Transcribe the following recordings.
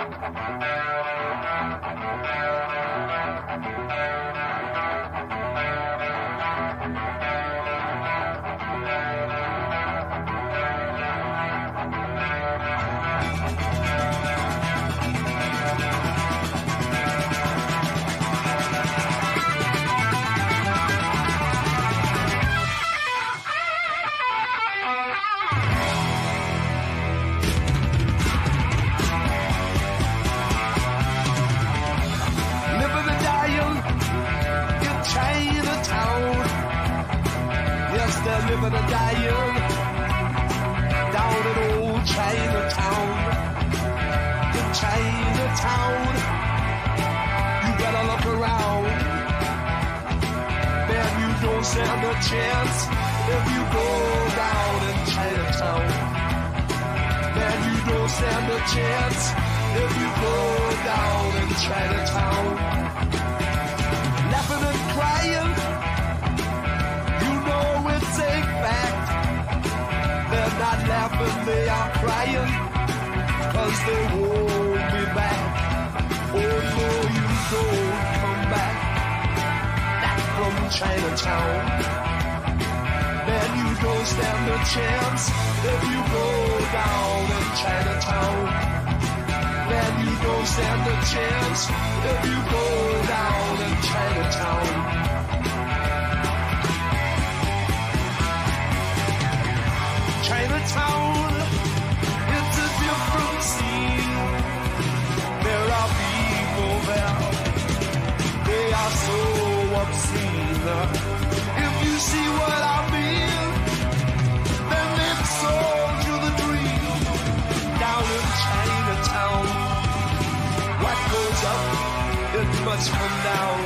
Living and dying down in old Chinatown. In Chinatown, you better look around. Man, you don't stand a chance if you go down in Chinatown. Man, you don't stand a chance if you go down in Chinatown. Laughing and crying, it's a fact. They're not laughing, they are crying, 'cause they won't be back. Oh no, you don't come back from Chinatown. Man, you don't stand a chance if you go down in Chinatown. Man, you don't stand a chance if you go down in Chinatown. Chinatown, it's a different scene. There are people there, they are so obscene. If you see what I mean, then they've sold you the dream. Down in Chinatown, what goes up, it must come down.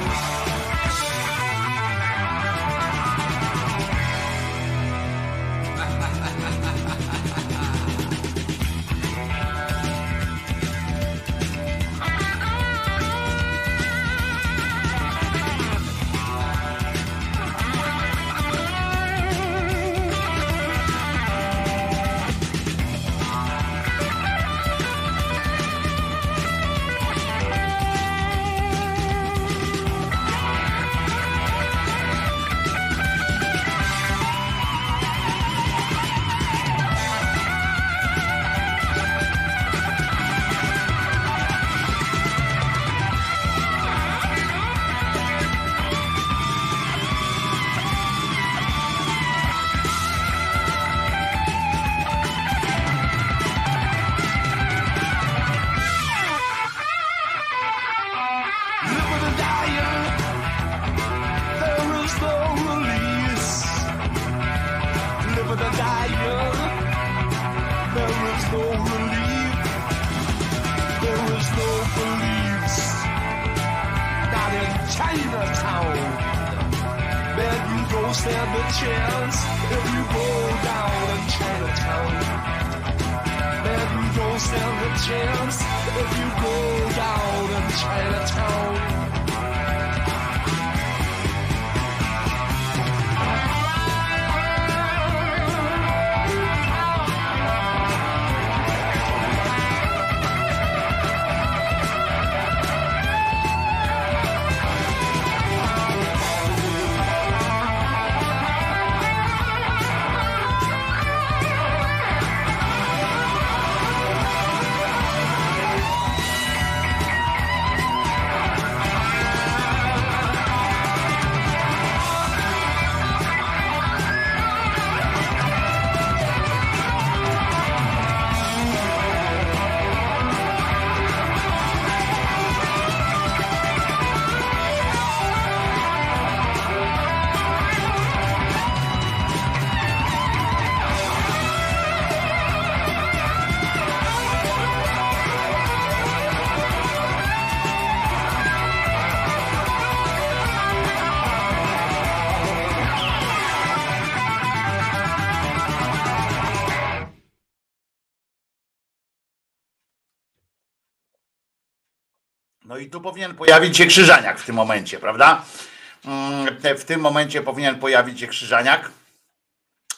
Stand a chance if you go down in Chinatown. Man, you don't stand a chance if you go down in Chinatown. No i tu powinien pojawić się Krzyżaniak w tym momencie, prawda? W tym momencie powinien pojawić się Krzyżaniak,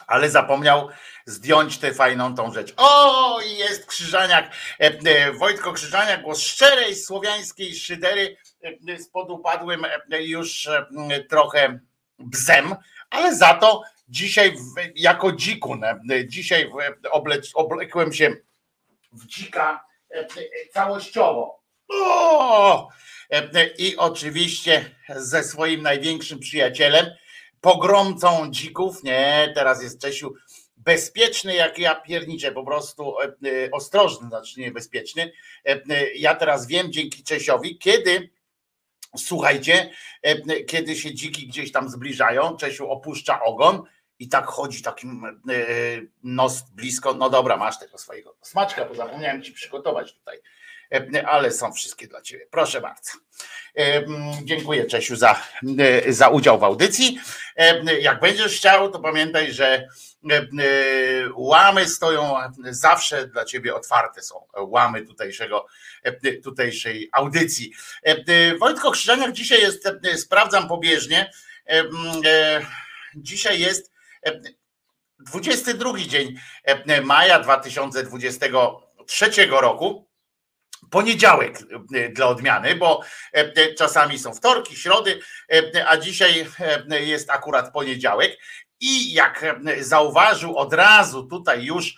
ale zapomniał zdjąć tę fajną tą rzecz. O, i jest Krzyżaniak, Wojtko Krzyżaniak, głos szczerej słowiańskiej szydery z podupadłym już trochę bzem, ale za to dzisiaj jako dzikun, dzisiaj oblekłem się w dzika całościowo. O! I oczywiście ze swoim największym przyjacielem, pogromcą dzików, nie, teraz jest Czesiu bezpieczny jak ja pierniczę, po prostu ostrożny, znaczy niebezpieczny. Ja teraz wiem dzięki Czesiowi, słuchajcie, kiedy się dziki gdzieś tam zbliżają, Czesiu opuszcza ogon i tak chodzi takim nos blisko, no dobra, masz tego swojego smaczka, bo zapomniałem ci przygotować tutaj, ale są wszystkie dla ciebie, proszę bardzo. Dziękuję Czesiu za udział w audycji. Jak będziesz chciał, to pamiętaj, że łamy stoją zawsze dla ciebie otwarte, są łamy tutejszej audycji. Wojtko Krzyżaniak dzisiaj jest, sprawdzam pobieżnie, dzisiaj jest 22 dzień maja 2023 roku. Poniedziałek dla odmiany, bo czasami są wtorki, środy, a dzisiaj jest akurat poniedziałek i jak zauważył od razu tutaj już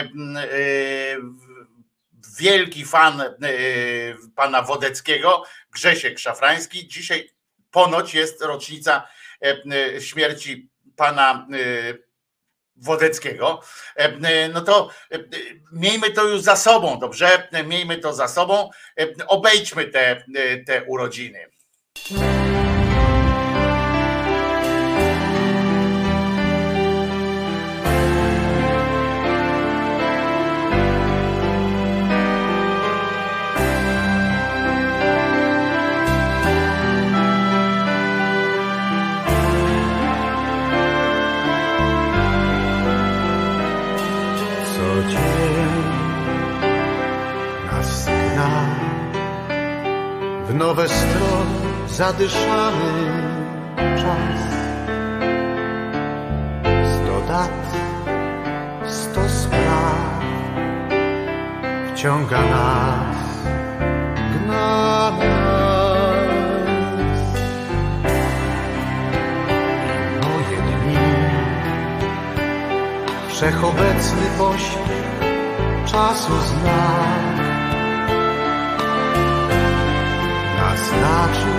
wielki fan pana Wodeckiego, Grzesiek Szafrański, dzisiaj ponoć jest rocznica śmierci pana Wodeckiego, no to miejmy to już za sobą, dobrze? Miejmy to za sobą, obejdźmy te urodziny. W nowe strony zadyszany czas. 100 dat, 100 spraw wciąga nas, gna nas. I moje dni, wszechobecny pośpiech czasu znak. Znaczy,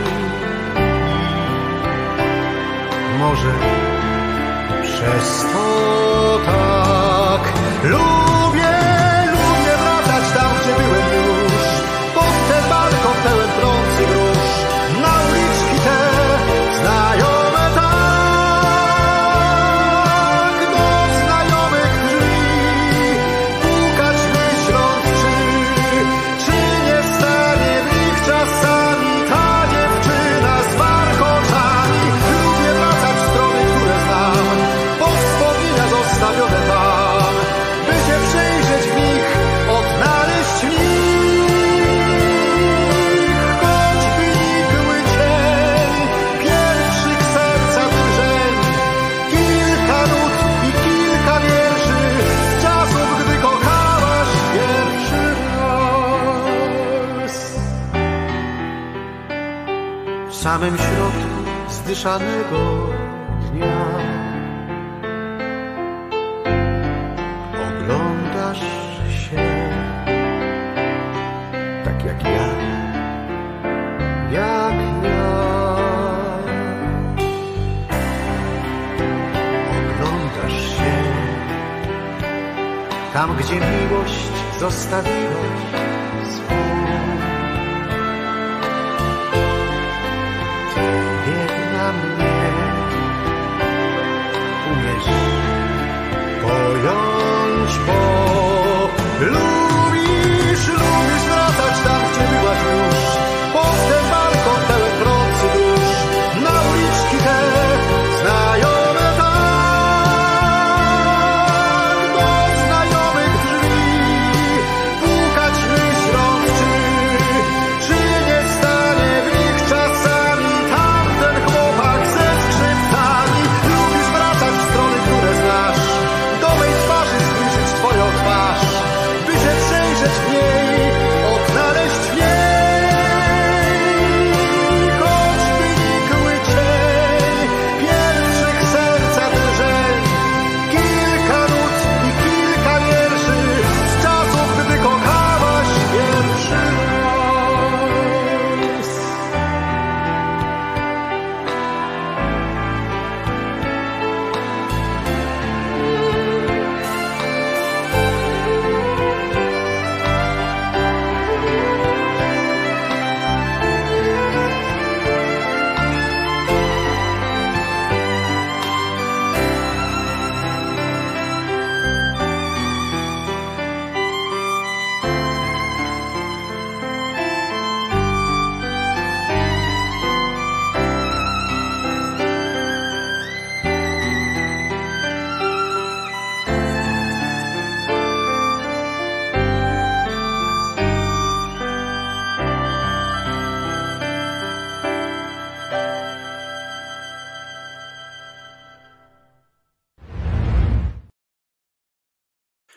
może przez to tak lubię wracać tam, gdzie byłem już, pod ten balkon pełen trących róż, na uliczki te znajome tak, do znajomych drzwi, pukać myśląc, czy nie stanie w nich czasami. W samym środku zdyszanego dnia oglądasz się tak jak ja. Oglądasz się tam, gdzie miłość zostawiłaś swą. Na mnie umiesz pojąć, bo lubisz wracać tam, gdzie byłaś już, pod ten balkon pełen trących róż, na uliczki te znajome tak, do znajomych drzwi, pukać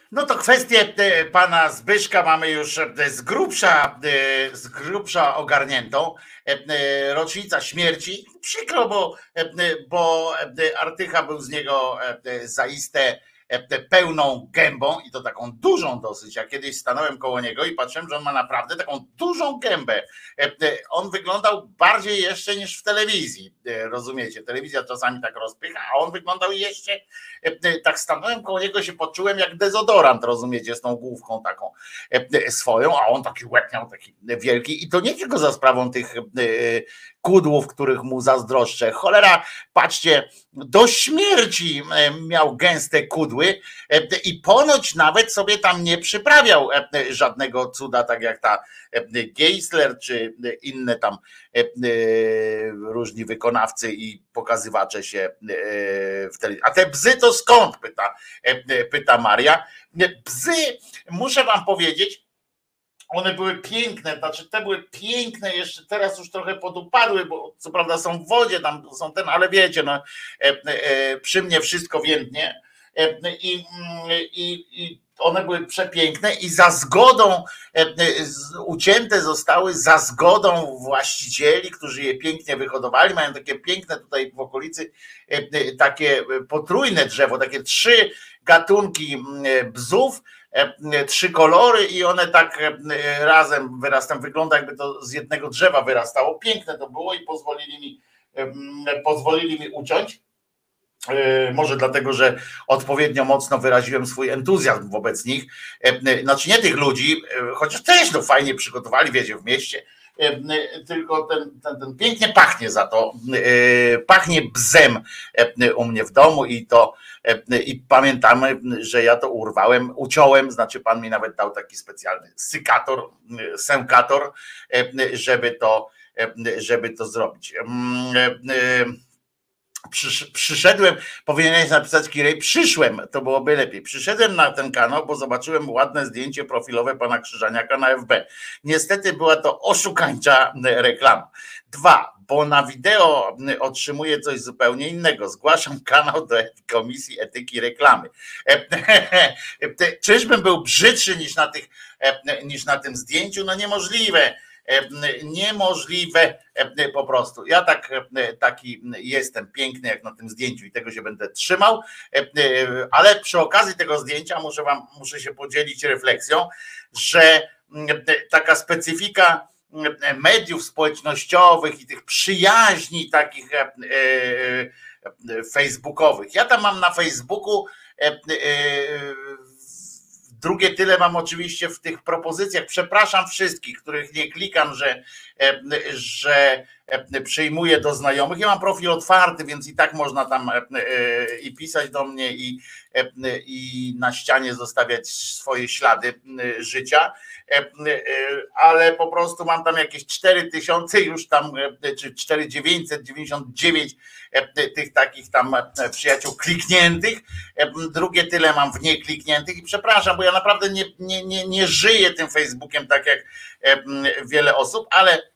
No to kwestię pana Zbyszka mamy już z grubsza ogarniętą. Rocznica śmierci. Przykro, bo Artycha był z niego zaiste pełną gębą i to taką dużą dosyć. Ja kiedyś stanąłem koło niego i patrzyłem, że on ma naprawdę taką dużą gębę. On wyglądał bardziej jeszcze niż w telewizji, rozumiecie? Telewizja czasami tak rozpycha, a on wyglądał jeszcze, tak stanąłem koło niego, się poczułem jak dezodorant, rozumiecie, z tą główką taką swoją, a on taki łeb miał, taki wielki i to nie tylko za sprawą tych kudłów, których mu zazdroszczę. Cholera, patrzcie, do śmierci miał gęste kudły i ponoć nawet sobie tam nie przyprawiał żadnego cuda, tak jak ta Geisler czy inne tam różni wykonawcy i pokazywacze się w telewizji. A te bzy to skąd? Pyta Maria. Bzy, muszę wam powiedzieć, one były piękne, znaczy te były piękne, jeszcze teraz już trochę podupadły, bo co prawda są w wodzie, tam są ale wiecie, no, przy mnie wszystko więdnie i one były przepiękne i za zgodą, ucięte zostały za zgodą właścicieli, którzy je pięknie wyhodowali, mają takie piękne tutaj w okolicy, takie potrójne drzewo, takie 3 gatunki bzów, 3 kolory i one tak razem wyrastają, wygląda jakby to z jednego drzewa wyrastało, piękne to było i pozwolili mi uciąć. Może dlatego, że odpowiednio mocno wyraziłem swój entuzjazm wobec nich, znaczy nie tych ludzi, chociaż też no fajnie przygotowali, wiecie, w mieście, tylko ten pięknie pachnie za to, pachnie bzem u mnie w domu i pamiętamy, że ja to uciąłem, znaczy pan mi nawet dał taki specjalny sękator, żeby to zrobić. Przyszedłem, powinieneś napisać Kirej, to byłoby lepiej. Przyszedłem na ten kanał, bo zobaczyłem ładne zdjęcie profilowe pana Krzyżaniaka na FB. Niestety była to oszukańcza reklama. 2, bo na wideo otrzymuję coś zupełnie innego. Zgłaszam kanał do Komisji Etyki Reklamy. Czyżbym był brzydszy niż na tym zdjęciu? No niemożliwe. Niemożliwe po prostu. Ja taki jestem piękny jak na tym zdjęciu i tego się będę trzymał, ale przy okazji tego zdjęcia muszę się podzielić refleksją, że taka specyfika mediów społecznościowych i tych przyjaźni takich facebookowych. Ja tam mam na Facebooku drugie tyle mam oczywiście w tych propozycjach. Przepraszam wszystkich, których nie klikam, że przyjmuję do znajomych. Ja mam profil otwarty, więc i tak można tam i pisać do mnie i na ścianie zostawiać swoje ślady życia, ale po prostu mam tam jakieś 4000 już tam, czy 4999 tych takich tam przyjaciół klikniętych, drugie tyle mam w nieklikniętych i przepraszam, bo ja naprawdę nie żyję tym Facebookiem tak jak wiele osób,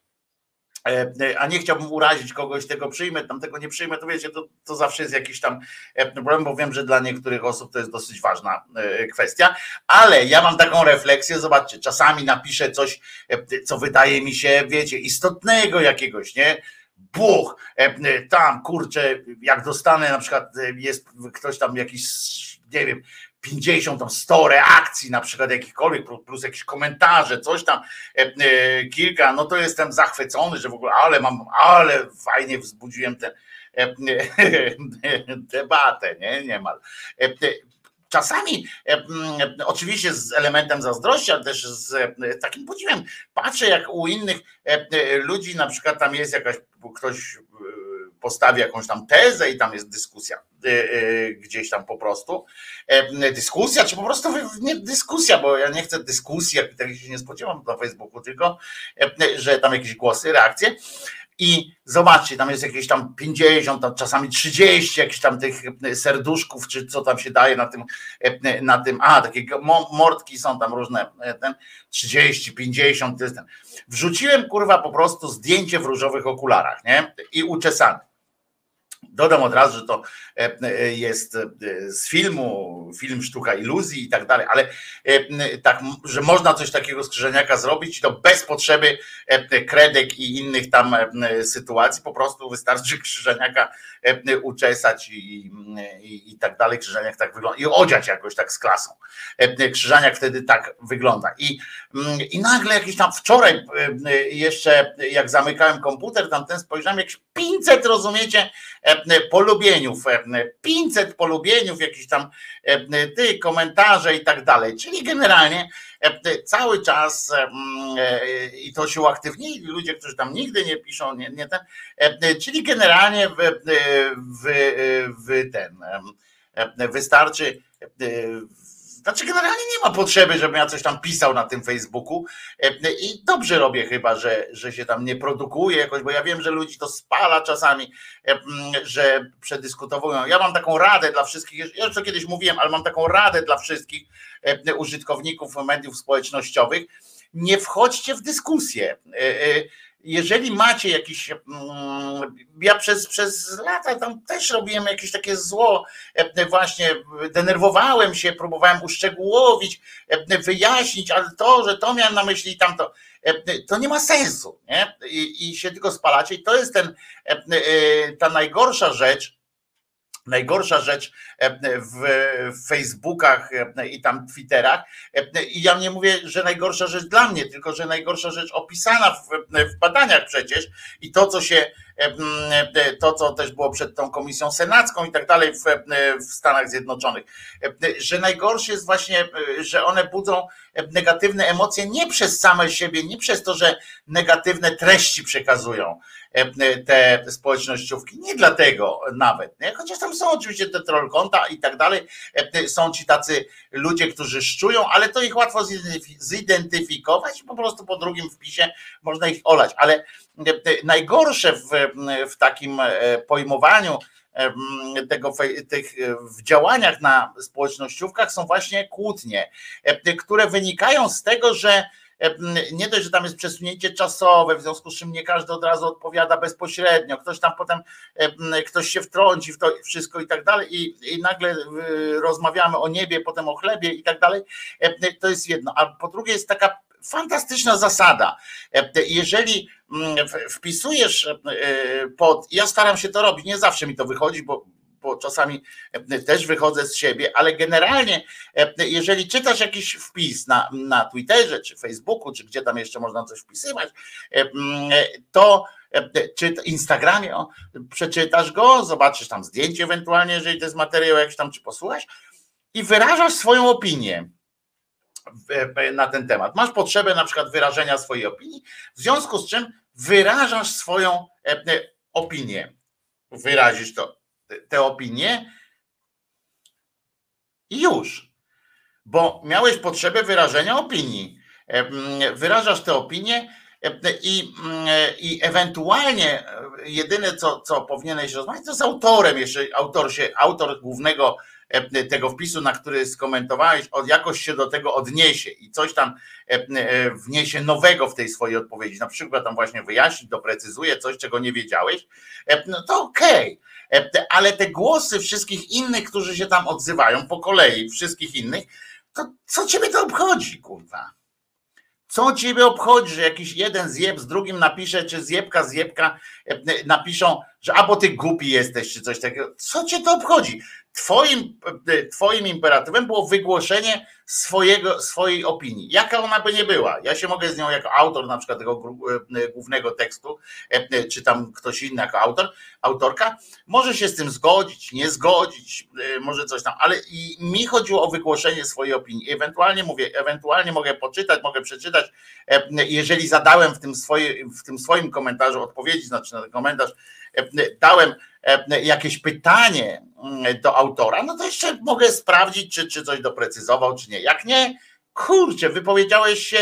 a nie chciałbym urazić kogoś, tego przyjmę, tamtego nie przyjmę, to wiecie, to zawsze jest jakiś tam problem, bo wiem, że dla niektórych osób to jest dosyć ważna kwestia, ale ja mam taką refleksję, zobaczcie, czasami napiszę coś, co wydaje mi się, wiecie, istotnego jakiegoś, nie? Buch, tam kurczę, jak dostanę na przykład, jest ktoś tam jakiś, nie wiem, 50, tam 100 reakcji na przykład jakichkolwiek, plus jakieś komentarze, coś tam, kilka, no to jestem zachwycony, że w ogóle, ale fajnie wzbudziłem tę debatę, niemal. Czasami oczywiście z elementem zazdrości, ale też z takim podziwem patrzę, jak u innych ludzi na przykład tam jest ktoś postawi jakąś tam tezę i tam jest dyskusja gdzieś tam po prostu. Dyskusja, czy po prostu nie dyskusja, bo ja nie chcę dyskusji, jak tak się nie spodziewam na Facebooku, tylko że tam jakieś głosy, reakcje. I zobaczcie, tam jest jakieś tam 50, tam czasami 30 jakichś tam tych serduszków, czy co tam się daje na tym, takie mordki są tam różne, 30, 50, to jest ten. Wrzuciłem kurwa po prostu zdjęcie w różowych okularach, nie? I uczesany. Dodam od razu, że to jest z film Sztuka Iluzji i tak dalej, ale tak, że można coś takiego z Krzyżaniaka zrobić i to bez potrzeby kredek i innych tam sytuacji, po prostu wystarczy Krzyżaniaka uczesać i tak dalej. Krzyżaniak tak wygląda i odziać jakoś tak z klasą. Krzyżaniak wtedy tak wygląda i nagle jakiś tam wczoraj jeszcze jak zamykałem komputer, tamten spojrzałem jakieś 500, rozumiecie, polubieniów, 500 polubieniów, jakieś tam komentarze i tak dalej, czyli generalnie cały czas i to się uaktywnili ludzie, którzy tam nigdy nie piszą, nie ten, czyli generalnie wystarczy, znaczy generalnie nie ma potrzeby, żebym ja coś tam pisał na tym Facebooku i dobrze robię chyba, że się tam nie produkuje jakoś, bo ja wiem, że ludzi to spala czasami, że przedyskutowują. Ja mam taką radę dla wszystkich, ja już to kiedyś mówiłem, ale mam taką radę dla wszystkich użytkowników mediów społecznościowych. Nie wchodźcie w dyskusję. Jeżeli macie jakiś, ja przez lata tam też robiłem jakieś takie zło, właśnie denerwowałem się, próbowałem uszczegółowić, wyjaśnić, ale to, że to miałem na myśli i tamto, to nie ma sensu, nie? I się tylko spalacie i to jest ta najgorsza rzecz w Facebookach i tam Twitterach. I ja nie mówię, że najgorsza rzecz dla mnie, tylko że najgorsza rzecz opisana w badaniach przecież i to, co też było przed tą komisją senacką i tak dalej w Stanach Zjednoczonych, że najgorsze jest właśnie, że one budzą negatywne emocje nie przez same siebie, nie przez to, że negatywne treści przekazują te społecznościówki, nie dlatego nawet, nie? Chociaż tam są oczywiście te trollkonta i tak dalej, są ci tacy ludzie, którzy szczują, ale to ich łatwo zidentyfikować i po prostu po drugim wpisie można ich olać, ale najgorsze w takim pojmowaniu w działaniach na społecznościówkach są właśnie kłótnie, które wynikają z tego, że nie dość, że tam jest przesunięcie czasowe, w związku z czym nie każdy od razu odpowiada bezpośrednio, ktoś tam potem, ktoś się wtrąci w to wszystko i tak dalej i nagle rozmawiamy o niebie, potem o chlebie i tak dalej, to jest jedno, a po drugie jest taka fantastyczna zasada, jeżeli wpisujesz ja staram się to robić, nie zawsze mi to wychodzi, bo czasami też wychodzę z siebie, ale generalnie jeżeli czytasz jakiś wpis na Twitterze, czy Facebooku, czy gdzie tam jeszcze można coś wpisywać, to czy Instagramie, przeczytasz go, zobaczysz tam zdjęcie ewentualnie, jeżeli to jest materiał jakiś tam, czy posłuchasz i wyrażasz swoją opinię na ten temat. Masz potrzebę na przykład wyrażenia swojej opinii, w związku z czym wyrażasz swoją opinię. Wyrazisz tę opinię i już. Bo miałeś potrzebę wyrażenia opinii. Wyrażasz tę opinię i ewentualnie jedyne, co powinieneś rozmawiać, to z autorem, jeszcze autor głównego tego wpisu, na który skomentowałeś, jakoś się do tego odniesie i coś tam wniesie nowego w tej swojej odpowiedzi, na przykład tam właśnie wyjaśni, doprecyzuje coś, czego nie wiedziałeś, no to okej. Ale te głosy wszystkich innych, którzy się tam odzywają po kolei, wszystkich innych, to co ciebie to obchodzi, kurwa? Co ciebie obchodzi, że jakiś jeden zjeb z drugim napisze, czy zjebka napiszą, że albo ty głupi jesteś, czy coś takiego. Co cię to obchodzi? Twoim imperatywem było wygłoszenie swojej opinii. Jaka ona by nie była. Ja się mogę z nią jako autor na przykład tego głównego tekstu, czy tam ktoś inny jako autorka, może się z tym zgodzić, nie zgodzić, może coś tam, ale i mi chodziło o wygłoszenie swojej opinii. Ewentualnie mogę poczytać, mogę przeczytać, jeżeli zadałem w tym swoim komentarzu odpowiedzi, znaczy na ten komentarz, dałem jakieś pytanie do autora, no to jeszcze mogę sprawdzić, czy coś doprecyzował, czy nie. Jak nie, kurczę, wypowiedziałeś się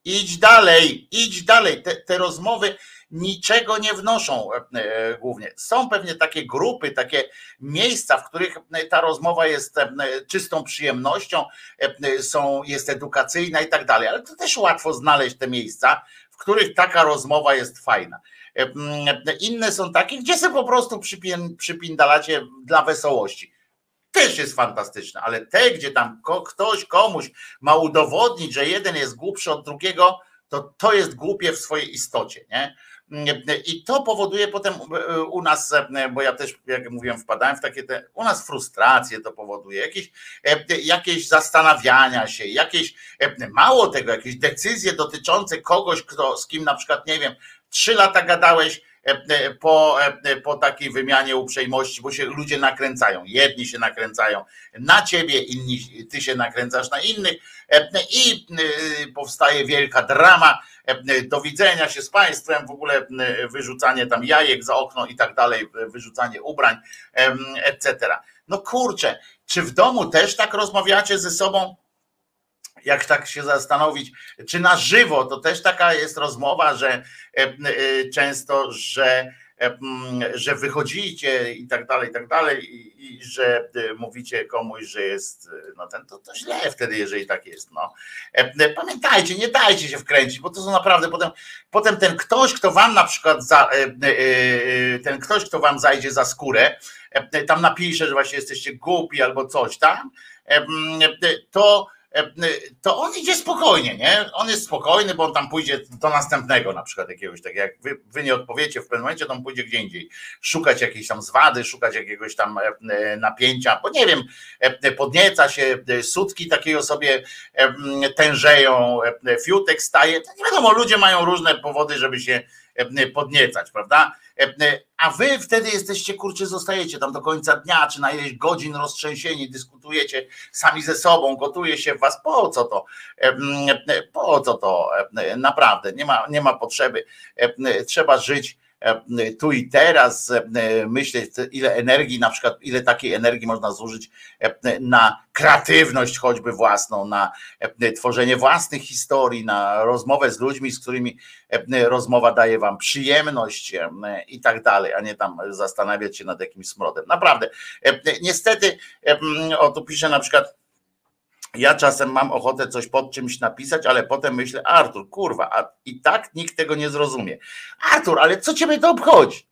idź dalej. Te rozmowy niczego nie wnoszą głównie. Są pewnie takie grupy, takie miejsca, w których ta rozmowa jest czystą przyjemnością, jest edukacyjna i tak dalej, ale to też łatwo znaleźć te miejsca, w których taka rozmowa jest fajna. Inne są takie, gdzie sobie po prostu przypindalacie dla wesołości. Też jest fantastyczne, ale te, gdzie tam ktoś komuś ma udowodnić, że jeden jest głupszy od drugiego, to jest głupie w swojej istocie, nie? I to powoduje potem u nas, bo ja też, jak mówiłem, wpadałem w takie u nas frustracje to powoduje, jakieś zastanawiania się, mało tego, jakieś decyzje dotyczące kogoś, z kim na przykład, nie wiem, 3 lata gadałeś po takiej wymianie uprzejmości, bo się ludzie nakręcają. Jedni się nakręcają na ciebie, inni, ty się nakręcasz na innych i powstaje wielka drama. Do widzenia się z państwem, w ogóle wyrzucanie tam jajek za okno i tak dalej, wyrzucanie ubrań, etc. No kurczę, czy w domu też tak rozmawiacie ze sobą? Jak tak się zastanowić, czy na żywo, to też taka jest rozmowa, że często, że wychodzicie i tak dalej, i że mówicie komuś, że jest, no to źle wtedy, jeżeli tak jest. No. Pamiętajcie, nie dajcie się wkręcić, bo to są naprawdę potem ten ktoś, kto wam na przykład kto wam zajdzie za skórę, tam napisze, że właśnie jesteście głupi albo coś tam, to on idzie spokojnie, nie? On jest spokojny, bo on tam pójdzie do następnego na przykład jakiegoś, tak jak wy nie odpowiecie w pewnym momencie, to on pójdzie gdzie indziej. Szukać jakiejś tam zwady, szukać jakiegoś tam napięcia, bo nie wiem, podnieca się, sutki takiej osobie tężeją, fiutek staje. Nie wiadomo, ludzie mają różne powody, żeby się podniecać, prawda? A wy wtedy jesteście, kurczę, zostajecie tam do końca dnia, czy na ileś godzin roztrzęsieni, dyskutujecie sami ze sobą, gotuje się w was, po co to? Po co to? Naprawdę, nie ma potrzeby. Trzeba żyć tu i teraz, myśleć, ile energii, na przykład ile takiej energii można zużyć na kreatywność choćby własną, na tworzenie własnych historii, na rozmowę z ludźmi, z którymi rozmowa daje wam przyjemność i tak dalej, a nie tam zastanawiać się nad jakimś smrodem. Naprawdę. Niestety, o tu pisze na przykład, ja czasem mam ochotę coś pod czymś napisać, ale potem myślę, Artur, kurwa, a i tak nikt tego nie zrozumie. Artur, ale co ciebie to obchodzi?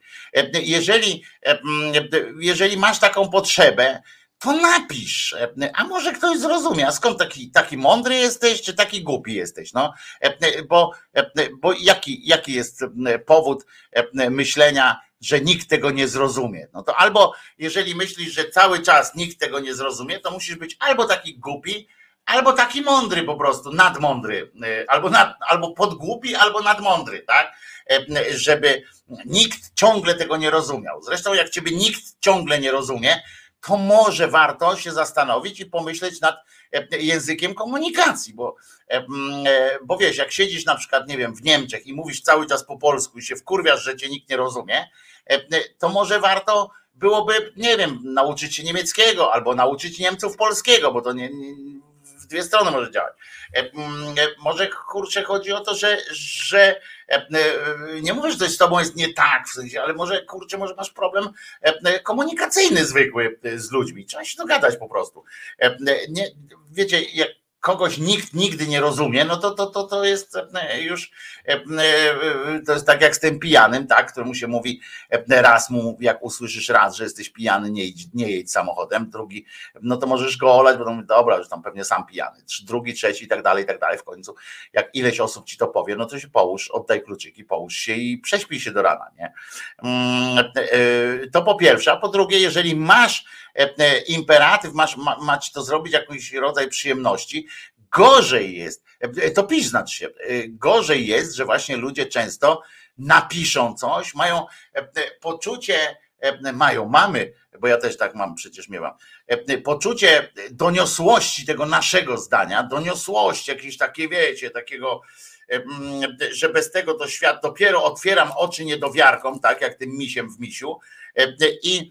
Jeżeli masz taką potrzebę, to napisz, a może ktoś zrozumie, a skąd taki mądry jesteś, czy taki głupi jesteś, no, bo jaki jest powód myślenia, że nikt tego nie zrozumie, no to albo jeżeli myślisz, że cały czas nikt tego nie zrozumie, to musisz być albo taki głupi, albo taki mądry po prostu, nadmądry, albo podgłupi, albo nadmądry, tak, żeby nikt ciągle tego nie rozumiał. Zresztą jak ciebie nikt ciągle nie rozumie, to może warto się zastanowić i pomyśleć nad językiem komunikacji, bo wiesz, jak siedzisz na przykład, nie wiem, w Niemczech i mówisz cały czas po polsku i się wkurwiasz, że cię nikt nie rozumie, to może warto byłoby, nie wiem, nauczyć się niemieckiego albo nauczyć Niemców polskiego, bo to nie w dwie strony może działać. Może kurczę chodzi o to, że nie mówię, że coś z tobą jest nie tak, w sensie, ale może kurczę, może masz problem komunikacyjny zwykły z ludźmi. Trzeba się dogadać po prostu. Wiecie, jak kogoś nikt nigdy nie rozumie, no to jest już, to jest tak jak z tym pijanym, tak, któremu się mówi raz mu, jak usłyszysz raz, że jesteś pijany, nie jedź samochodem, drugi, no to możesz go olać, bo to mówi, dobra, już tam pewnie sam pijany, drugi, trzeci i tak dalej, w końcu, jak ileś osób ci to powie, no to się połóż, oddaj kluczyki, połóż się i prześpij się do rana, nie? To po pierwsze, a po drugie, jeżeli masz imperatyw, masz to zrobić jakiś rodzaj przyjemności, gorzej jest, to pisz znaczy się, gorzej jest, że właśnie ludzie często napiszą coś, mają poczucie, mamy, bo ja też tak mam, przecież miewam, poczucie doniosłości tego naszego zdania, doniosłości jakieś takie, wiecie, takiego, że bez tego to świat, dopiero otwieram oczy niedowiarkom, tak jak tym misiem w misiu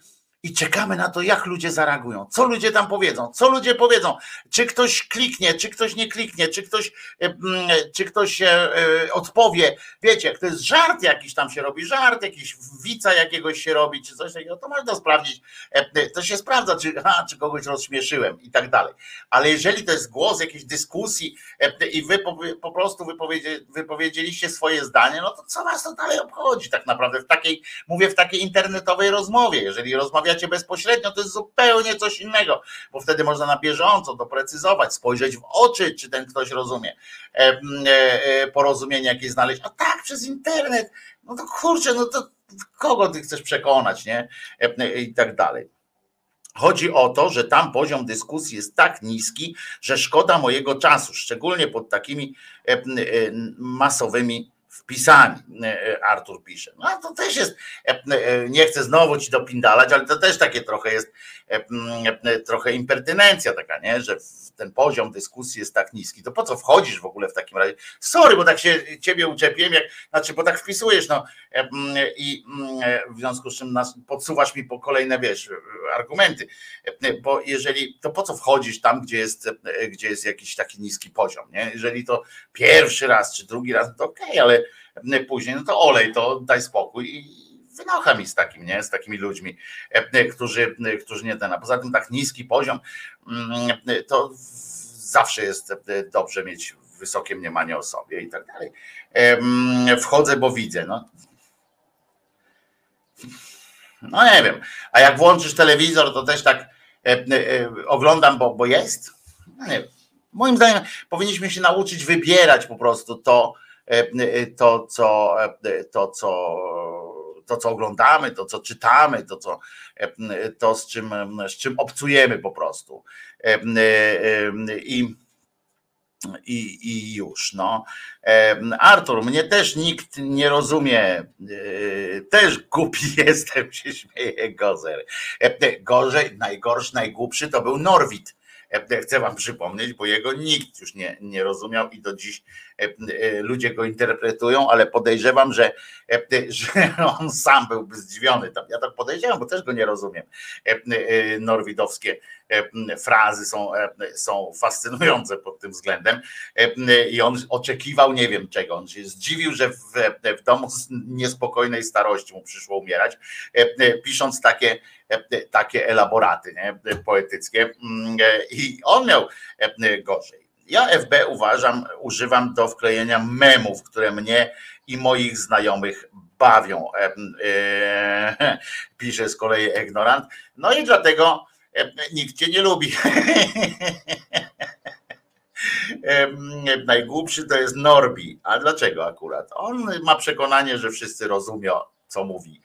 i czekamy na to, jak ludzie zareagują, co ludzie tam powiedzą, czy ktoś kliknie, czy ktoś nie kliknie, czy ktoś odpowie. Wiecie, jak to jest żart jakiś tam się robi, żart, jakiś wica jakiegoś się robi, czy coś takiego, to można sprawdzić, to się sprawdza, czy kogoś rozśmieszyłem i tak dalej. Ale jeżeli to jest głos jakiejś dyskusji i wy po prostu wypowiedzieliście swoje zdanie, no to co was to dalej obchodzi tak naprawdę w takiej internetowej rozmowie. Jeżeli rozmawiacie bezpośrednio, to jest zupełnie coś innego, bo wtedy można na bieżąco doprecyzować, spojrzeć w oczy, czy ten ktoś rozumie, porozumienie jakieś znaleźć, a tak przez internet, no to kurczę, no to kogo ty chcesz przekonać, nie? I tak dalej. Chodzi o to, że tam poziom dyskusji jest tak niski, że szkoda mojego czasu, szczególnie pod takimi masowymi wpisami, Artur pisze. No to też jest, nie chcę znowu ci dopindalać, ale to też takie trochę jest, trochę impertynencja taka, nie? Że ten poziom dyskusji jest tak niski. To po co wchodzisz w ogóle w takim razie? Sorry, bo tak się ciebie uczepiłem, bo tak wpisujesz, no i w związku z czym podsuwasz mi po kolejne, wiesz, argumenty, bo jeżeli, to po co wchodzisz tam, gdzie jest jakiś taki niski poziom, nie? Jeżeli to pierwszy raz czy drugi raz, to okej, ale później, no to olej, to daj spokój i wynocha mi z takim, nie? Z takimi ludźmi, którzy nie ten, a poza tym tak niski poziom, to zawsze jest dobrze mieć wysokie mniemanie o sobie i tak dalej. Wchodzę, bo widzę, no nie wiem, a jak włączysz telewizor, to też tak oglądam, bo jest, no nie wiem. Moim zdaniem powinniśmy się nauczyć wybierać po prostu to, co oglądamy, to, co czytamy, to z czym obcujemy po prostu. I już, no. Artur, mnie też nikt nie rozumie. Też głupi jestem, się śmieje Gozer. Gorzej, najgorszy, najgłupszy to był Norwid. Chcę wam przypomnieć, bo jego nikt już nie rozumiał i do dziś ludzie go interpretują, ale podejrzewam, że on sam byłby zdziwiony. Ja tak podejrzewam, bo też go nie rozumiem. Norwidowskie frazy są fascynujące pod tym względem i on oczekiwał nie wiem czego. On się zdziwił, że w domu z niespokojnej starości mu przyszło umierać, pisząc takie elaboraty, nie? Poetyckie, i on miał gorzej. Ja FB używam do wklejenia memów, które mnie i moich znajomych bawią, pisze z kolei ignorant. No i dlatego nikt cię nie lubi. Najgłupszy to jest Norbi. A dlaczego akurat? On ma przekonanie, że wszyscy rozumią, co mówi.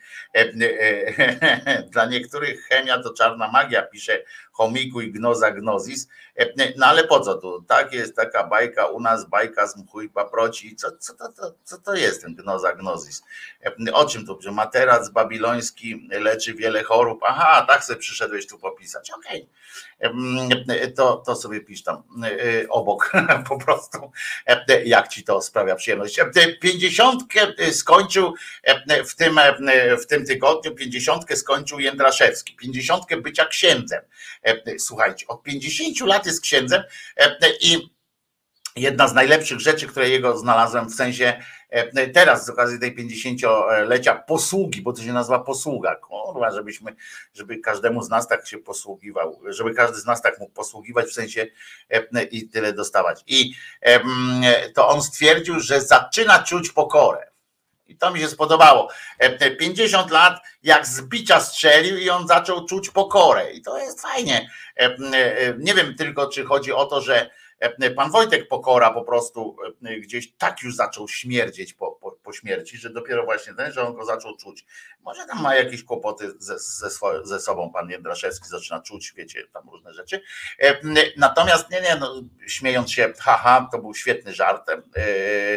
Dla niektórych chemia to czarna magia, pisze Chomikuj Gnoza Gnozis. No ale po co tu? Tak, jest taka bajka u nas, bajka z mchu i paproci. Co to jest ten Gnoza Gnozis? O czym tu? Że materac babiloński leczy wiele chorób. Aha, tak sobie przyszedłeś tu popisać. Okej. To sobie pisz tam obok po prostu, jak ci to sprawia przyjemność. 50 skończył w tym tygodniu, 50 skończył Jędraszewski, 50 bycia księdzem. Słuchajcie, od 50 lat jest księdzem i jedna z najlepszych rzeczy, które jego znalazłem, w sensie teraz z okazji tej 50-lecia posługi, bo to się nazywa posługa, kurwa, żeby każdemu z nas tak się posługiwał, żeby każdy z nas tak mógł posługiwać, w sensie i tyle dostawać. I to on stwierdził, że zaczyna czuć pokorę. I to mi się spodobało. 50 lat, jak z bicia strzelił i on zaczął czuć pokorę. I to jest fajnie. Nie wiem tylko, czy chodzi o to, że pan Wojtek Pokora po prostu gdzieś tak już zaczął śmierdzieć po śmierci, że dopiero właśnie że on go zaczął czuć. Może tam ma jakieś kłopoty ze sobą pan Jędraszewski, zaczyna czuć, wiecie, tam różne rzeczy. Natomiast no, śmiejąc się, haha, to był świetny żart,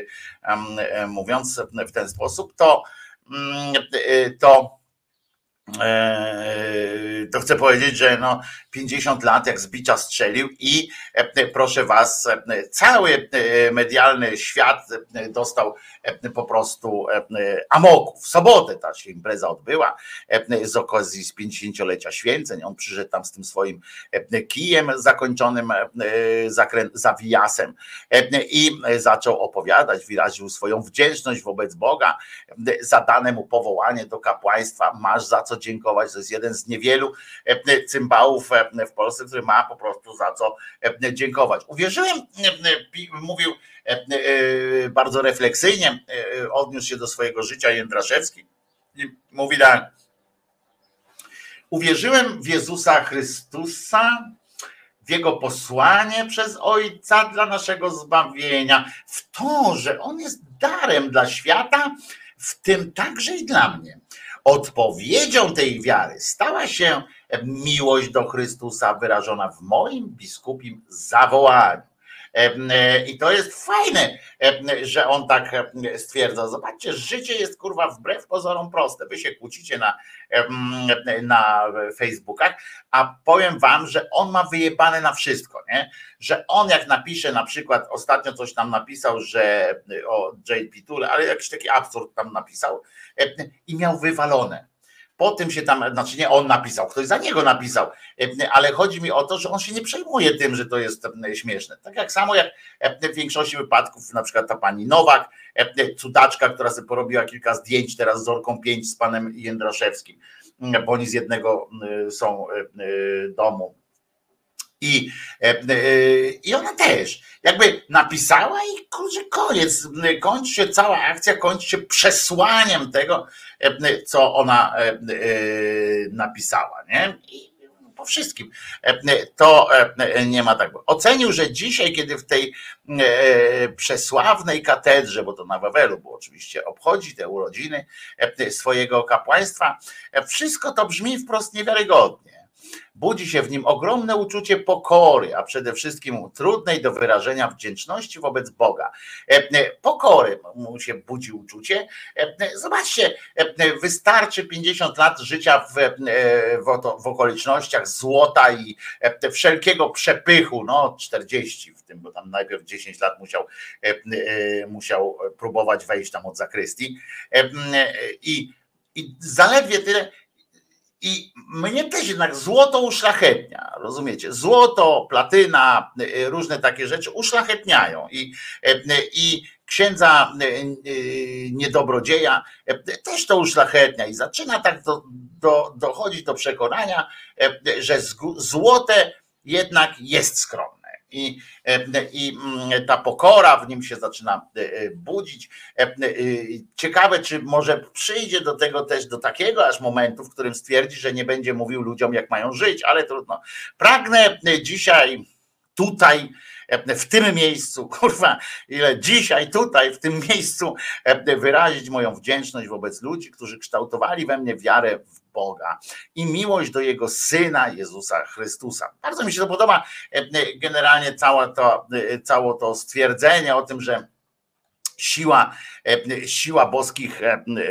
mówiąc w ten sposób, to to chcę powiedzieć, że no 50 lat jak z bicia strzelił i proszę was, cały medialny świat dostał po prostu amoku. W sobotę ta się impreza odbyła z okazji z 50-lecia święceń. On przyszedł tam z tym swoim kijem zakończonym zawijasem i zaczął opowiadać, wyraził swoją wdzięczność wobec Boga za dane mu powołanie do kapłaństwa. Masz za co dziękować. To jest jeden z niewielu cymbałów w Polsce, który ma po prostu za co dziękować. Uwierzyłem, mówił bardzo refleksyjnie, odniósł się do swojego życia Jędraszewski i mówi tak: uwierzyłem w Jezusa Chrystusa, w Jego posłanie przez Ojca dla naszego zbawienia, w to, że On jest darem dla świata, w tym także i dla mnie. Odpowiedzią tej wiary stała się miłość do Chrystusa wyrażona w moim biskupim zawołaniu. I to jest fajne, że on tak stwierdza. Zobaczcie, życie jest kurwa wbrew pozorom proste. Wy się kłócicie na Facebookach, a powiem wam, że on ma wyjebane na wszystko, nie? Że on jak napisze na przykład, ostatnio coś tam napisał, że o JP Tule, ale jakiś taki absurd tam napisał i miał wywalone. Po tym się tam, znaczy nie on napisał, ktoś za niego napisał, ale chodzi mi o to, że on się nie przejmuje tym, że to jest śmieszne. Tak jak samo jak w większości wypadków, na przykład ta pani Nowak, cudaczka, która sobie porobiła kilka zdjęć teraz z Zorką 5 z panem Jędraszewskim, bo oni z jednego są domu. I ona też jakby napisała i kurczę, koniec, kończy się cała akcja, kończy się przesłaniem tego, co ona napisała, nie? I po wszystkim to nie ma tak. Ocenił, że dzisiaj, kiedy w tej przesławnej katedrze, bo to na Wawelu było oczywiście, obchodzi te urodziny swojego kapłaństwa, wszystko to brzmi wprost niewiarygodnie. Budzi się w nim ogromne uczucie pokory, a przede wszystkim trudnej do wyrażenia wdzięczności wobec Boga. Pokory mu się budzi uczucie. Zobaczcie, wystarczy 50 lat życia w okolicznościach złota i wszelkiego przepychu, no 40 w tym, bo tam najpierw 10 lat musiał próbować wejść tam od zakrystii i zaledwie tyle. I mnie też jednak złoto uszlachetnia, rozumiecie? Złoto, platyna, różne takie rzeczy uszlachetniają i księdza niedobrodzieja też to uszlachetnia i zaczyna tak dochodzić do przekonania, że złote jednak jest skromne. I ta pokora w nim się zaczyna budzić. Ciekawe, czy może przyjdzie do tego też, do takiego aż momentu, w którym stwierdzi, że nie będzie mówił ludziom, jak mają żyć, ale trudno. Pragnę dzisiaj, tutaj, w tym miejscu, kurwa, ile dzisiaj, tutaj, w tym miejscu wyrazić moją wdzięczność wobec ludzi, którzy kształtowali we mnie wiarę w Boga i miłość do Jego Syna Jezusa Chrystusa. Bardzo mi się to podoba, generalnie całe to stwierdzenie o tym, że siła boskich,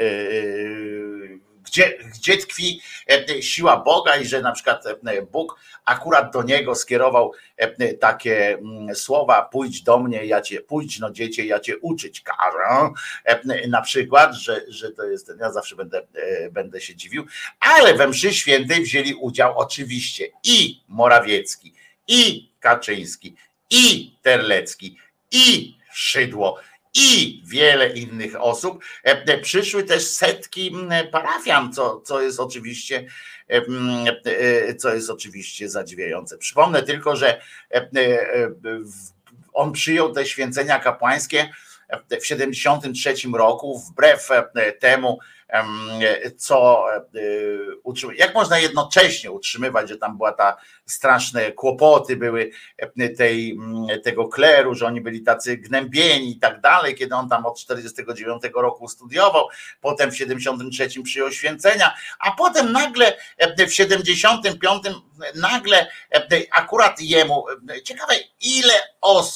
gdzie tkwi siła Boga i że na przykład Bóg akurat do niego skierował takie słowa: pójdź do mnie, pójdź no dziecię, ja cię uczyć każę, na przykład, że to jest, ja zawsze będę się dziwił, ale we mszy świętej wzięli udział oczywiście i Morawiecki, i Kaczyński, i Terlecki, i Szydło, i wiele innych osób. Przyszły też setki parafian, co jest oczywiście zadziwiające. Przypomnę tylko, że on przyjął te święcenia kapłańskie w 73 roku, wbrew temu, co jak można jednocześnie utrzymywać, że tam była ta straszne kłopoty były tego kleru, że oni byli tacy gnębieni i tak dalej, kiedy on tam od 49 roku studiował, potem w 73 przyjął święcenia, a potem nagle w 75 nagle akurat jemu, ciekawe ile osób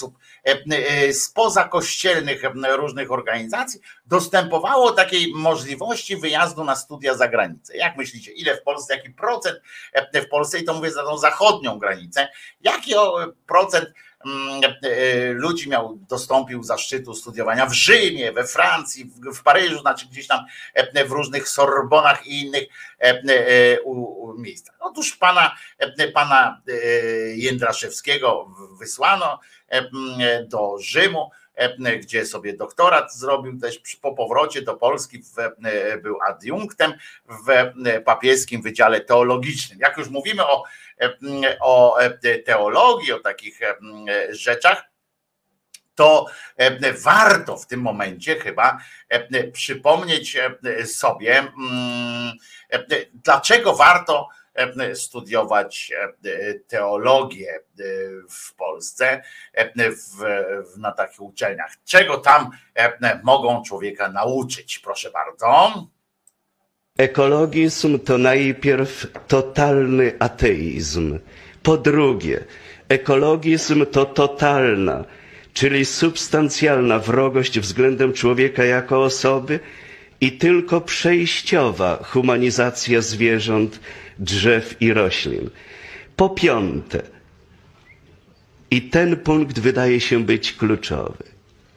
spoza kościelnych różnych organizacji dostępowało takiej możliwości wyjazdu na studia za granicę. Jak myślicie, ile w Polsce, jaki procent w Polsce, i to mówię za tą zachodnią granicę, jaki procent ludzi dostąpił zaszczytu studiowania w Rzymie, we Francji, w Paryżu, znaczy gdzieś tam w różnych Sorbonach i innych miejscach. Otóż pana Jędraszewskiego wysłano do Rzymu, gdzie sobie doktorat zrobił, też po powrocie do Polski był adiunktem w papieskim Wydziale Teologicznym. Jak już mówimy o teologii, o takich rzeczach, to warto w tym momencie chyba przypomnieć sobie, dlaczego warto studiować teologię w Polsce na takich uczelniach. Czego tam mogą człowieka nauczyć? Proszę bardzo. Ekologizm to najpierw totalny ateizm. Po drugie, ekologizm to totalna, czyli substancjalna wrogość względem człowieka jako osoby i tylko przejściowa humanizacja zwierząt, drzew i roślin. Po piąte, i ten punkt wydaje się być kluczowy,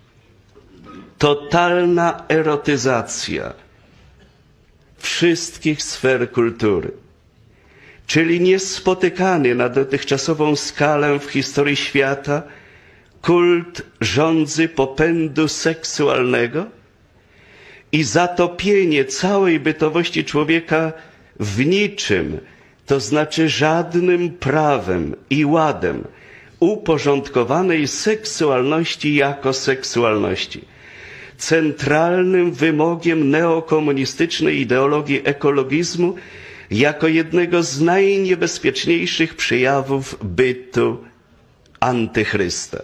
totalna erotyzacja wszystkich sfer kultury, czyli niespotykany na dotychczasową skalę w historii świata kult żądzy popędu seksualnego i zatopienie całej bytowości człowieka w niczym, to znaczy żadnym prawem i ładem uporządkowanej seksualności jako seksualności. Centralnym wymogiem neokomunistycznej ideologii ekologizmu jako jednego z najniebezpieczniejszych przejawów bytu antychrysta.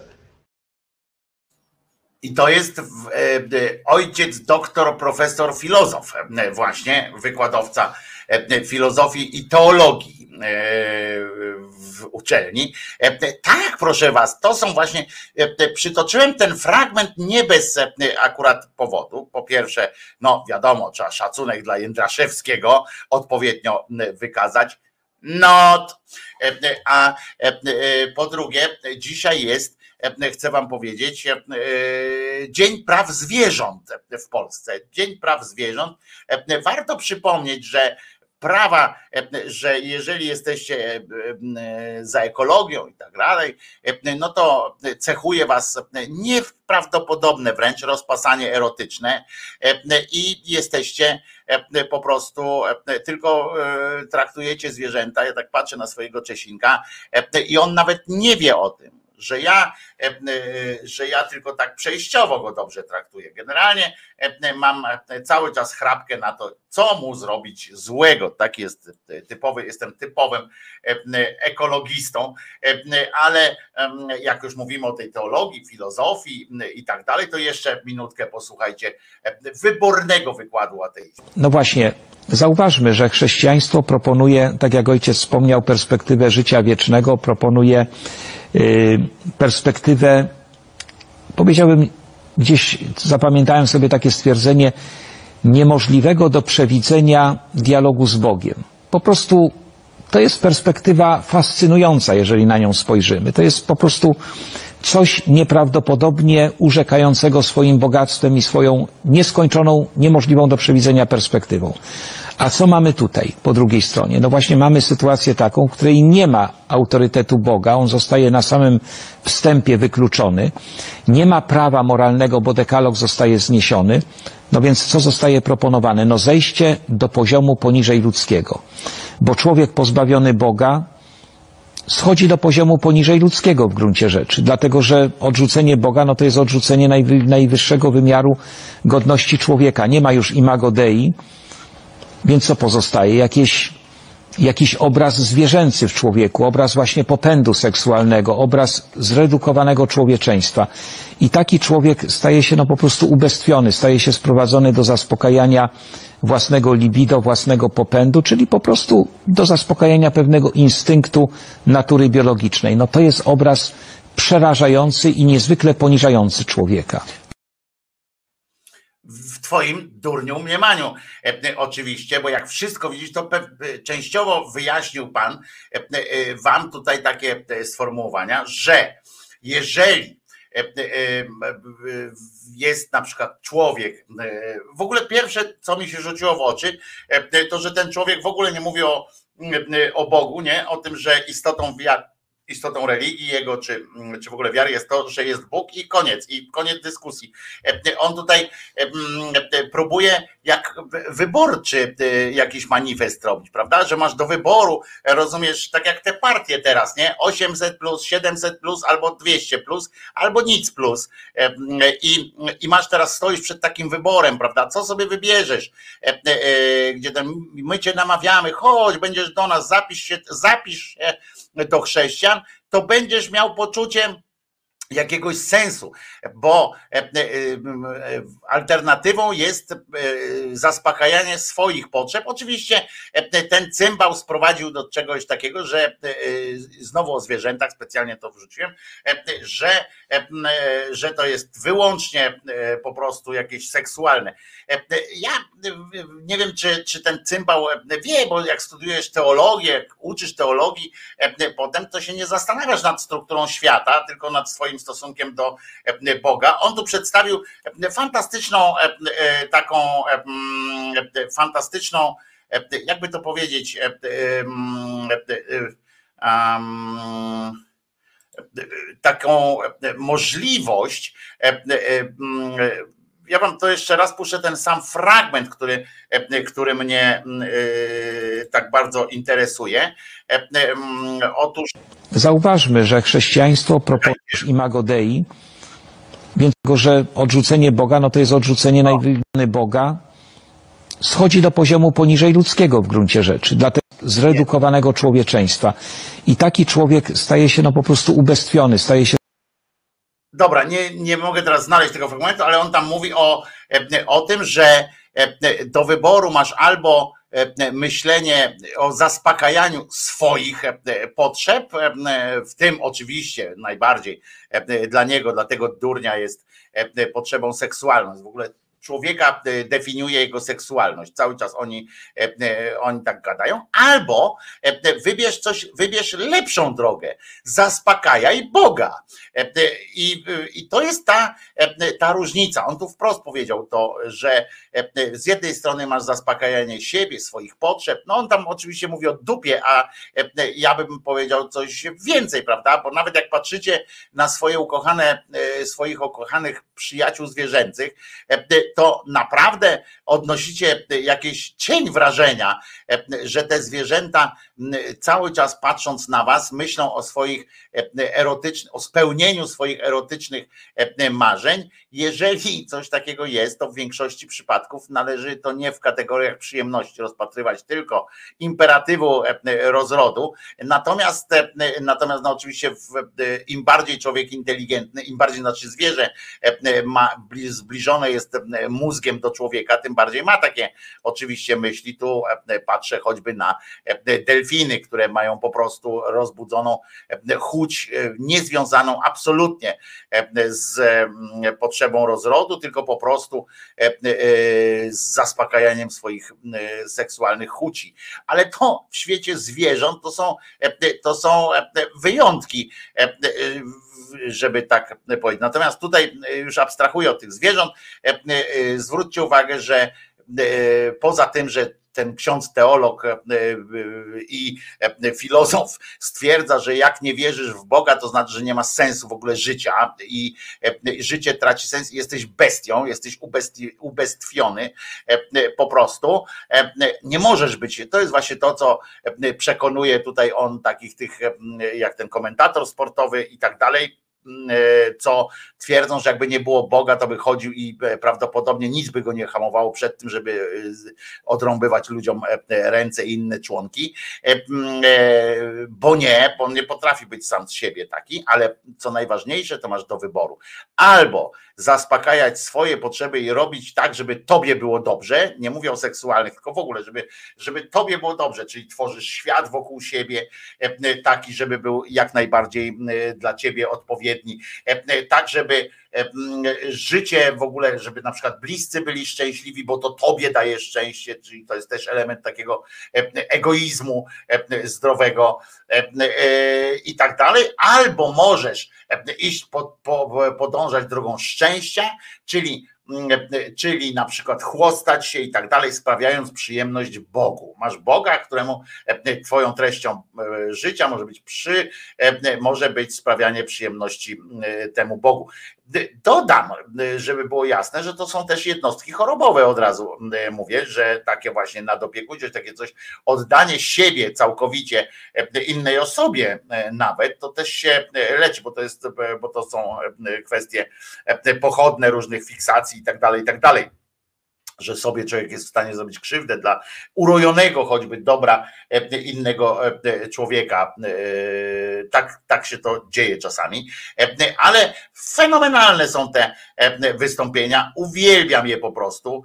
I to jest ojciec, doktor, profesor, filozof, właśnie wykładowca filozofii i teologii w uczelni. Tak, proszę was, to są właśnie, przytoczyłem ten fragment nie bez akurat powodu. Po pierwsze, no wiadomo, trzeba szacunek dla Jędraszewskiego odpowiednio wykazać. A po drugie, dzisiaj jest, chcę wam powiedzieć, Dzień Praw Zwierząt w Polsce. Dzień Praw Zwierząt. Warto przypomnieć, że prawa, że jeżeli jesteście za ekologią i tak dalej, no to cechuje was nieprawdopodobne wręcz rozpasanie erotyczne i jesteście po prostu, tylko traktujecie zwierzęta. Ja tak patrzę na swojego Czesinka i on nawet nie wie o tym, że ja tylko tak przejściowo go dobrze traktuję. Generalnie mam cały czas chrapkę na to, co mu zrobić złego. Tak jest jestem typowym ekologistą, ale jak już mówimy o tej teologii, filozofii i tak dalej, to jeszcze minutkę posłuchajcie wybornego wykładu ateizmu. No właśnie, zauważmy, że chrześcijaństwo proponuje, tak jak ojciec wspomniał, perspektywę życia wiecznego, proponuje perspektywę, powiedziałbym, gdzieś zapamiętałem sobie takie stwierdzenie, niemożliwego do przewidzenia dialogu z Bogiem. Po prostu to jest perspektywa fascynująca, jeżeli na nią spojrzymy. To jest po prostu coś nieprawdopodobnie urzekającego swoim bogactwem i swoją nieskończoną, niemożliwą do przewidzenia perspektywą. A co mamy tutaj po drugiej stronie? No właśnie mamy sytuację taką, w której nie ma autorytetu Boga, on zostaje na samym wstępie wykluczony, nie ma prawa moralnego, bo dekalog zostaje zniesiony, no więc co zostaje proponowane? No zejście do poziomu poniżej ludzkiego, bo człowiek pozbawiony Boga schodzi do poziomu poniżej ludzkiego w gruncie rzeczy, dlatego że odrzucenie Boga, no to jest odrzucenie najwyższego wymiaru godności człowieka. Nie ma już imago Dei, więc co pozostaje? Jakiś obraz zwierzęcy w człowieku, obraz właśnie popędu seksualnego, obraz zredukowanego człowieczeństwa. I taki człowiek staje się no po prostu ubestwiony, staje się sprowadzony do zaspokajania własnego libido, własnego popędu, czyli po prostu do zaspokajania pewnego instynktu natury biologicznej. No to jest obraz przerażający i niezwykle poniżający człowieka. W twoim durniu mniemaniu oczywiście, bo jak wszystko widzisz, to częściowo wyjaśnił pan wam tutaj takie sformułowania, że jeżeli jest na przykład człowiek, w ogóle pierwsze, co mi się rzuciło w oczy, to, że ten człowiek w ogóle nie mówi o Bogu, nie? O tym, że istotą religii jego, czy w ogóle wiary jest to, że jest Bóg i koniec dyskusji. On tutaj próbuje jak wyborczy jakiś manifest robić, prawda, że masz do wyboru, rozumiesz, tak jak te partie teraz, nie, 800 plus, 700 plus, albo 200 plus, albo nic plus i masz teraz, stoisz przed takim wyborem, prawda, co sobie wybierzesz, gdzie my cię namawiamy, chodź, będziesz do nas, zapisz się do chrześcijan, to będziesz miał poczucie jakiegoś sensu, bo alternatywą jest zaspokajanie swoich potrzeb. Oczywiście ten cymbał sprowadził do czegoś takiego, że znowu o zwierzętach, specjalnie to wrzuciłem, że to jest wyłącznie po prostu jakieś seksualne. Ja nie wiem, czy ten cymbał wie, bo jak studiujesz teologię, jak uczysz teologii, potem to się nie zastanawiasz nad strukturą świata, tylko nad swoim stosunkiem do Boga. On tu przedstawił fantastyczną, jakby to powiedzieć, taką możliwość. Ja wam to jeszcze raz puszczę, ten sam fragment, który mnie tak bardzo interesuje. Otóż zauważmy, że chrześcijaństwo proponuje imago Dei, więc tego, że odrzucenie Boga, no to jest odrzucenie najwyższego Boga, schodzi do poziomu poniżej ludzkiego w gruncie rzeczy, dla tego zredukowanego człowieczeństwa. I taki człowiek staje się no po prostu ubestwiony, staje się... Dobra, nie mogę teraz znaleźć tego fragmentu, ale on tam mówi o tym, że do wyboru masz albo myślenie o zaspokajaniu swoich potrzeb, w tym oczywiście najbardziej dla tego durnia jest potrzebą seksualną. W ogóle człowieka definiuje jego seksualność. Cały czas oni tak gadają. Albo wybierz lepszą drogę. Zaspokajaj Boga. I to jest ta różnica. On tu wprost powiedział to, że z jednej strony masz zaspokajanie siebie, swoich potrzeb. No on tam oczywiście mówi o dupie, a ja bym powiedział coś więcej, prawda? Bo nawet jak patrzycie na swoich ukochanych przyjaciół zwierzęcych, to naprawdę odnosicie jakiś cień wrażenia, że te zwierzęta cały czas patrząc na was myślą o swoich o spełnieniu swoich erotycznych marzeń. Jeżeli coś takiego jest, to w większości przypadków należy to nie w kategoriach przyjemności rozpatrywać, tylko imperatywu rozrodu. Natomiast no oczywiście im bardziej człowiek inteligentny, im bardziej znaczy zwierzę zbliżone jest mózgiem do człowieka, tym bardziej ma takie oczywiście myśli. Tu patrzę choćby na delfiny, które mają po prostu rozbudzoną chuć, niezwiązaną absolutnie z potrzebą rozrodu, tylko po prostu z zaspokajaniem swoich seksualnych chuci. Ale to w świecie zwierząt to są wyjątki, żeby tak powiedzieć. Natomiast tutaj już abstrahuję od tych zwierząt. Zwróćcie uwagę, że poza tym, że ten ksiądz teolog i filozof stwierdza, że jak nie wierzysz w Boga, to znaczy, że nie ma sensu w ogóle życia i życie traci sens i jesteś bestią, jesteś ubestwiony po prostu. Nie możesz być, to jest właśnie to, co przekonuje tutaj on takich tych, jak ten komentator sportowy i tak dalej, co twierdzą, że jakby nie było Boga, to by chodził i prawdopodobnie nic by go nie hamowało przed tym, żeby odrąbywać ludziom ręce i inne członki, bo on nie potrafi być sam z siebie taki, ale co najważniejsze, to masz do wyboru. Albo zaspokajać swoje potrzeby i robić tak, żeby tobie było dobrze, nie mówię o seksualnych, tylko w ogóle, żeby tobie było dobrze, czyli tworzysz świat wokół siebie taki, żeby był jak najbardziej dla ciebie odpowiedni, tak, żeby życie w ogóle, żeby na przykład bliscy byli szczęśliwi, bo to tobie daje szczęście, czyli to jest też element takiego egoizmu zdrowego i tak dalej, albo możesz iść podążać drogą szczęścia, czyli na przykład chłostać się i tak dalej, sprawiając przyjemność Bogu. Masz Boga, któremu twoją treścią życia może być sprawianie przyjemności temu Bogu. Dodam, żeby było jasne, że to są też jednostki chorobowe, od razu mówię, że takie właśnie nadopiekuńczość, takie coś, oddanie siebie całkowicie innej osobie nawet, to też się leczy, bo to są kwestie pochodne różnych fiksacji i tak dalej, że sobie człowiek jest w stanie zrobić krzywdę dla urojonego choćby dobra innego człowieka. Tak się to dzieje czasami, ale fenomenalne są te wystąpienia, uwielbiam je po prostu,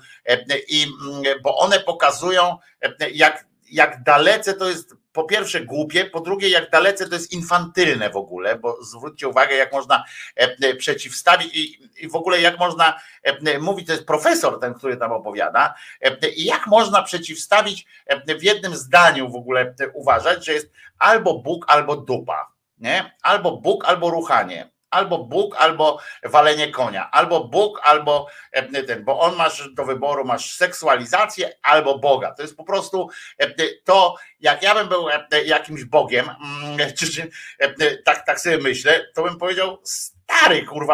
bo one pokazują, jak dalece to jest, po pierwsze głupie, po drugie jak dalece to jest infantylne w ogóle, bo zwróćcie uwagę, jak można przeciwstawić i w ogóle jak można mówić, to jest profesor ten, który tam opowiada, i jak można przeciwstawić w jednym zdaniu w ogóle uważać, że jest albo Bóg, albo dupa, nie? Albo Bóg, albo ruchanie. Albo Bóg, albo walenie konia, albo Bóg, albo bo on masz do wyboru, masz seksualizację albo Boga. To jest po prostu to, jak ja bym był jakimś Bogiem, tak sobie myślę, to bym powiedział: stary, kurwa,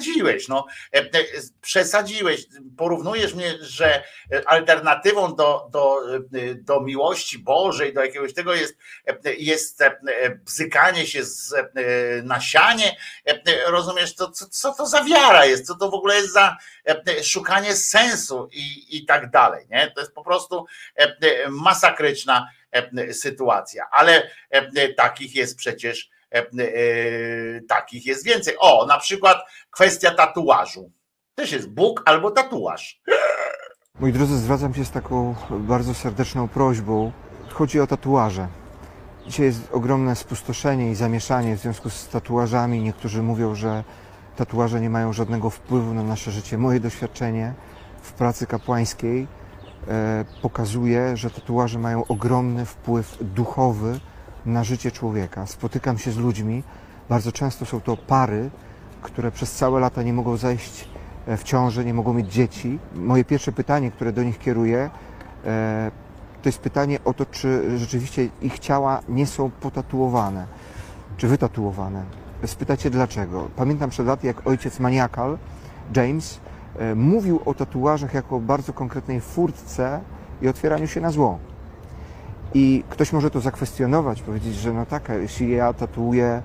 przesadziłeś, porównujesz mnie, że alternatywą do miłości Bożej, do jakiegoś tego jest bzykanie się na sianie, rozumiesz, co to za wiara jest, co to w ogóle jest za szukanie sensu i tak dalej, nie? To jest po prostu masakryczna sytuacja, ale takich jest przecież takich jest więcej. Na przykład kwestia tatuażu. Też jest Bóg albo tatuaż. Moi drodzy, zwracam się z taką bardzo serdeczną prośbą. Chodzi o tatuaże. Dzisiaj jest ogromne spustoszenie i zamieszanie w związku z tatuażami. Niektórzy mówią, że tatuaże nie mają żadnego wpływu na nasze życie. Moje doświadczenie w pracy kapłańskiej pokazuje, że tatuaże mają ogromny wpływ duchowy na życie człowieka. Spotykam się z ludźmi, bardzo często są to pary, które przez całe lata nie mogą zajść w ciążę, nie mogą mieć dzieci. Moje pierwsze pytanie, które do nich kieruję, to jest pytanie o to, czy rzeczywiście ich ciała nie są potatuowane, czy wytatuowane. Spytacie dlaczego. Pamiętam przed laty, jak ojciec maniakal, James, mówił o tatuażach jako o bardzo konkretnej furtce i otwieraniu się na zło. I ktoś może to zakwestionować, powiedzieć, że no tak, jeśli ja tatuuję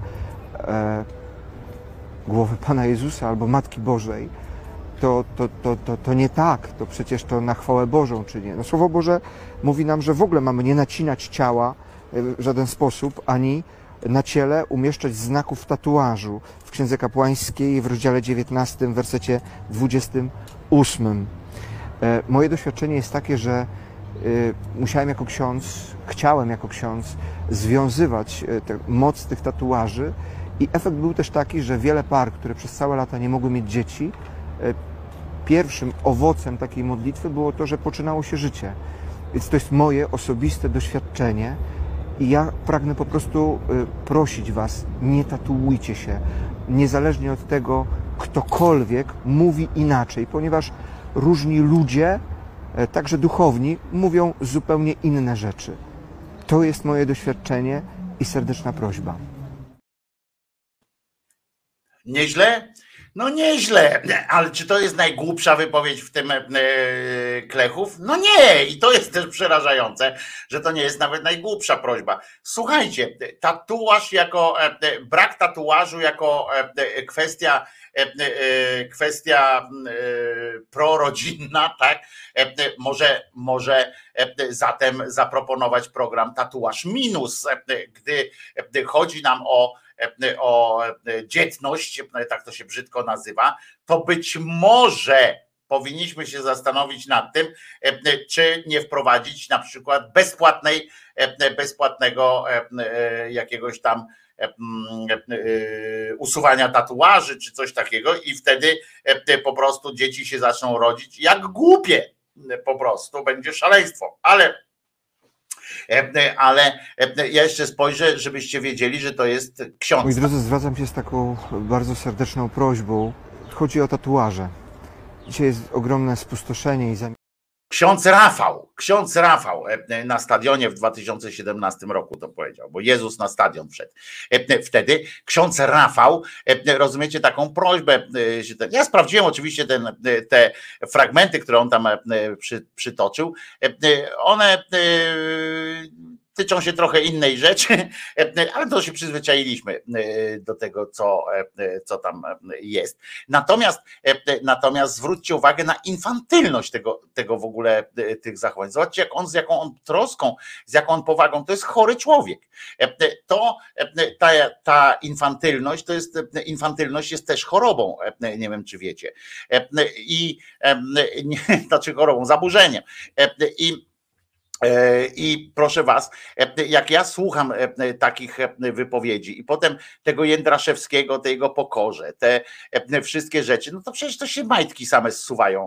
głowę Pana Jezusa albo Matki Bożej, to nie tak, to przecież to na chwałę Bożą czynię. No, Słowo Boże mówi nam, że w ogóle mamy nie nacinać ciała w żaden sposób, ani na ciele umieszczać znaków tatuażu. W Księdze Kapłańskiej w rozdziale 19, w wersecie 28. Moje doświadczenie jest takie, że chciałem jako ksiądz związywać moc tych tatuaży i efekt był też taki, że wiele par, które przez całe lata nie mogły mieć dzieci, pierwszym owocem takiej modlitwy było to, że poczynało się życie. Więc to jest moje osobiste doświadczenie i ja pragnę po prostu prosić Was, nie tatuujcie się, niezależnie od tego, ktokolwiek mówi inaczej, ponieważ różni ludzie, także duchowni, mówią zupełnie inne rzeczy. To jest moje doświadczenie i serdeczna prośba. Nieźle? No nieźle, ale czy to jest najgłupsza wypowiedź w tym Klechów? No nie, i to jest też przerażające, że to nie jest nawet najgłupsza prośba. Słuchajcie, tatuaż jako, brak tatuażu jako kwestia prorodzinna, tak? Może zatem zaproponować program Tatuaż Minus, gdy chodzi nam o dzietność, tak to się brzydko nazywa, to być może powinniśmy się zastanowić nad tym, czy nie wprowadzić na przykład bezpłatnego jakiegoś tam usuwania tatuaży czy coś takiego i wtedy po prostu dzieci się zaczną rodzić jak głupie, po prostu będzie szaleństwo, ale ja jeszcze spojrzę, żebyście wiedzieli, że to jest ksiądz. Moi drodzy, zwracam się z taką bardzo serdeczną prośbą. Chodzi o tatuaże. Dzisiaj jest ogromne spustoszenie i Ksiądz Rafał na stadionie w 2017 roku to powiedział, bo Jezus na stadion wszedł. Wtedy ksiądz Rafał, rozumiecie, taką prośbę, ja sprawdziłem oczywiście te fragmenty, które on tam przytoczył, one tyczą się trochę innej rzeczy, ale to się przyzwyczailiśmy do tego, co tam jest. Natomiast zwróćcie uwagę na infantylność tego w ogóle, tych zachowań. Zobaczcie, z jaką on troską, z jaką on powagą, to jest chory człowiek. Ta infantylność jest też chorobą, nie wiem czy wiecie. Znaczy chorobą, zaburzeniem. I proszę was, jak ja słucham takich wypowiedzi i potem tego Jędraszewskiego, tej jego pokorze, te wszystkie rzeczy, no to przecież to się majtki same zsuwają,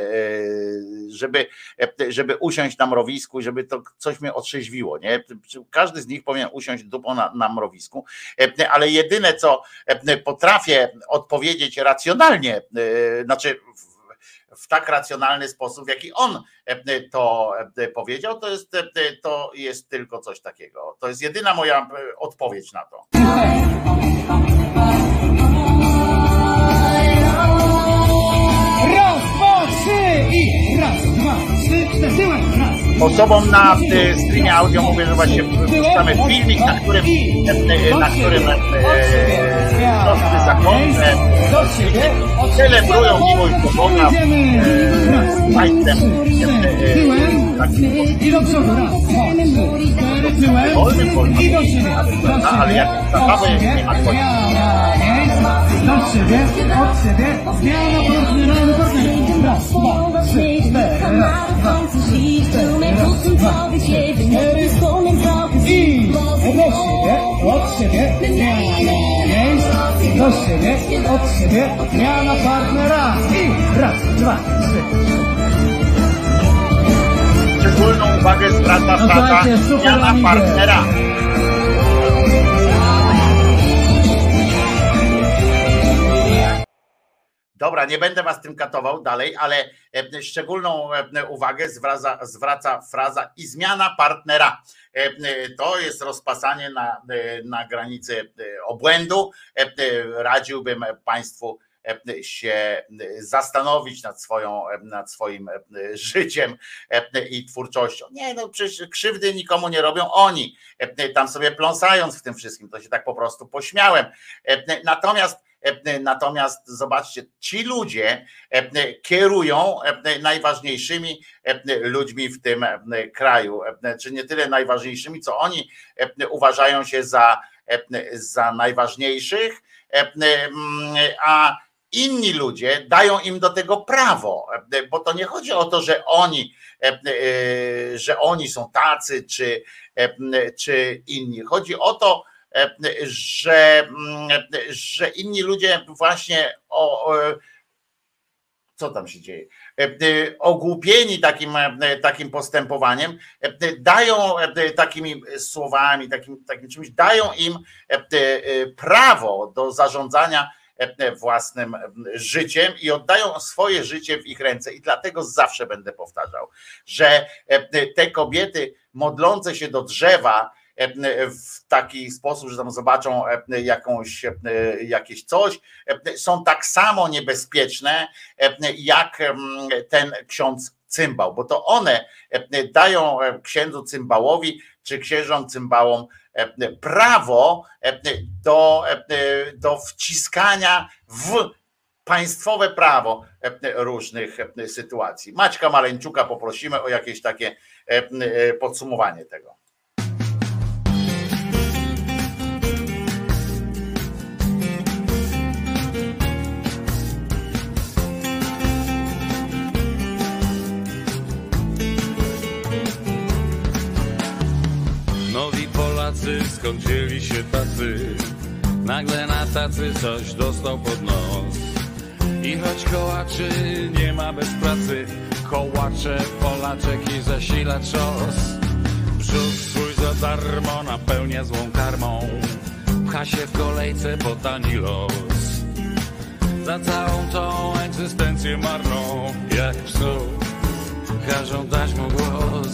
żeby usiąść na mrowisku, żeby to coś mnie otrzeźwiło, nie? Każdy z nich powinien usiąść dupą na mrowisku, ale jedyne co potrafię odpowiedzieć racjonalnie, znaczy w tak racjonalny sposób, w jaki on to powiedział, to jest tylko coś takiego. To jest jedyna moja odpowiedź na to. Raz, dwa, trzy i raz, dwa, trzy, cztery, tyłem, raz. Osobom na streamie audio mówię, że właśnie puszczamy filmik, na którym siostry zakonne celebrują miłość do Boga państwem i do przodu, raz, dwa, trzy, tyłem i do siebie, ale jak zabawy nie ma koniec. do siebie, od siebie, zmiana partnera, raz, dwa, trzy, cztery, raz, dwa, trzy, cztery, raz, dwa, trzy, cztery, i od siebie, zmiana miejsc, do siebie, od siebie, zmiana partnera i raz, dwa, trzy. Szczególną uwagę zwraca zmiana partnera. Dobra, nie będę was tym katował dalej, ale szczególną uwagę zwraca fraza i zmiana partnera. To jest rozpasanie na granicy obłędu. Radziłbym państwu się zastanowić nad swoim życiem i twórczością. Nie, no przecież krzywdy nikomu nie robią oni, tam sobie pląsając w tym wszystkim, to się tak po prostu pośmiałem. Natomiast zobaczcie, ci ludzie kierują najważniejszymi ludźmi w tym kraju, czy nie tyle najważniejszymi, co oni uważają się za najważniejszych, a inni ludzie dają im do tego prawo, bo to nie chodzi o to, że oni są tacy, czy inni. Chodzi o to, że inni ludzie właśnie co tam się dzieje, ogłupieni takim postępowaniem, dają takimi słowami, takim czymś, dają im prawo do zarządzania własnym życiem i oddają swoje życie w ich ręce. I dlatego zawsze będę powtarzał, że te kobiety modlące się do drzewa w taki sposób, że tam zobaczą jakieś coś, są tak samo niebezpieczne jak ten ksiądz cymbał, bo to one dają księdzu cymbałowi czy księżom cymbałom prawo do wciskania w państwowe prawo różnych sytuacji. Maćka Maleńczuka poprosimy o jakieś takie podsumowanie tego. Nowi Polacy, skąd wzięli się tacy? Nagle na tacy coś dostał pod nos. I choć kołaczy nie ma bez pracy, kołacze, Polaczek i zasila czos. Brzuch swój za darmo napełnia złą karmą, pcha się w kolejce po tani los. Za całą tą egzystencję marną, jak psu każą dać mu głos.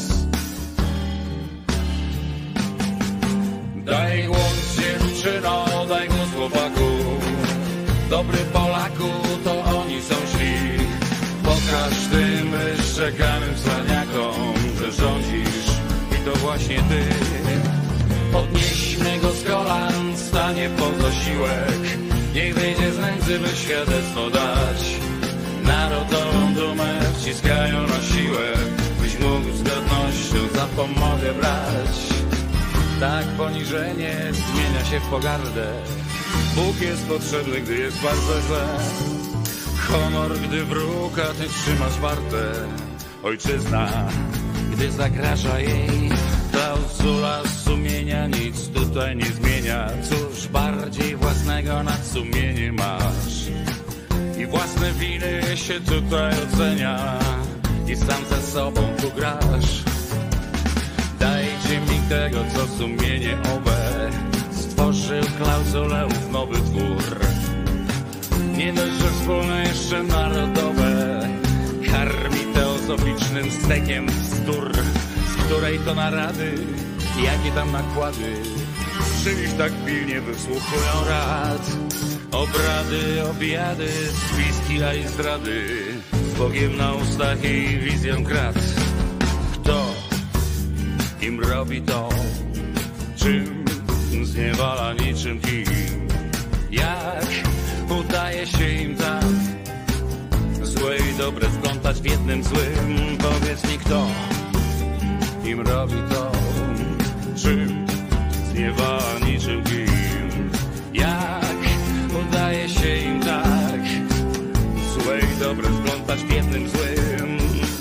Daj głos dziewczyno, daj głos chłopaku, dobry Polaku, to oni są źli. Pokaż tym wyszczekanym cwaniakom, że rządzisz i to właśnie ty. Podnieśmy go z kolan, stanie po zasiłek, niech wyjdzie z nędzy, by świadectwo dać. Narodową dumę wciskają na siłę, byś mógł z godnością za pomogę brać. Tak poniżenie zmienia się w pogardę. Bóg jest potrzebny, gdy jest bardzo źle. Honor, gdy wróg, a ty trzymasz wartę. Ojczyzna, gdy zagraża jej klauzula sumienia, nic tutaj nie zmienia. Cóż bardziej własnego nad sumienie masz? I własne winy się tutaj ocenia, i sam ze sobą tu grasz. Dajcie mi tego, co sumienie owe stworzył klauzulę w nowy twór. Nie dość, że wspólne, jeszcze narodowe, karmi teozoficznym stekiem bzdur, z której to narady, jakie tam nakłady, czyliś tak pilnie wysłuchują rad. Obrady, obiady, spiski, a i zdrady, z Bogiem na ustach i wizją krat. Kto im robi to, czym zniewala niczym kim? Jak udaje się im tak złe i dobre splątać w jednym złym? Powiedz mi, kto im robi to, czym zniewala niczym kim? Jak udaje się im tak złe i dobre splątać w jednym złym?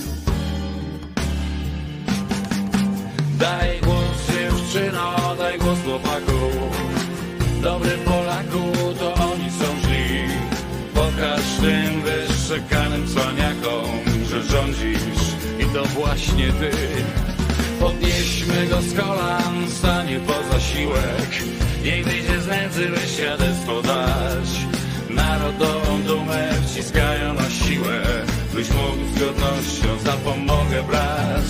Daj głos dziewczyno, daj głos chłopaku, dobry Polaku, to oni są źli. Pokaż tym wyszczekanym cwaniakom, że rządzisz i to właśnie ty. Podnieśmy go z kolan, stanie po zasiłek, niech wyjdzie z nędzy, by świadectwo dać. Narodową dumę wciskają na siłę, byś mógł z godnością za pomogę brać.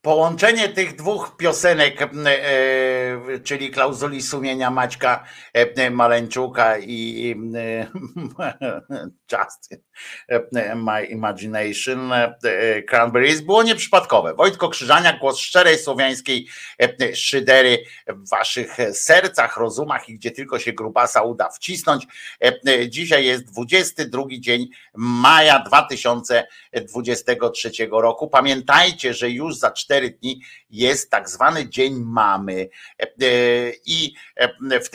Połączenie tych dwóch piosenek, czyli klauzuli sumienia Maćka Maleńczuka i Just My Imagination Cranberries było nieprzypadkowe. Wojtko Krzyżaniak, głos szczerej słowiańskiej szydery w waszych sercach, rozumach i gdzie tylko się grubasa uda wcisnąć. Dzisiaj jest 22 dzień maja 2023 roku. Pamiętajcie, że już za 4 dni jest tak zwany Dzień Mamy i w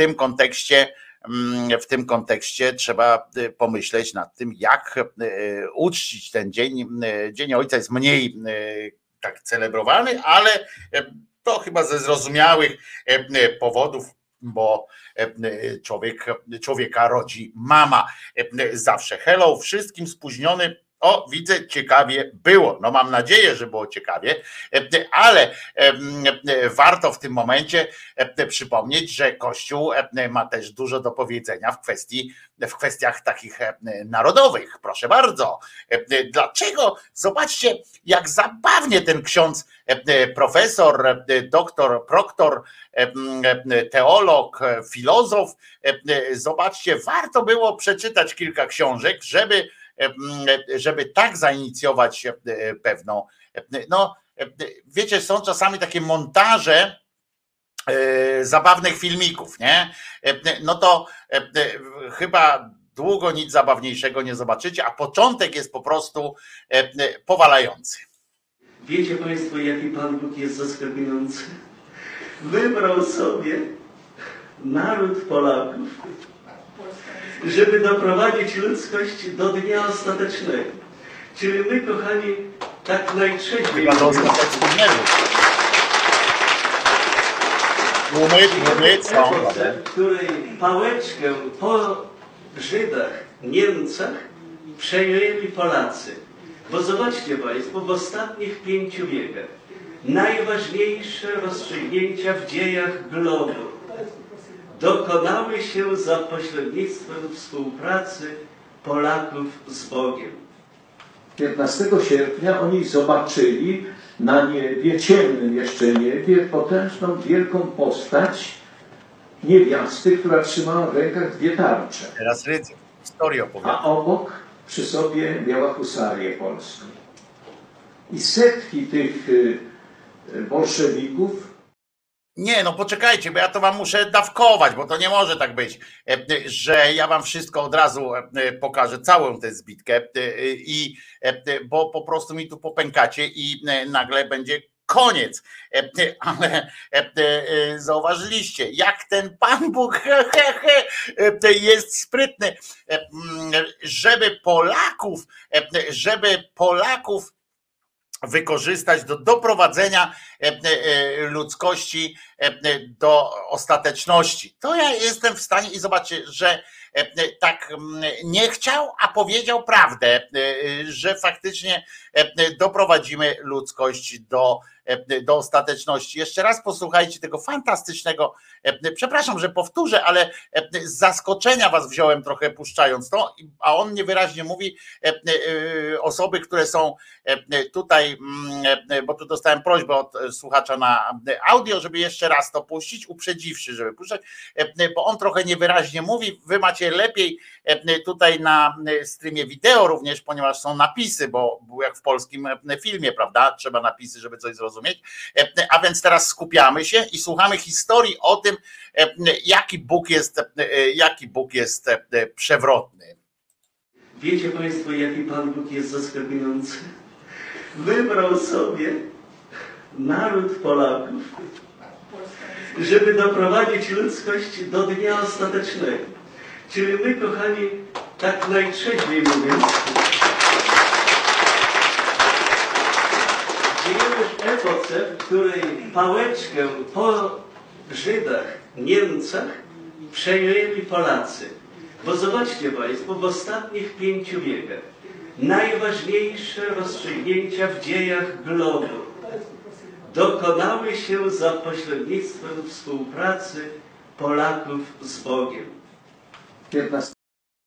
tym kontekście trzeba pomyśleć nad tym, jak uczcić ten dzień. Dzień Ojca jest mniej tak celebrowany, ale to chyba ze zrozumiałych powodów, bo człowieka rodzi mama zawsze. Hello wszystkim, spóźniony. O, widzę, ciekawie było. No mam nadzieję, że było ciekawie, ale warto w tym momencie przypomnieć, że Kościół ma też dużo do powiedzenia w kwestiach takich narodowych. Proszę bardzo. Dlaczego? Zobaczcie, jak zabawnie ten ksiądz, profesor, doktor, proktor, teolog, filozof, zobaczcie, warto było przeczytać kilka książek, żeby tak zainicjować pewną, no wiecie, są czasami takie montaże zabawnych filmików, nie? No to chyba długo nic zabawniejszego nie zobaczycie, a początek jest po prostu powalający. Wiecie Państwo, jaki Pan Bóg jest zaskakujący? Wybrał sobie naród Polaków, żeby doprowadzić ludzkość do dnia ostatecznego. Czyli my, kochani, tak najtrzeźwiej w której pałeczkę po Żydach, Niemcach przejęli Polacy. Bo zobaczcie Państwo, w ostatnich 5 wiekach najważniejsze rozstrzygnięcia w dziejach globu dokonały się za pośrednictwem współpracy Polaków z Bogiem. 15 sierpnia oni zobaczyli na niebie, ciemnym jeszcze niebie, potężną, wielką postać niewiasty, która trzymała w rękach 2 tarcze. Teraz Rydzyk, historię opowiada. A obok przy sobie miała husarię polską. I setki tych bolszewików. Nie, no poczekajcie, bo ja to wam muszę dawkować, bo to nie może tak być, że ja wam wszystko od razu pokażę, całą tę zbitkę, bo po prostu mi tu popękacie i nagle będzie koniec. Ale zauważyliście, jak ten Pan Bóg jest sprytny, żeby Polaków wykorzystać do doprowadzenia ludzkości do ostateczności. To ja jestem w stanie i zobaczcie, że tak nie chciał, a powiedział prawdę, że faktycznie doprowadzimy ludzkość do ostateczności. Jeszcze raz posłuchajcie tego fantastycznego, przepraszam, że powtórzę, ale z zaskoczenia was wziąłem trochę puszczając to, a on niewyraźnie mówi, osoby, które są tutaj, bo tu dostałem prośbę od słuchacza na audio, żeby jeszcze raz to puścić, uprzedziwszy, żeby puszczać, bo on trochę niewyraźnie mówi, wy macie lepiej tutaj na streamie wideo również, ponieważ są napisy, bo jak w polskim filmie, prawda, trzeba napisy, żeby coś zrozumieć, a więc teraz skupiamy się i słuchamy historii o tym, jaki Bóg jest przewrotny. Wiecie Państwo, jaki Pan Bóg jest zaskakujący? Wybrał sobie naród Polaków, żeby doprowadzić ludzkość do dnia ostatecznego. Czyli my, kochani, tak najtrzeźwiej mówiąc, żyjemy w epoce, w której pałeczkę po Żydach, Niemcach przejęli Polacy. Bo zobaczcie Państwo, w ostatnich 5 wiekach najważniejsze rozstrzygnięcia w dziejach globu dokonały się za pośrednictwem współpracy Polaków z Bogiem.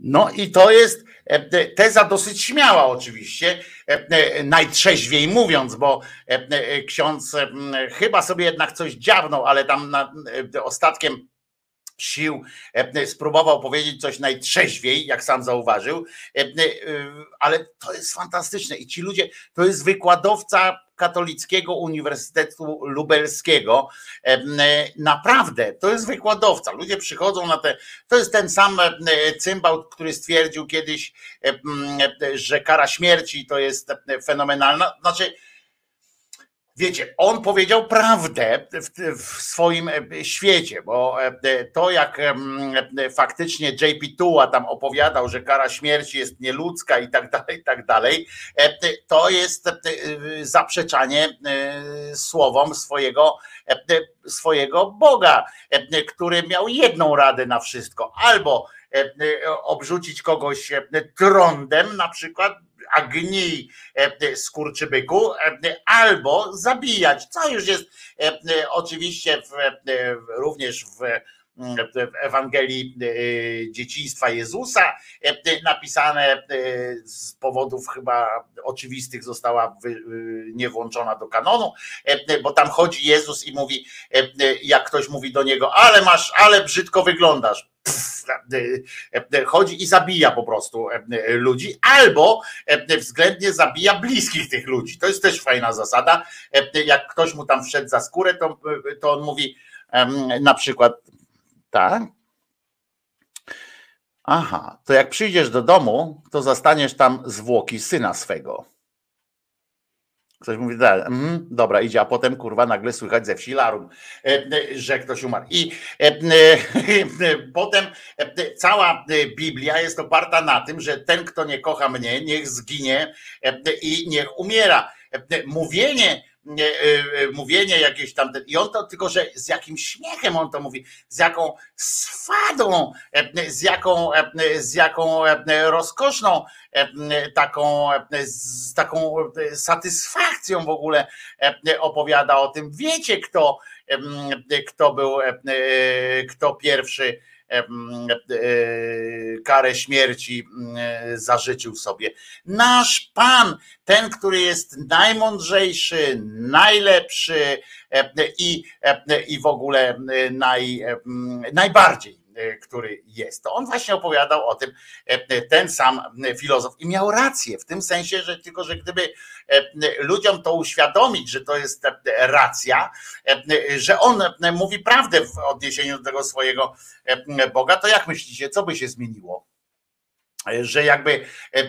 No i to jest teza dosyć śmiała oczywiście, najtrzeźwiej mówiąc, bo ksiądz chyba sobie jednak coś dziabnął, ale tam ostatkiem sił spróbował powiedzieć coś najtrzeźwiej, jak sam zauważył, ale to jest fantastyczne i ci ludzie, to jest wykładowca Katolickiego Uniwersytetu Lubelskiego, naprawdę, to jest wykładowca, ludzie przychodzą na to jest ten sam cymbał, który stwierdził kiedyś, że kara śmierci to jest fenomenalna, znaczy wiecie, on powiedział prawdę w swoim świecie, bo to jak faktycznie JP Tuła tam opowiadał, że kara śmierci jest nieludzka i tak dalej, to jest zaprzeczanie słowom swojego Boga, który miał jedną radę na wszystko, albo obrzucić kogoś trądem na przykład, a gnij skurczybyku, albo zabijać, co już jest oczywiście również w Ewangelii Dzieciństwa Jezusa napisane z powodów chyba oczywistych została nie włączona do kanonu, bo tam chodzi Jezus i mówi, jak ktoś mówi do niego, ale brzydko wyglądasz, chodzi i zabija po prostu ludzi, albo względnie zabija bliskich tych ludzi. To jest też fajna zasada. Jak ktoś mu tam wszedł za skórę, to on mówi na przykład tak. Aha, to jak przyjdziesz do domu, to zastaniesz tam zwłoki syna swego. Ktoś mówi, dobra, idzie, a potem kurwa nagle słychać ze wsi larum, że ktoś umarł. I potem cała Biblia jest oparta na tym, że ten, kto nie kocha mnie, niech zginie i niech umiera. Mówienie jakieś tam, i on to tylko, że z jakim śmiechem on to mówi, z jaką swadą, z jaką rozkoszną z taką satysfakcją w ogóle opowiada o tym. Wiecie, kto pierwszy karę śmierci zażyczył sobie. Nasz Pan, ten, który jest najmądrzejszy, najlepszy i w ogóle najbardziej, który jest. To on właśnie opowiadał o tym, ten sam filozof i miał rację w tym sensie, że tylko, że gdyby ludziom to uświadomić, że to jest racja, że on mówi prawdę w odniesieniu do tego swojego Boga, to jak myślicie, co by się zmieniło? Że jakby,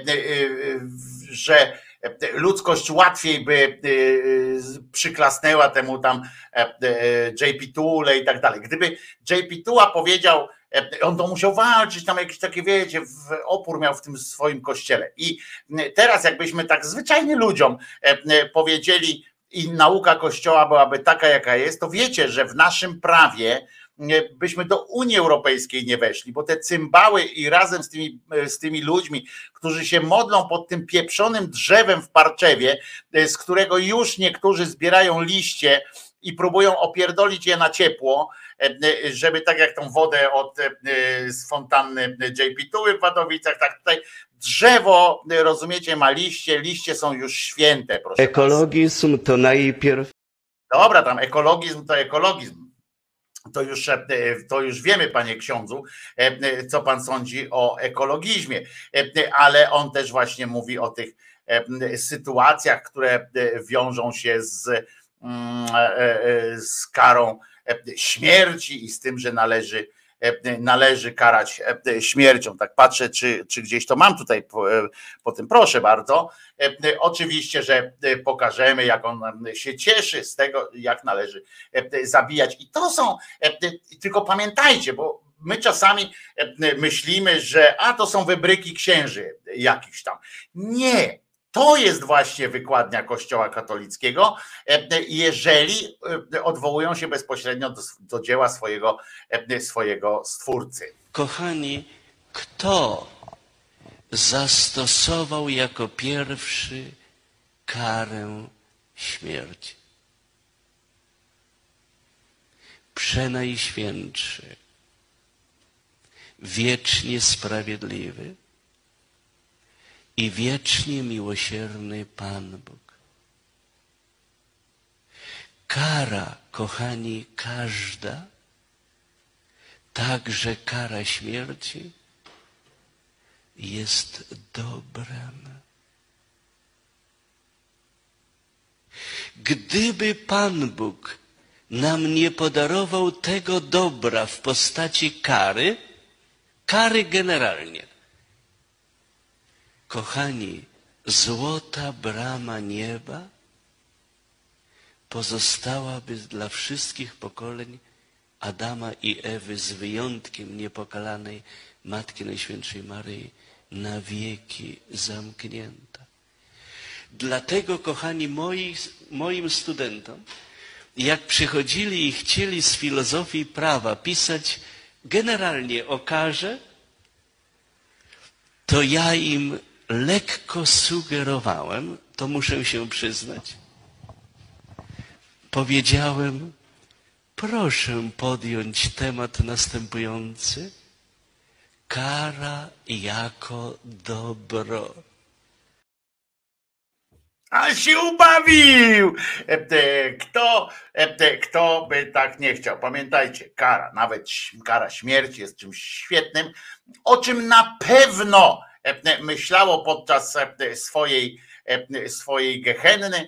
że ludzkość łatwiej by przyklasnęła temu tam JP Tuule i tak dalej. Gdyby JP Tuła powiedział, on to musiał walczyć, tam jakieś takie, wiecie, opór miał w tym swoim kościele. I teraz jakbyśmy tak zwyczajnie ludziom powiedzieli i nauka Kościoła byłaby taka, jaka jest, to wiecie, że w naszym prawie byśmy do Unii Europejskiej nie weszli, bo te cymbały i razem z tymi ludźmi, którzy się modlą pod tym pieprzonym drzewem w Parczewie, z którego już niektórzy zbierają liście i próbują opierdolić je na ciepło, żeby tak jak tą wodę z fontanny JP Tuły w Wadowicach, tak tutaj drzewo, rozumiecie, ma liście są już święte. Proszę ekologizm to najpierw... Dobra, tam ekologizm to ekologizm. To już wiemy, panie ksiądzu, co pan sądzi o ekologizmie, ale on też właśnie mówi o tych sytuacjach, które wiążą się z karą śmierci i z tym, że należy karać śmiercią. Tak patrzę, czy gdzieś to mam tutaj po tym, proszę bardzo. Oczywiście, że pokażemy, jak on się cieszy z tego, jak należy zabijać. I to są, tylko pamiętajcie, bo my czasami myślimy, że to są wybryki księży jakiś tam. Nie. To jest właśnie wykładnia Kościoła katolickiego, jeżeli odwołują się bezpośrednio do dzieła swojego Stwórcy. Kochani, kto zastosował jako pierwszy karę śmierci? Przenajświętszy. wiecznie sprawiedliwy i wiecznie miłosierny Pan Bóg. Kara, kochani, każda, także kara śmierci, jest dobrem. Gdyby Pan Bóg nam nie podarował tego dobra w postaci kary generalnie, kochani, złota brama nieba pozostałaby dla wszystkich pokoleń Adama i Ewy, z wyjątkiem niepokalanej Matki Najświętszej Maryi, na wieki zamknięta. Dlatego, kochani, moim studentom, jak przychodzili i chcieli z filozofii prawa pisać generalnie o karze, to ja im lekko sugerowałem, to muszę się przyznać, powiedziałem, proszę podjąć temat następujący: kara jako dobro. A się ubawił! Kto by tak nie chciał? Pamiętajcie, kara, nawet kara śmierci jest czymś świetnym, o czym na pewno myślało podczas swojej gehenny,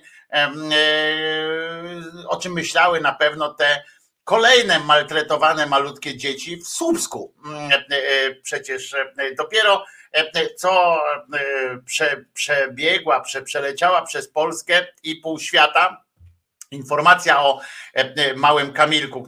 o czym myślały na pewno te kolejne maltretowane malutkie dzieci w Słupsku. Przecież dopiero co przeleciała przez Polskę i pół świata informacja o małym Kamilku,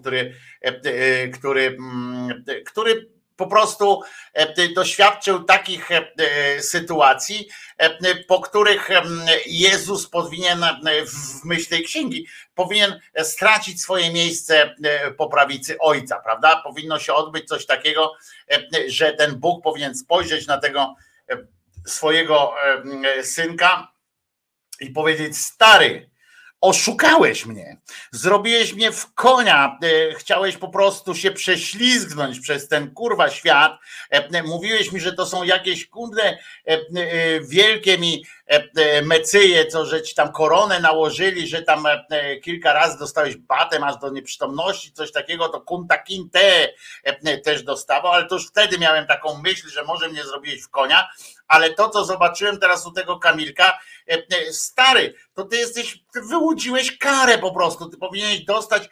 który po prostu doświadczył takich sytuacji, po których Jezus powinien, w myśl tej księgi, powinien stracić swoje miejsce po prawicy Ojca, prawda? Powinno się odbyć coś takiego, że ten Bóg powinien spojrzeć na tego swojego synka i powiedzieć: stary, oszukałeś mnie, zrobiłeś mnie w konia, chciałeś po prostu się prześlizgnąć przez ten kurwa świat, mówiłeś mi, że to są jakieś kurde wielkie mi mecyje, co że ci tam koronę nałożyli, że tam kilka razy dostałeś batem aż do nieprzytomności, coś takiego, to kunta kinte też dostawał, ale to już wtedy miałem taką myśl, że może mnie zrobiłeś w konia, ale to, co zobaczyłem teraz u tego Kamilka, stary, to ty wyłudziłeś karę po prostu, ty powinieneś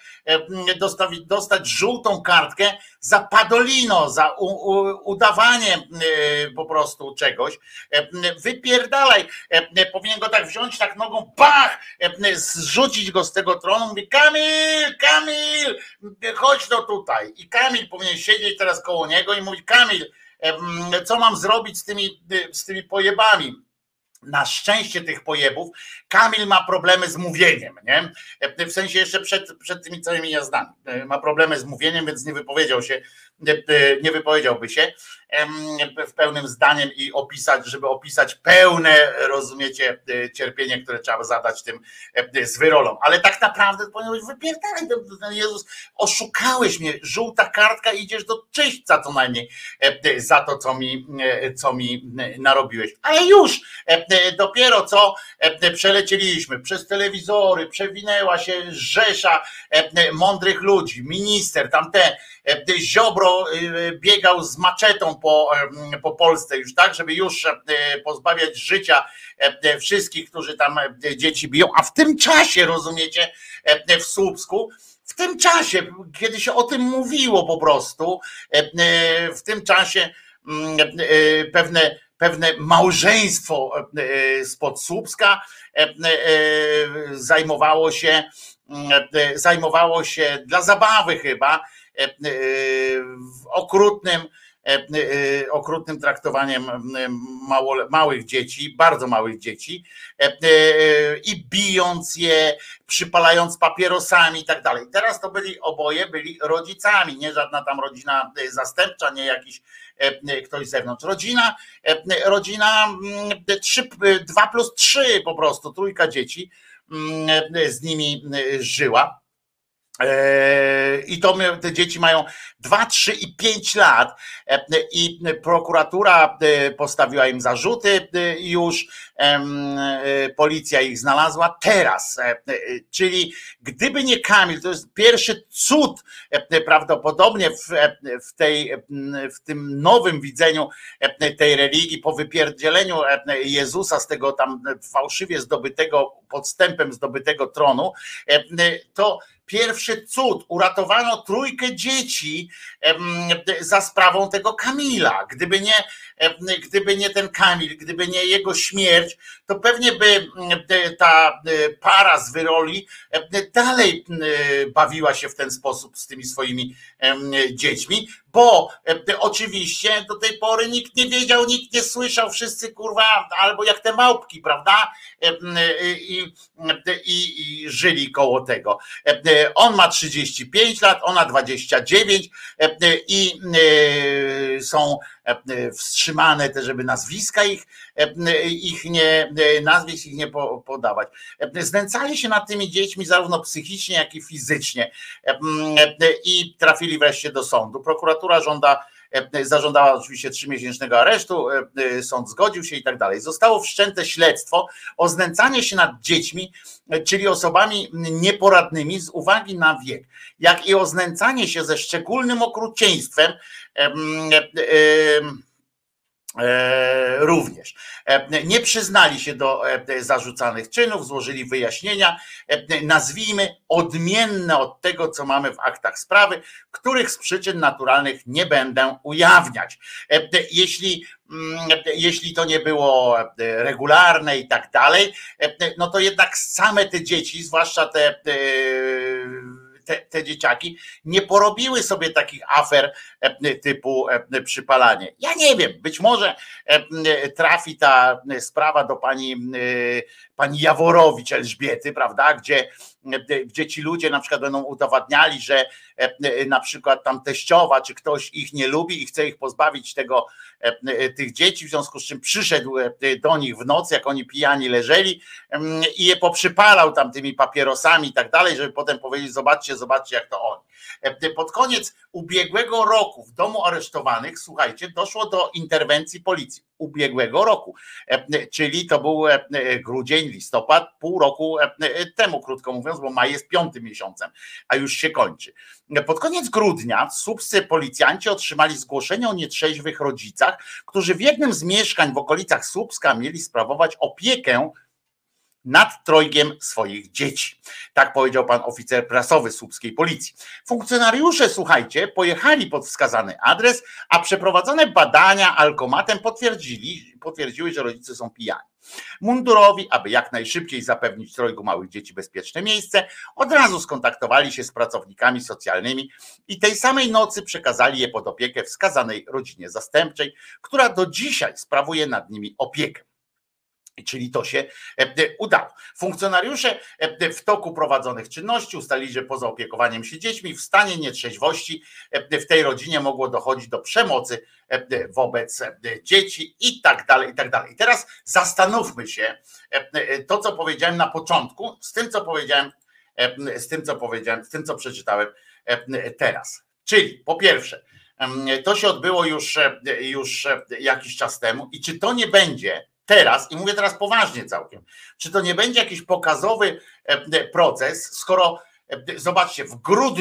dostać żółtą kartkę za padolino, za udawanie po prostu czegoś, wypierdalaj, powinien go tak wziąć, tak nogą, bach, zrzucić go z tego tronu, mówi: Kamil, chodź no tutaj. I Kamil powinien siedzieć teraz koło niego i mówić: Kamil, co mam zrobić z tymi pojebami? Na szczęście tych pojebów Kamil ma problemy z mówieniem, nie? W sensie jeszcze przed tymi całymi jazdami ma problemy z mówieniem, więc nie wypowiedziałby się w pełnym zdaniem i żeby opisać pełne, rozumiecie, cierpienie, które trzeba zadać tym zwyrolom. Ale tak naprawdę powinien być: wypierdalaj, Jezus, oszukałeś mnie, żółta kartka, idziesz do czyśćca co najmniej za to, co mi narobiłeś. Ale już dopiero co przelecieliśmy przez telewizory, przewinęła się rzesza mądrych ludzi, minister, Ziobro biegał z maczetą po Polsce już, tak, żeby już pozbawiać życia wszystkich, którzy tam dzieci biją, a w tym czasie, rozumiecie, w Słupsku, w tym czasie, kiedy się o tym mówiło po prostu, w tym czasie pewne małżeństwo spod Słupska zajmowało się dla zabawy chyba okrutnym traktowaniem małych dzieci, bardzo małych dzieci, i bijąc je, przypalając papierosami i tak dalej. Teraz to oboje byli rodzicami, nie żadna tam rodzina zastępcza, nie jakiś ktoś z zewnątrz. Rodzina 2+3 po prostu, trójka dzieci z nimi żyła. I to te dzieci mają 2, 3 i 5 lat i prokuratura postawiła im zarzuty już, policja ich znalazła teraz, czyli gdyby nie Kamil, to jest pierwszy cud prawdopodobnie w tym nowym widzeniu tej religii, po wypierdzieleniu Jezusa z tego tam fałszywie zdobytego, podstępem zdobytego tronu, to pierwszy cud, uratowano 3 dzieci za sprawą tego Kamila. Gdyby nie ten Kamil, gdyby nie jego śmierć, to pewnie by ta para z Wyroli dalej bawiła się w ten sposób z tymi swoimi dziećmi, bo oczywiście do tej pory nikt nie wiedział, nikt nie słyszał, wszyscy kurwa, albo jak te małpki, prawda? I żyli koło tego. On ma 35 lat, ona 29 i są wstrzymane te, żeby nazwiska ich nie podawać. Znęcali się nad tymi dziećmi zarówno psychicznie, jak i fizycznie i trafili wreszcie do sądu. Prokuratura zażądała oczywiście 3-miesięcznego aresztu, sąd zgodził się i tak dalej. Zostało wszczęte śledztwo o znęcanie się nad dziećmi, czyli osobami nieporadnymi z uwagi na wiek, jak i o znęcanie się ze szczególnym okrucieństwem również. Nie przyznali się do zarzucanych czynów, złożyli wyjaśnienia, nazwijmy odmienne od tego, co mamy w aktach sprawy, których z przyczyn naturalnych nie będę ujawniać. Jeśli to nie było regularne i tak dalej, no to jednak same te dzieci, zwłaszcza te dzieciaki, nie porobiły sobie takich afer typu przypalanie. Ja nie wiem, być może trafi ta sprawa do pani Jaworowicz Elżbiety, prawda, gdzie ci ludzie na przykład będą udowadniali, że na przykład tam teściowa czy ktoś ich nie lubi i chce ich pozbawić tych dzieci, w związku z czym przyszedł do nich w nocy, jak oni pijani leżeli i je poprzypalał tam tymi papierosami i tak dalej, żeby potem powiedzieć, zobaczcie jak to oni. Pod koniec ubiegłego roku w domu aresztowanych, słuchajcie, doszło do interwencji policji ubiegłego roku, czyli to był grudzień, listopad, pół roku temu, krótko mówiąc, bo maj jest 5. miesiącem, a już się kończy. Pod koniec grudnia słupscy policjanci otrzymali zgłoszenie o nietrzeźwych rodzicach, którzy w jednym z mieszkań w okolicach Słupska mieli sprawować opiekę nad 3 swoich dzieci. Tak powiedział pan oficer prasowy słupskiej policji. Funkcjonariusze, słuchajcie, pojechali pod wskazany adres, a przeprowadzone badania alkomatem potwierdziły, że rodzice są pijani. Mundurowi, aby jak najszybciej zapewnić 3 małych dzieci bezpieczne miejsce, od razu skontaktowali się z pracownikami socjalnymi i tej samej nocy przekazali je pod opiekę wskazanej rodzinie zastępczej, która do dzisiaj sprawuje nad nimi opiekę. Czyli to się udało. Funkcjonariusze w toku prowadzonych czynności ustalili, że poza opiekowaniem się dziećmi w stanie nietrzeźwości w tej rodzinie mogło dochodzić do przemocy wobec dzieci i tak dalej, i tak dalej. I teraz zastanówmy się, to co powiedziałem na początku, z tym co przeczytałem teraz. Czyli po pierwsze, to się odbyło już jakiś czas temu i czy to nie będzie teraz, i mówię teraz poważnie całkiem, czy to nie będzie jakiś pokazowy proces, skoro, zobaczcie, w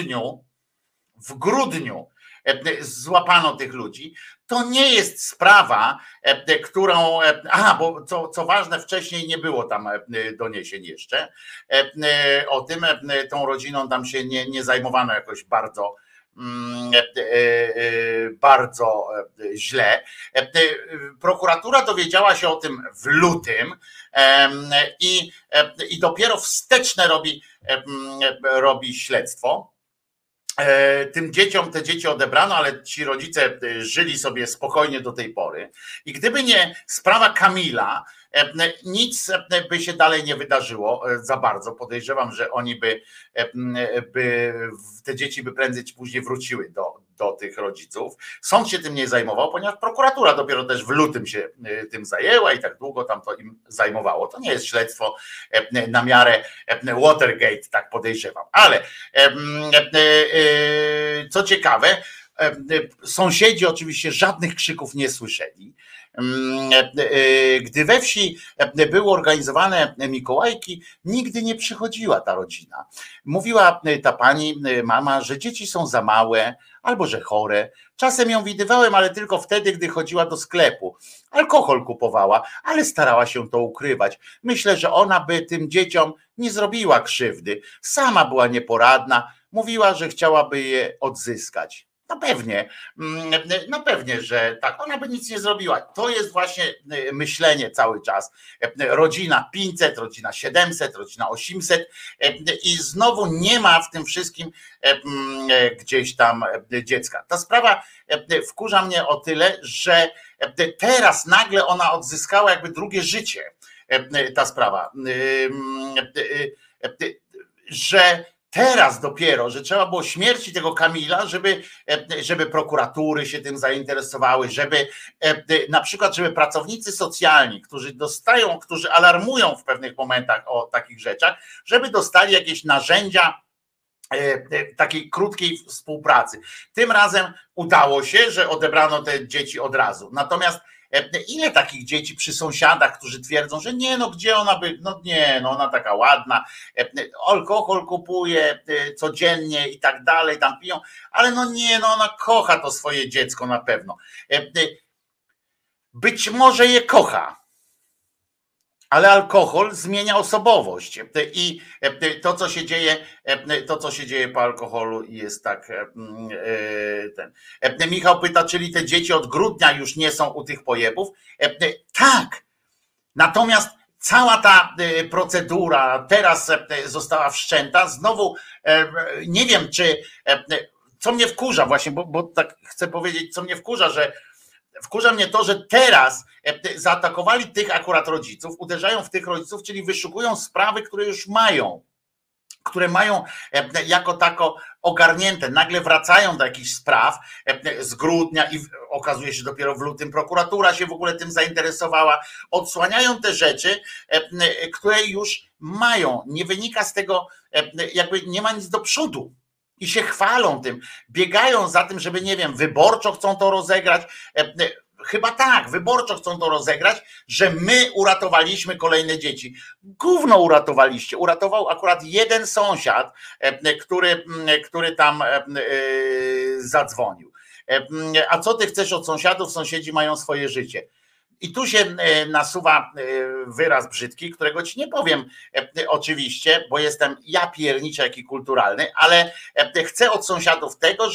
grudniu złapano tych ludzi, to nie jest sprawa, którą, bo co ważne, wcześniej nie było tam doniesień jeszcze o tym, tą rodziną tam się nie zajmowano jakoś bardzo źle. Prokuratura dowiedziała się o tym w lutym i dopiero wsteczne robi śledztwo. Tym dzieciom te dzieci odebrano, ale ci rodzice żyli sobie spokojnie do tej pory. I gdyby nie sprawa Kamila, nic by się dalej nie wydarzyło za bardzo. Podejrzewam, że oni te dzieci by prędzej czy później wróciły do tych rodziców. Sąd się tym nie zajmował, ponieważ prokuratura dopiero też w lutym się tym zajęła i tak długo tam to im zajmowało. To nie jest śledztwo na miarę Watergate, tak podejrzewam. Ale co ciekawe, sąsiedzi oczywiście żadnych krzyków nie słyszeli. Gdy we wsi były organizowane Mikołajki, nigdy nie przychodziła ta rodzina. Mówiła ta pani, mama, że dzieci są za małe albo że chore. Czasem ją widywałem, ale tylko wtedy, gdy chodziła do sklepu. Alkohol kupowała, ale starała się to ukrywać. Myślę, że ona by tym dzieciom nie zrobiła krzywdy. Sama była nieporadna. Mówiła, że chciałaby je odzyskać. No pewnie, że tak, ona by nic nie zrobiła. To jest właśnie myślenie cały czas. Rodzina 500, rodzina 700, rodzina 800 i znowu nie ma w tym wszystkim gdzieś tam dziecka. Ta sprawa wkurza mnie o tyle, że teraz nagle ona odzyskała jakby drugie życie. Ta sprawa, że teraz dopiero, że trzeba było śmierci tego Kamila, żeby prokuratury się tym zainteresowały, żeby na przykład, żeby pracownicy socjalni, którzy alarmują w pewnych momentach o takich rzeczach, żeby dostali jakieś narzędzia takiej krótkiej współpracy. Tym razem udało się, że odebrano te dzieci od razu. Natomiast ile takich dzieci przy sąsiadach, którzy twierdzą, że nie, no gdzie ona by, no nie, no ona taka ładna, alkohol kupuje codziennie i tak dalej, tam piją, ale no nie, no ona kocha to swoje dziecko na pewno. Być może je kocha, ale alkohol zmienia osobowość i to, co się dzieje po alkoholu jest tak. Michał pyta, czyli te dzieci od grudnia już nie są u tych pojebów? Tak, natomiast cała ta procedura teraz została wszczęta, znowu nie wiem, czy co mnie wkurza właśnie, bo tak chcę powiedzieć, co mnie wkurza, że wkurza mnie to, że teraz zaatakowali tych akurat rodziców, uderzają w tych rodziców, czyli wyszukują sprawy, które mają jako tako ogarnięte. Nagle wracają do jakichś spraw z grudnia i okazuje się, że dopiero w lutym prokuratura się w ogóle tym zainteresowała. Odsłaniają te rzeczy, które już mają. Nie wynika z tego, jakby nie ma nic do przodu. I się chwalą tym, biegają za tym, żeby, nie wiem, wyborczo chcą to rozegrać. Chyba tak, wyborczo chcą to rozegrać, że my uratowaliśmy kolejne dzieci. Gówno uratowaliście. Uratował akurat jeden sąsiad, który tam zadzwonił. A co ty chcesz od sąsiadów? Sąsiedzi mają swoje życie. I tu się nasuwa wyraz brzydki, którego ci nie powiem oczywiście, bo jestem ja pierniczy jaki kulturalny, ale chcę od sąsiadów tego,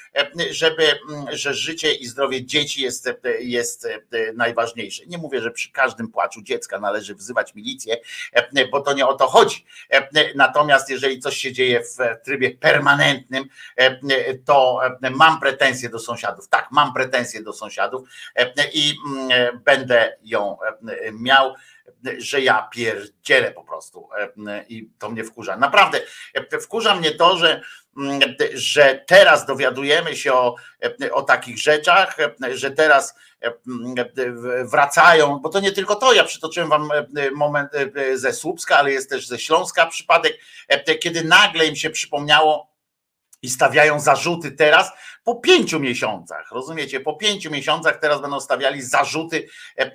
że życie i zdrowie dzieci jest najważniejsze. Nie mówię, że przy każdym płaczu dziecka należy wzywać milicję, bo to nie o to chodzi. Natomiast jeżeli coś się dzieje w trybie permanentnym, to mam pretensje do sąsiadów. Tak, mam pretensje do sąsiadów i będę ją miał, że ja pierdzielę po prostu i to mnie wkurza. Naprawdę wkurza mnie to, że teraz dowiadujemy się o takich rzeczach, że teraz wracają, bo to nie tylko to, ja przytoczyłem wam moment ze Słupska, ale jest też ze Śląska przypadek, kiedy nagle im się przypomniało i stawiają zarzuty teraz po 5 miesiącach, rozumiecie, po 5 miesiącach teraz będą stawiali zarzuty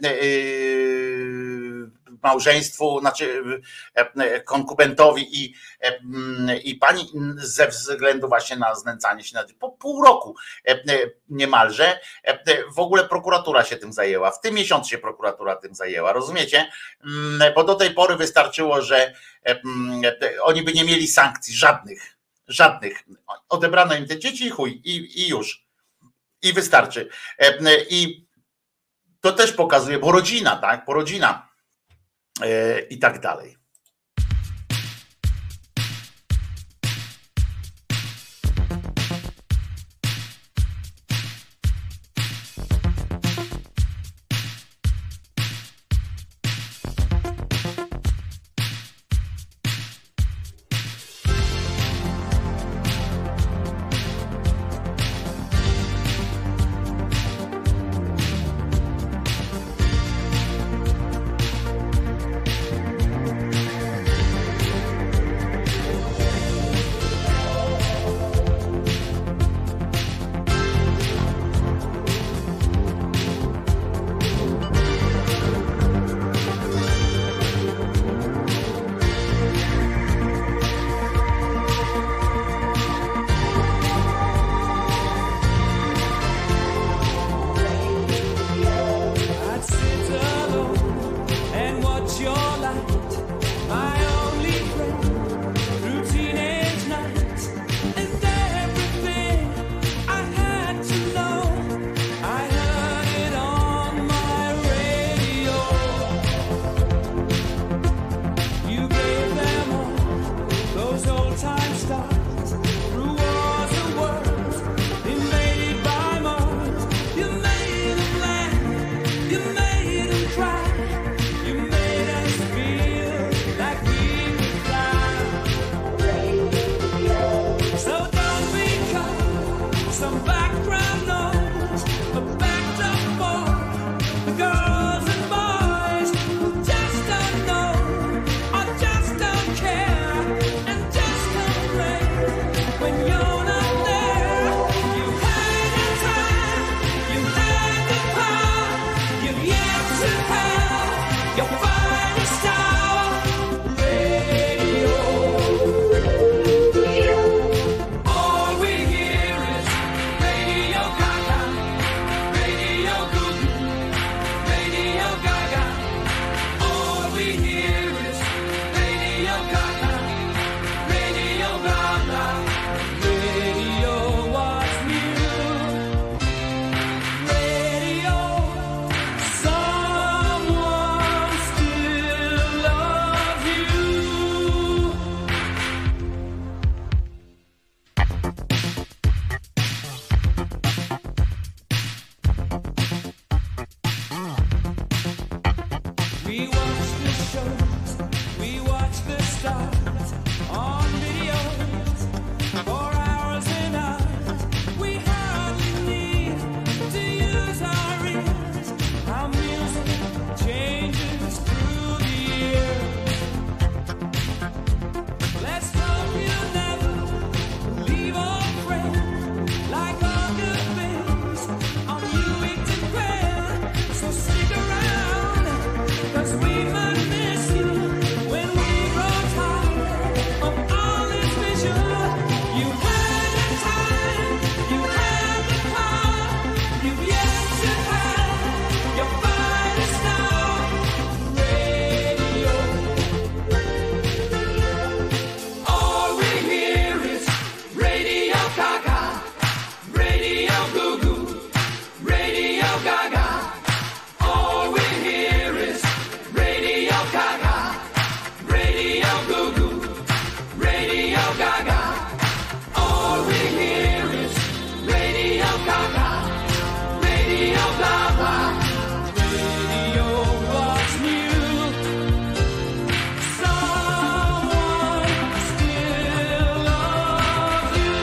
małżeństwu, znaczy konkubentowi i pani ze względu właśnie na znęcanie się po pół roku niemalże w ogóle prokuratura się tym zajęła, w tym miesiącu się prokuratura tym zajęła, rozumiecie, bo do tej pory wystarczyło, że oni by nie mieli sankcji żadnych, odebrano im te dzieci i chuj, i już, i wystarczy. I to też pokazuje, bo rodzina, tak, bo rodzina i tak dalej. goo goo, Radio Gaga. All we hear is Radio Gaga, Radio Gaga. Radio was new. Someone still loves you.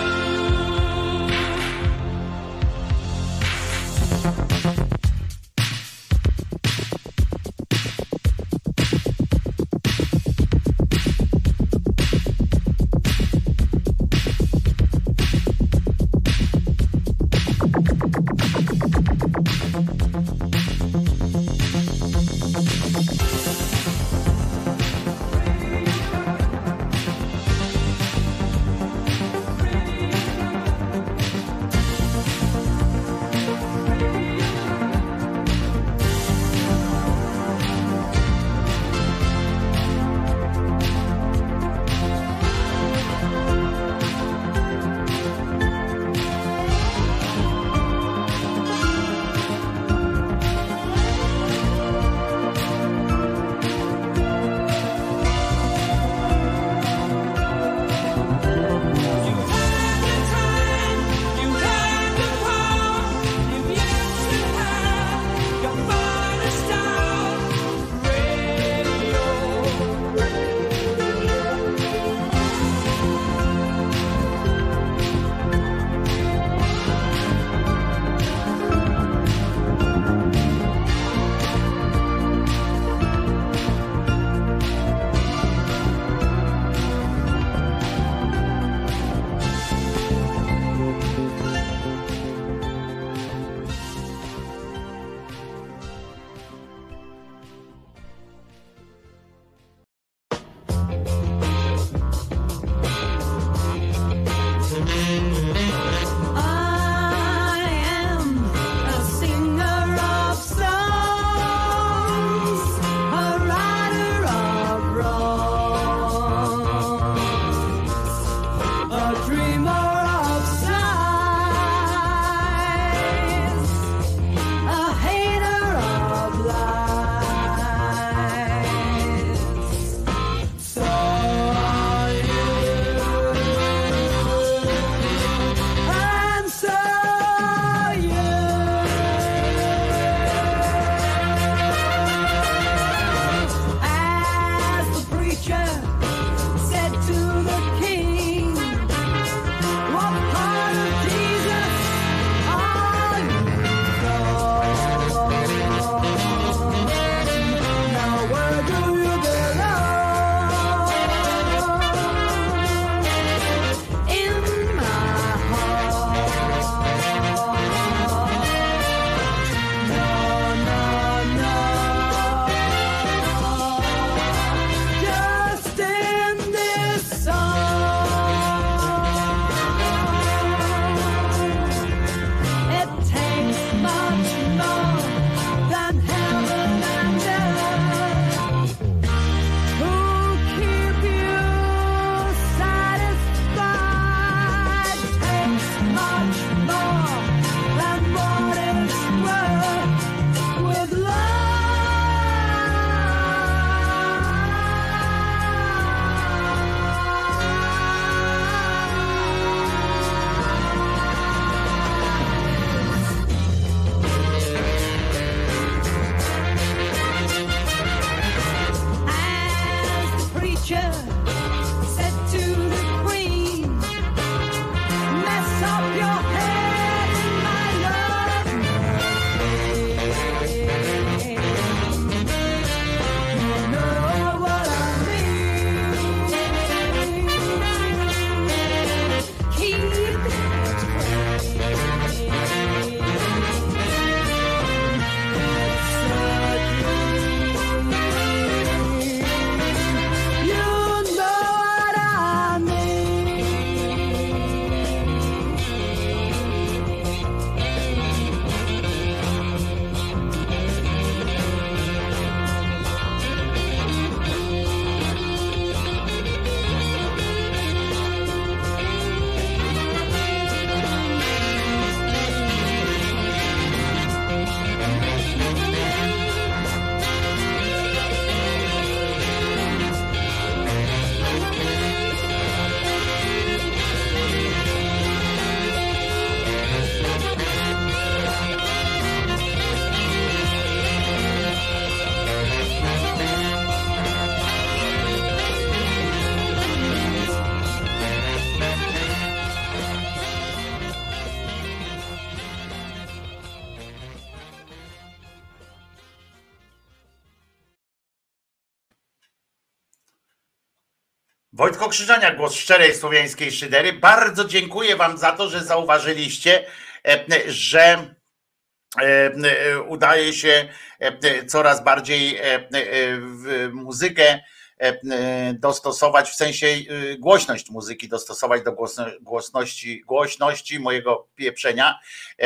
Wojtko Krzyżaniak, głos szczerej słowiańskiej szydery. Bardzo dziękuję wam za to, że zauważyliście, że udaje się coraz bardziej muzykę dostosować, w sensie głośność muzyki dostosować do głośności mojego pieprzenia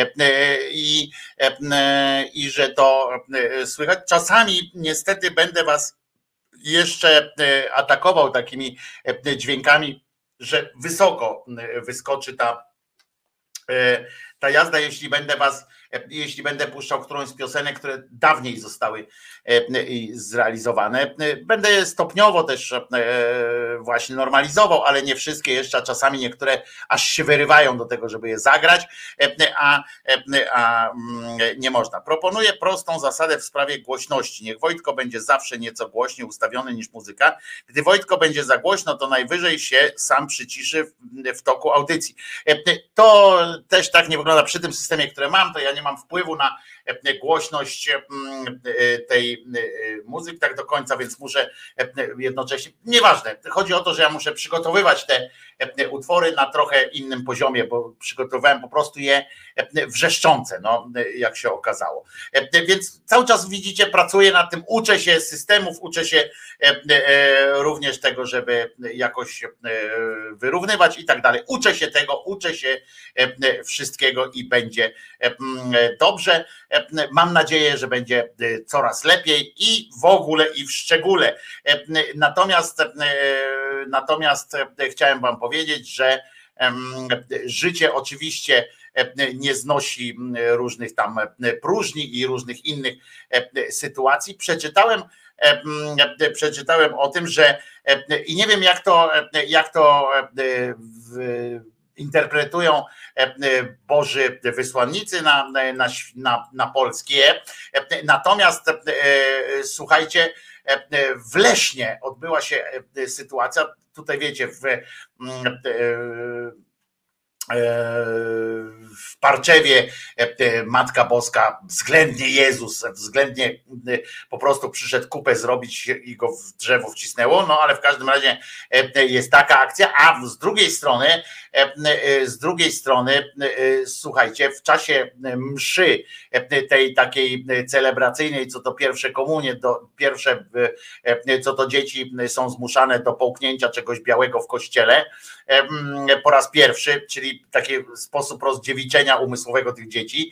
i że to słychać. Czasami niestety będę was jeszcze atakował takimi dźwiękami, że wysoko wyskoczy ta jazda, jeśli będę puszczał którąś z piosenek, które dawniej zostały zrealizowane. Będę je stopniowo też właśnie normalizował, ale nie wszystkie jeszcze, a czasami niektóre aż się wyrywają do tego, żeby je zagrać, a nie można. Proponuję prostą zasadę w sprawie głośności. Niech Wojtko będzie zawsze nieco głośniej ustawiony niż muzyka. Gdy Wojtko będzie za głośno, to najwyżej się sam przyciszy w toku audycji. To też tak nie wygląda przy tym systemie, który mam, to ja nie mam wpływu na głośność tej muzyki tak do końca, więc muszę jednocześnie, nieważne, chodzi o to, że ja muszę przygotowywać te utwory na trochę innym poziomie, bo przygotowałem po prostu je wrzeszczące, no, jak się okazało. Więc cały czas widzicie, pracuję nad tym, uczę się systemów, uczę się również tego, żeby jakoś wyrównywać i tak dalej. Uczę się tego, uczę się wszystkiego i będzie dobrze. Mam nadzieję, że będzie coraz lepiej i w ogóle i w szczególe. Natomiast chciałem wam powiedzieć, że życie oczywiście nie znosi różnych tam próżni i różnych innych sytuacji. Przeczytałem o tym, że i nie wiem jak to interpretują Boży wysłannicy na polskie. Natomiast słuchajcie, w Lesznie odbyła się sytuacja, tutaj wiecie, w Parczewie Matka Boska, względnie Jezus, względnie po prostu przyszedł kupę zrobić i go w drzewo wcisnęło, no ale w każdym razie jest taka akcja, a z drugiej strony słuchajcie, w czasie mszy tej takiej celebracyjnej, co to pierwsze komunie, co to dzieci są zmuszane do połknięcia czegoś białego w kościele po raz pierwszy, czyli taki sposób rozdziewiczenia umysłowego tych dzieci,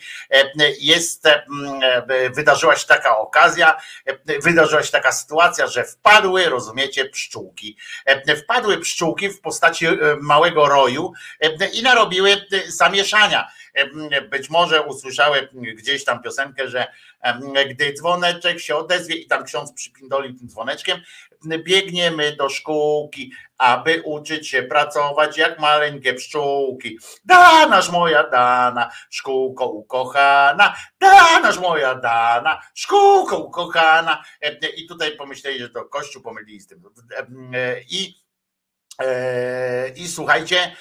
wydarzyła się taka okazja, wydarzyła się taka sytuacja, że wpadły, rozumiecie, pszczółki. Wpadły pszczółki w postaci małego roju i narobiły zamieszania. Być może usłyszały gdzieś tam piosenkę, że gdy dzwoneczek się odezwie i tam ksiądz przypindolił tym dzwoneczkiem, biegniemy do szkółki, aby uczyć się pracować jak maleńkie pszczółki. Danaż moja dana, szkółko ukochana, danaż moja dana, szkółko ukochana. I tutaj pomyśleli, że to Kościół pomylili z tym. I słuchajcie,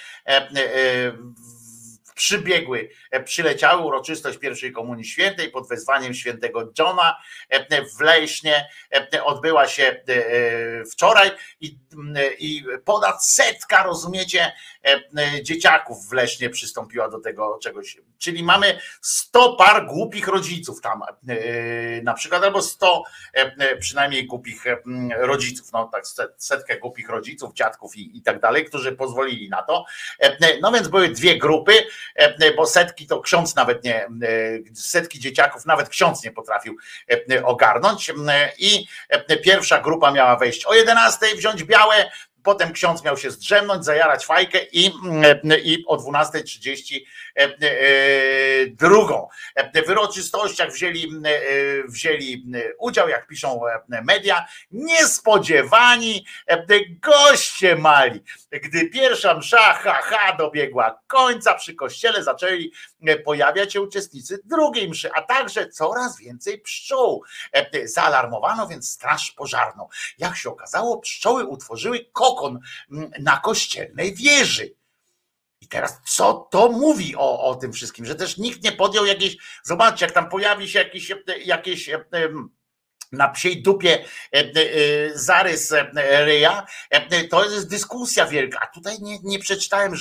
przyleciały uroczystość pierwszej komunii świętej pod wezwaniem świętego Johna w Lesznie. Odbyła się wczoraj i ponad 100, rozumiecie, dzieciaków w Lesznie przystąpiła do tego czegoś. Czyli mamy 100 par głupich rodziców tam na przykład, albo 100 przynajmniej głupich rodziców, no tak 100 głupich rodziców, dziadków i tak dalej, którzy pozwolili na to. No więc były dwie grupy, bo setki to ksiądz nawet nie, setki dzieciaków nawet ksiądz nie potrafił ogarnąć i pierwsza grupa miała wejść o 11:00, wziąć białe, potem ksiądz miał się zdrzemnąć, zajarać fajkę i o 12:30 drugą. W uroczystościach wzięli udział, jak piszą media, niespodziewani goście mali. Gdy pierwsza msza dobiegła końca, przy kościele zaczęli pojawiać się uczestnicy drugiej mszy, a także coraz więcej pszczół. Zaalarmowano więc straż pożarną. Jak się okazało, pszczoły utworzyły kokon na kościelnej wieży. I teraz co to mówi o tym wszystkim, że też nikt nie podjął jakiejś, zobaczcie, jak tam pojawi się jakieś na psiej dupie zarys ryja, to jest dyskusja wielka. A tutaj nie przeczytałem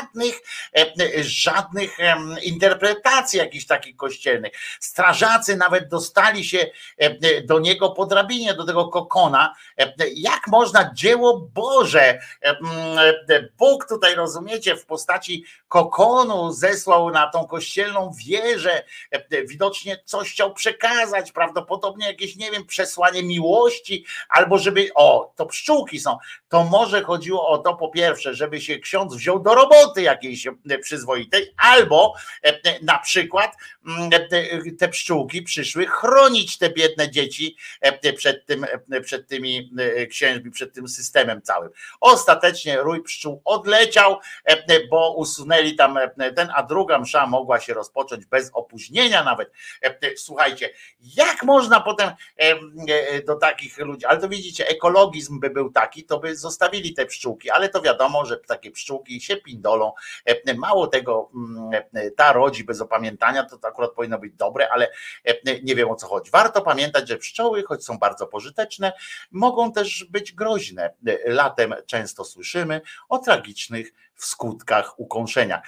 żadnych interpretacji jakichś takich kościelnych. Strażacy nawet dostali się do niego po drabinie, do tego kokona. Jak można dzieło Boże, Bóg tutaj, rozumiecie, w postaci kokonu zesłał na tą kościelną wieżę, widocznie coś chciał przekazać, prawdopodobnie jakieś, nie wiem, przesłanie miłości, albo żeby, to pszczółki są, to może chodziło o to, po pierwsze, żeby się ksiądz wziął do roboty jakiejś przyzwoitej, albo na przykład te pszczółki przyszły chronić te biedne dzieci przed tymi księżmi, przed tym systemem całym. Ostatecznie rój pszczół odleciał, bo usunęli tam a druga msza mogła się rozpocząć bez opóźnienia nawet. Słuchajcie, jak można potem do takich ludzi, ale to widzicie, ekologizm by był taki, to by zostawili te pszczółki, ale to wiadomo, że takie pszczółki się pindolą. Mało tego, ta rodzi bez opamiętania, to akurat powinno być dobre, ale nie wiem, o co chodzi. Warto pamiętać, że pszczoły, choć są bardzo pożyteczne, mogą też być groźne. Latem często słyszymy o tragicznych w skutkach ukąszenia.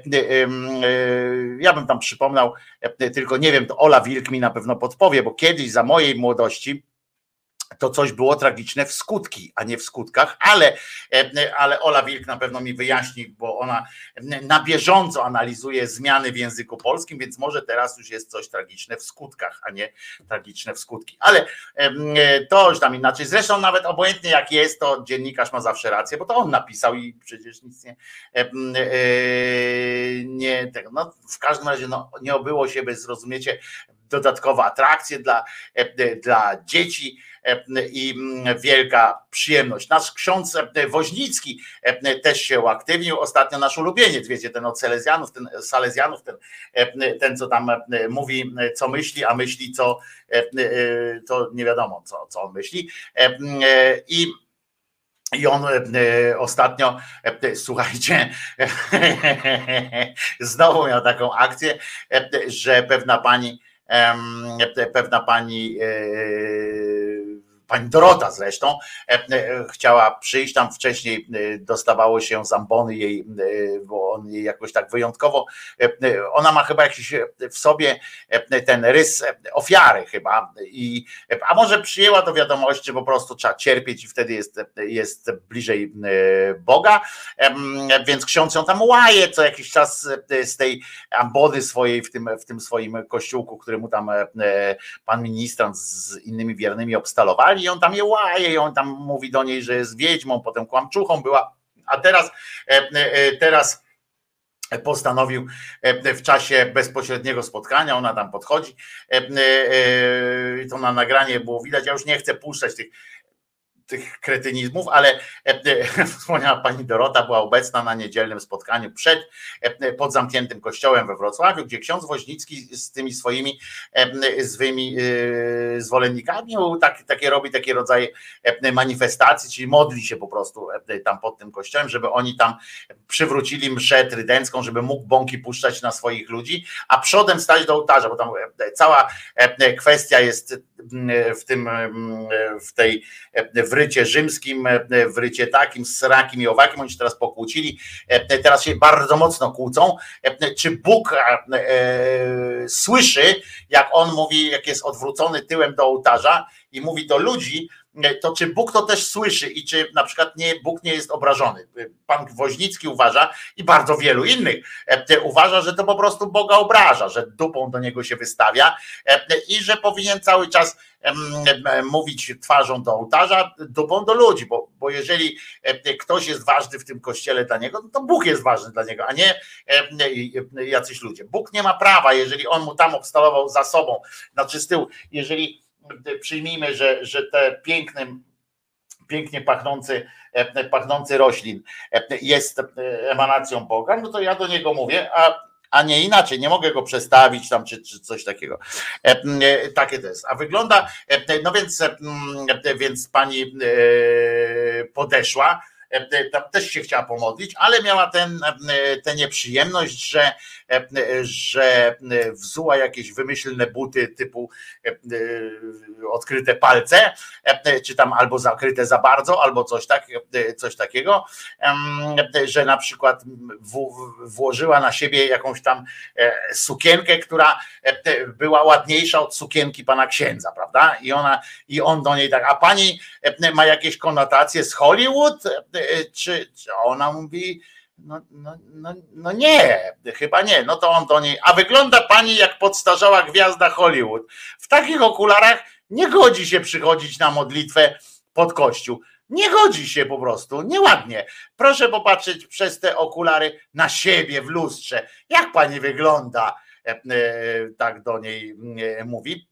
Ja bym tam przypomniał, tylko nie wiem, to Ola Wilk mi na pewno podpowie, bo kiedyś za mojej młodości to coś było tragiczne w skutki, a nie w skutkach, ale Ola Wilk na pewno mi wyjaśni, bo ona na bieżąco analizuje zmiany w języku polskim, więc może teraz już jest coś tragiczne w skutkach, a nie tragiczne w skutki. Ale to już tam inaczej. Zresztą nawet obojętnie jak jest, to dziennikarz ma zawsze rację, bo to on napisał i przecież nic nie tego. No, w każdym razie nie obyło się bez, rozumiecie, dodatkowe atrakcje dla dzieci i wielka przyjemność. Nasz ksiądz Woźnicki też się uaktywnił. Ostatnio nasz ulubieniec, wiecie, ten od Salezjanów, ten co tam mówi, co myśli, a myśli co, to nie wiadomo, co on myśli. I on ostatnio, słuchajcie, znowu miał taką akcję, że pewna pani Dorota zresztą chciała przyjść tam wcześniej, dostawało się z ambony jej, bo on jej jakoś tak wyjątkowo, ona ma chyba jakiś w sobie ten rys ofiary chyba, a może przyjęła do wiadomości, że po prostu trzeba cierpieć i wtedy jest bliżej Boga, więc ksiądz ją tam łaje co jakiś czas z tej ambony swojej w tym swoim kościółku, który mu tam pan ministrant z innymi wiernymi obstalowali, i on tam je łaje, i on tam mówi do niej, że jest wiedźmą, potem kłamczuchą była, a teraz postanowił w czasie bezpośredniego spotkania, ona tam podchodzi, to na nagranie było widać, ja już nie chcę puszczać tych kretynizmów, ale wspomniała pani Dorota, była obecna na niedzielnym spotkaniu pod zamkniętym kościołem we Wrocławiu, gdzie ksiądz Woźnicki z tymi swoimi złymi zwolennikami robi takie rodzaje manifestacji, czyli modli się po prostu tam pod tym kościołem, żeby oni tam przywrócili mszę trydencką, żeby mógł bąki puszczać na swoich ludzi, a przodem stać do ołtarza, bo tam cała kwestia jest w rycie rzymskim, w rycie takim, srakim i owakim, oni się teraz pokłócili, teraz się bardzo mocno kłócą, czy Bóg słyszy, jak on mówi, jak jest odwrócony tyłem do ołtarza i mówi do ludzi, to czy Bóg to też słyszy i czy na przykład Bóg nie jest obrażony. Pan Woźnicki uważa i bardzo wielu innych uważa, że to po prostu Boga obraża, że dupą do niego się wystawia i że powinien cały czas mówić twarzą do ołtarza, dupą do ludzi, bo jeżeli ktoś jest ważny w tym kościele dla niego, to Bóg jest ważny dla niego, a nie jacyś ludzie. Bóg nie ma prawa, jeżeli on mu tam obstalował za sobą, znaczy z tyłu, jeżeli przyjmijmy, że te pięknie pachnący roślin jest emanacją Boga, no to ja do niego mówię, a nie inaczej, nie mogę go przestawić tam czy coś takiego. Takie to jest. A wygląda, no więc pani podeszła tam też się chciała pomodlić, ale miała tę nieprzyjemność, że wzuła jakieś wymyślne buty typu odkryte palce, czy tam albo zakryte za bardzo, albo coś takiego, że na przykład włożyła na siebie jakąś tam sukienkę, która była ładniejsza od sukienki pana księdza, prawda? I on do niej tak, a pani ma jakieś konotacje z Hollywood? Czy ona mówi, no nie, chyba nie. No to on do niej, a wygląda pani jak podstarzała gwiazda Hollywood. W takich okularach nie godzi się przychodzić na modlitwę pod kościół. Nie godzi się po prostu, nieładnie. Proszę popatrzeć przez te okulary na siebie w lustrze. Jak pani wygląda? Tak do niej mówi.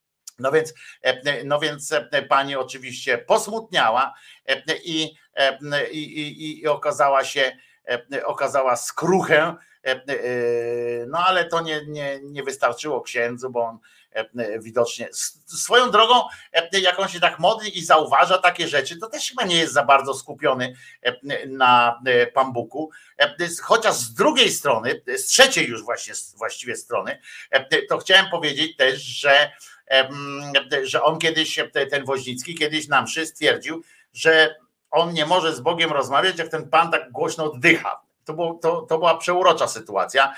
No więc pani oczywiście posmutniała i okazała skruchę, no ale to nie wystarczyło księdzu, bo on widocznie swoją drogą, jak on się tak modli i zauważa takie rzeczy, to też chyba nie jest za bardzo skupiony na Pan Bogu, chociaż z drugiej strony, z trzeciej już właściwie strony, to chciałem powiedzieć też, że on kiedyś, ten Woźnicki kiedyś na mszy stwierdził, że on nie może z Bogiem rozmawiać, jak ten Pan tak głośno oddycha. To była przeurocza sytuacja,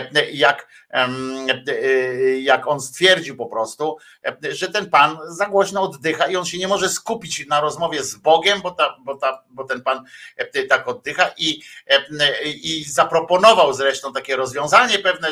jak on stwierdził po prostu, że ten Pan za głośno oddycha i on się nie może skupić na rozmowie z Bogiem, bo ten Pan tak oddycha i zaproponował zresztą takie rozwiązanie pewne,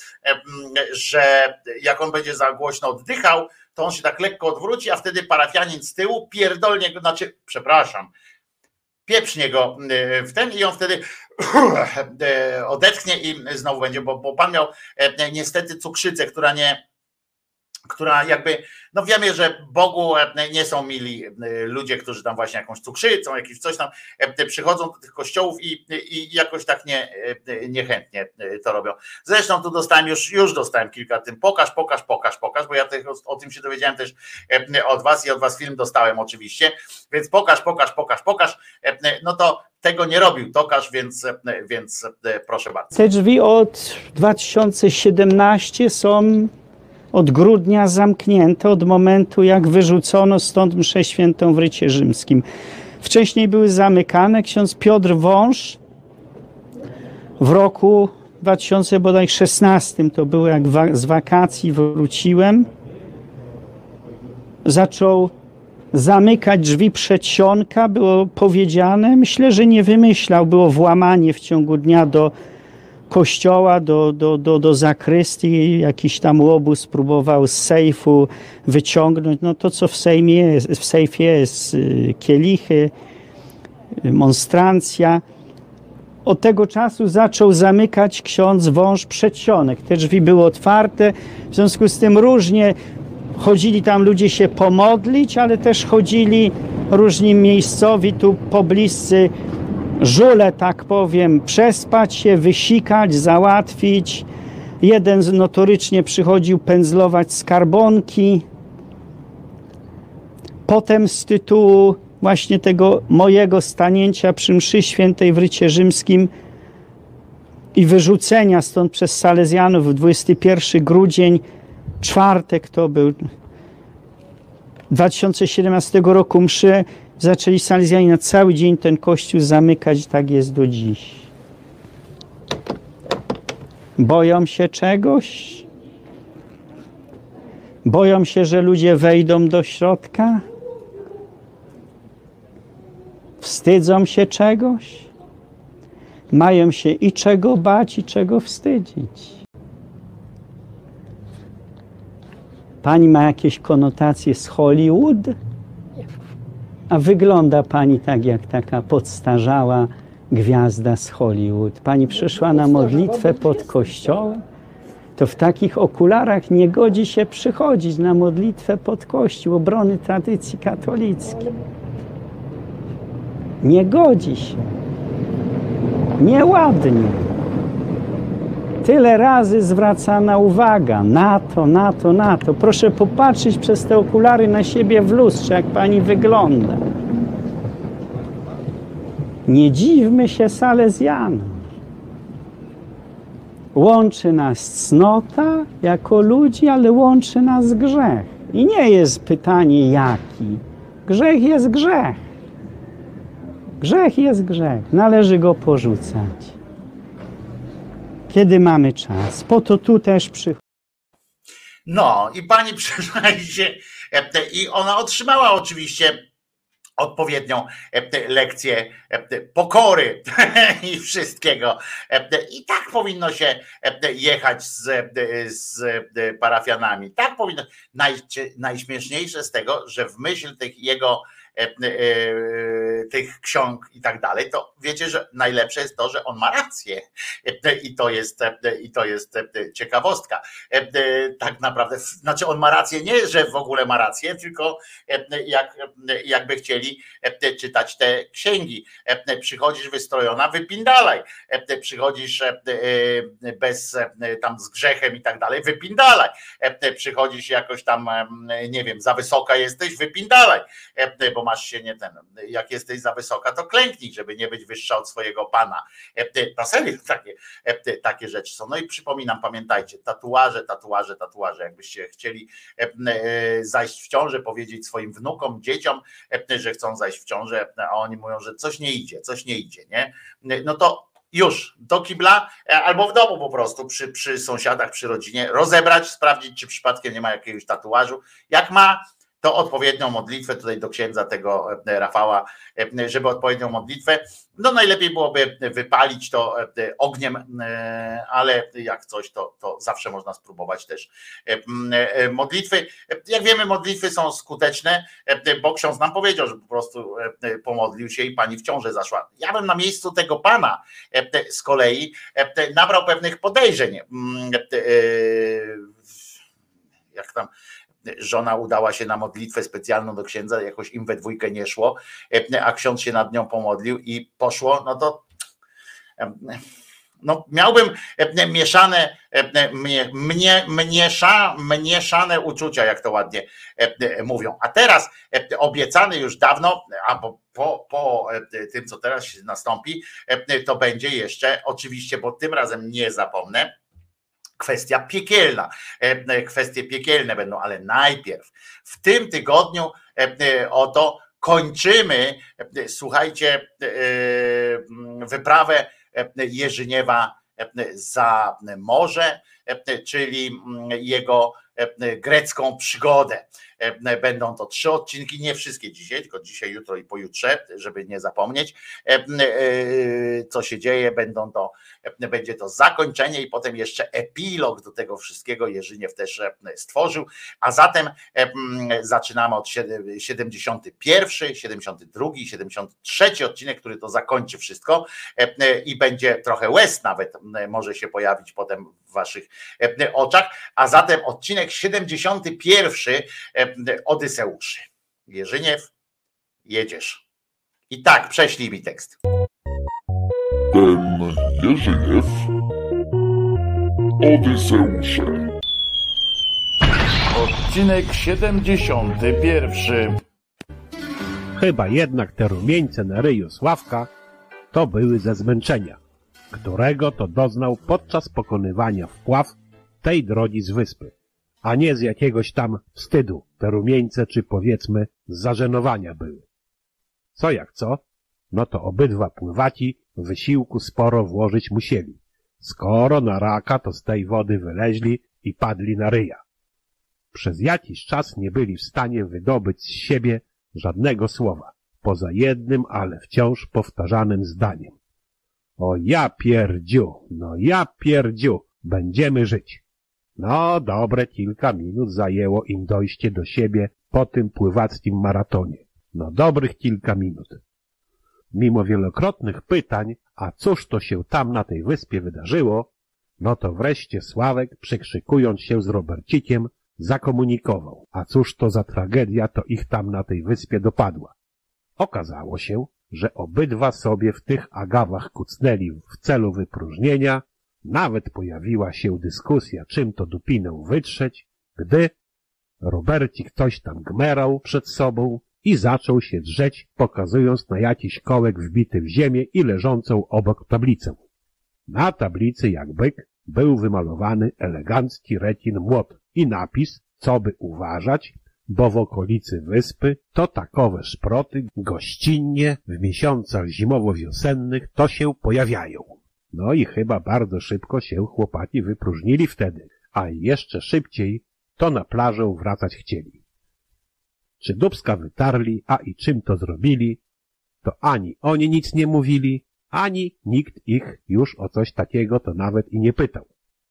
że jak on będzie za głośno oddychał, to on się tak lekko odwróci, a wtedy parafianin z tyłu pierdolnie go, pieprznie go w ten i on wtedy odetchnie i znowu będzie, bo Pan miał niestety cukrzycę, która jakby, no wiemy, że Bogu nie są mili ludzie, którzy tam właśnie jakąś cukrzycą, jakieś coś tam przychodzą do tych kościołów i jakoś tak niechętnie to robią. Zresztą tu dostałem, już dostałem kilka tym, pokaż, bo ja o tym się dowiedziałem też od was i od was film dostałem oczywiście, więc pokaż, no to tego nie robił Tokarz, więc proszę bardzo. Te drzwi od 2017 są od grudnia zamknięte, od momentu jak wyrzucono stąd mszę świętą w rycie rzymskim. Wcześniej były zamykane. Ksiądz Piotr Wąż w roku 2016, to było jak z wakacji wróciłem, zaczął zamykać drzwi przedsionka, było powiedziane, myślę, że nie wymyślał, było włamanie w ciągu dnia do kościoła, do zakrystii, jakiś tam łobuz próbował z sejfu wyciągnąć, no to co w sejfie jest, kielichy, monstrancja. Od tego czasu zaczął zamykać ksiądz Wąż przedsionek. Te drzwi były otwarte, w związku z tym różnie chodzili tam ludzie się pomodlić, ale też chodzili różni miejscowi tu pobliscy żule, tak powiem, przespać się, wysikać, załatwić. Jeden notorycznie przychodził pędzlować skarbonki. Potem z tytułu właśnie tego mojego stanięcia przy mszy świętej w rycie rzymskim i wyrzucenia stąd przez Salezjanów 21 grudzień, czwartek to był, 2017 roku mszy, zaczęli Salezjanie na cały dzień ten kościół zamykać, tak jest do dziś. Boją się czegoś? Boją się, że ludzie wejdą do środka? Wstydzą się czegoś? Mają się i czego bać, i czego wstydzić. Pani ma jakieś konotacje z Hollywood? A wygląda pani tak jak taka podstarzała gwiazda z Hollywood. Pani przyszła na modlitwę pod kościołem? To w takich okularach nie godzi się przychodzić na modlitwę pod kościół, obrony tradycji katolickiej. Nie godzi się. Nieładnie. Tyle razy zwracana uwaga na to. Proszę popatrzeć przez te okulary na siebie w lustrze, jak pani wygląda. Nie dziwmy się Salezjanom. Łączy nas cnota jako ludzi, ale łączy nas grzech. I nie jest pytanie jaki. Grzech jest grzech. Grzech jest grzech. Należy go porzucać. Kiedy mamy czas. Po to tu też przychodzi. No i pani przyznajcie, i ona otrzymała oczywiście odpowiednią lekcję pokory i wszystkiego. I tak powinno się jechać z parafianami. Tak powinno. Najśmieszniejsze z tego, że w myśl tych jego tych ksiąg i tak dalej, to wiecie, że najlepsze jest to, że on ma rację. I to jest ciekawostka. Tak naprawdę, znaczy on ma rację, nie, że w ogóle ma rację, tylko jakby chcieli czytać te księgi. Przychodzisz wystrojona, wypindalaj. Przychodzisz bez tam z grzechem i tak dalej, wypindalaj. Przychodzisz jakoś tam, nie wiem, za wysoka jesteś, wypindalaj, bo masz się nie ten, jak jesteś za wysoka, to klęknij, żeby nie być wyższa od swojego pana. Na serio takie rzeczy są. No i przypominam, pamiętajcie, tatuaże, jakbyście chcieli zajść w ciążę, powiedzieć swoim wnukom, dzieciom, że chcą zajść w ciążę, a oni mówią, że coś nie idzie, nie? No to już do kibla albo w domu po prostu przy sąsiadach, przy rodzinie rozebrać, sprawdzić, czy przypadkiem nie ma jakiegoś tatuażu. Jak ma, to odpowiednią modlitwę tutaj do księdza tego Rafała, żeby odpowiednią modlitwę, no najlepiej byłoby wypalić to ogniem, ale jak coś, to zawsze można spróbować też modlitwy. Jak wiemy, modlitwy są skuteczne, bo ksiądz nam powiedział, że po prostu pomodlił się i pani w ciążę zaszła. Ja bym na miejscu tego pana z kolei nabrał pewnych podejrzeń, jak tam żona udała się na modlitwę specjalną do księdza, jakoś im we dwójkę nie szło, a ksiądz się nad nią pomodlił i poszło, no to no miałbym mieszane uczucia, jak to ładnie mówią. A teraz obiecany już dawno, albo po tym, co teraz nastąpi, to będzie jeszcze, oczywiście, bo tym razem nie zapomnę, kwestia piekielna. Kwestie piekielne będą, ale najpierw w tym tygodniu oto kończymy, słuchajcie, wyprawę Jerzyniewa za morze, czyli jego grecką przygodę. Będą to 3 odcinki, nie wszystkie dzisiaj, tylko dzisiaj, jutro i pojutrze, żeby nie zapomnieć, co się dzieje. Będzie to zakończenie i potem jeszcze epilog do tego wszystkiego Jerzyniew też stworzył, a zatem zaczynamy od 71, 72, 73 odcinek, który to zakończy wszystko i będzie trochę łez nawet może się pojawić potem w waszych oczach, a zatem odcinek 71 Odyseuszy. Jerzyniew, jedziesz. I tak, prześlij mi tekst. Jerzyniew, Odyseusze. Odcinek 71. Chyba jednak te rumieńce na ryju Sławka to były ze zmęczenia, którego to doznał podczas pokonywania wpław tej drogi z wyspy, a nie z jakiegoś tam wstydu te rumieńce, czy powiedzmy z zażenowania były. Co jak co, no to obydwa pływaci wysiłku sporo włożyć musieli, skoro na raka to z tej wody wyleźli i padli na ryja. Przez jakiś czas nie byli w stanie wydobyć z siebie żadnego słowa, poza jednym, ale wciąż powtarzanym zdaniem. O ja pierdziu, no ja pierdziu, będziemy żyć. No, dobre kilka minut zajęło im dojście do siebie po tym pływackim maratonie. No, dobrych kilka minut. Mimo wielokrotnych pytań, a cóż to się tam na tej wyspie wydarzyło, no to wreszcie Sławek, przekrzykując się z Robercikiem, zakomunikował, a cóż to za tragedia to ich tam na tej wyspie dopadła. Okazało się, że obydwa sobie w tych agawach kucnęli w celu wypróżnienia. Nawet pojawiła się dyskusja, czym to dupinę wytrzeć, gdy Robercik coś tam gmerał przed sobą i zaczął się drzeć, pokazując na jakiś kołek wbity w ziemię i leżącą obok tablicę. Na tablicy, jak byk, był wymalowany elegancki Retin młot i napis, co by uważać, bo w okolicy wyspy to takowe szproty gościnnie w miesiącach zimowo-wiosennych to się pojawiają. No i chyba bardzo szybko się chłopaki wypróżnili wtedy, a jeszcze szybciej to na plażę wracać chcieli. Czy dubska wytarli, a i czym to zrobili, to ani oni nic nie mówili, ani nikt ich już o coś takiego to nawet i nie pytał.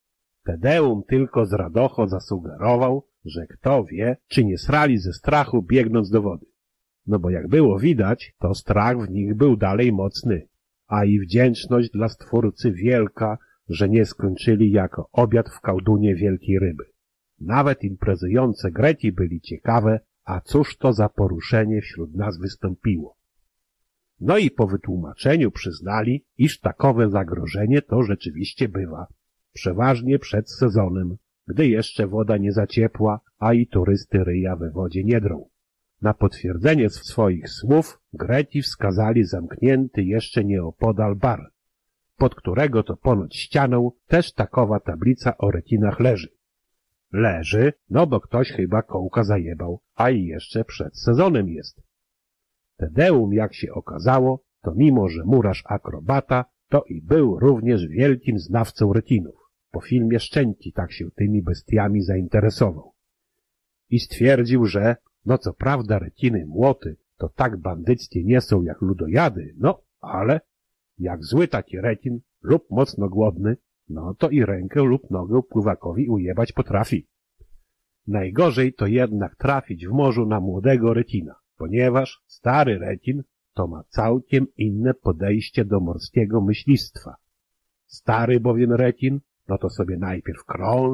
Tedeum tylko z radocho zasugerował, że kto wie, czy nie srali ze strachu biegnąc do wody. No bo jak było widać, to strach w nich był dalej mocny, a i wdzięczność dla Stwórcy wielka, że nie skończyli jako obiad w kołdunie wielkiej ryby. Nawet imprezujące Greci byli ciekawe, a cóż to za poruszenie wśród nas wystąpiło. No i po wytłumaczeniu przyznali, iż takowe zagrożenie to rzeczywiście bywa, przeważnie przed sezonem, gdy jeszcze woda nie zaciepła, a i turysty ryja we wodzie nie drą. Na potwierdzenie swoich słów Greci wskazali zamknięty jeszcze nieopodal bar, pod którego to ponoć ścianą też takowa tablica o rekinach leży. Leży, no bo ktoś chyba kołka zajebał, a i jeszcze przed sezonem jest. Tedeum, jak się okazało, to mimo, że murarz akrobata, to i był również wielkim znawcą rekinów. Po filmie Szczęki tak się tymi bestiami zainteresował. I stwierdził, że, no co prawda rekiny młoty to tak bandyckie nie są jak ludojady, no ale jak zły taki rekin lub mocno głodny, no to i rękę lub nogę pływakowi ujebać potrafi. Najgorzej to jednak trafić w morzu na młodego rekina, ponieważ stary rekin to ma całkiem inne podejście do morskiego myślistwa. Stary bowiem rekin, no to sobie najpierw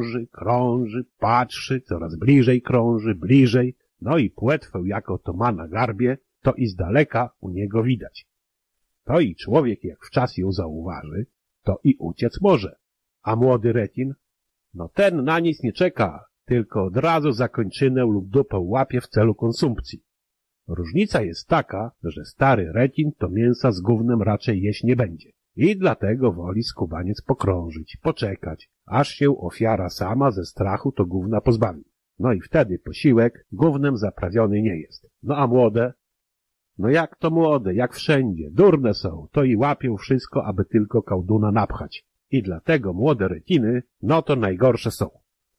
krąży, patrzy, coraz bliżej krąży, bliżej, no i płetwę jako to ma na garbie, to i z daleka u niego widać. To i człowiek jak wczas ją zauważy, to i uciec może. A młody rekin? No ten na nic nie czeka, tylko od razu zakończynę lub dupę łapie w celu konsumpcji. Różnica jest taka, że stary rekin to mięsa z gównem raczej jeść nie będzie. I dlatego woli skubaniec pokrążyć, poczekać, aż się ofiara sama ze strachu to gówna pozbawi. No i wtedy posiłek gównem zaprawiony nie jest. No a młode? No jak to młode, jak wszędzie, durne są, to i łapią wszystko, aby tylko kołduna napchać. I dlatego młode rekiny, no to najgorsze są.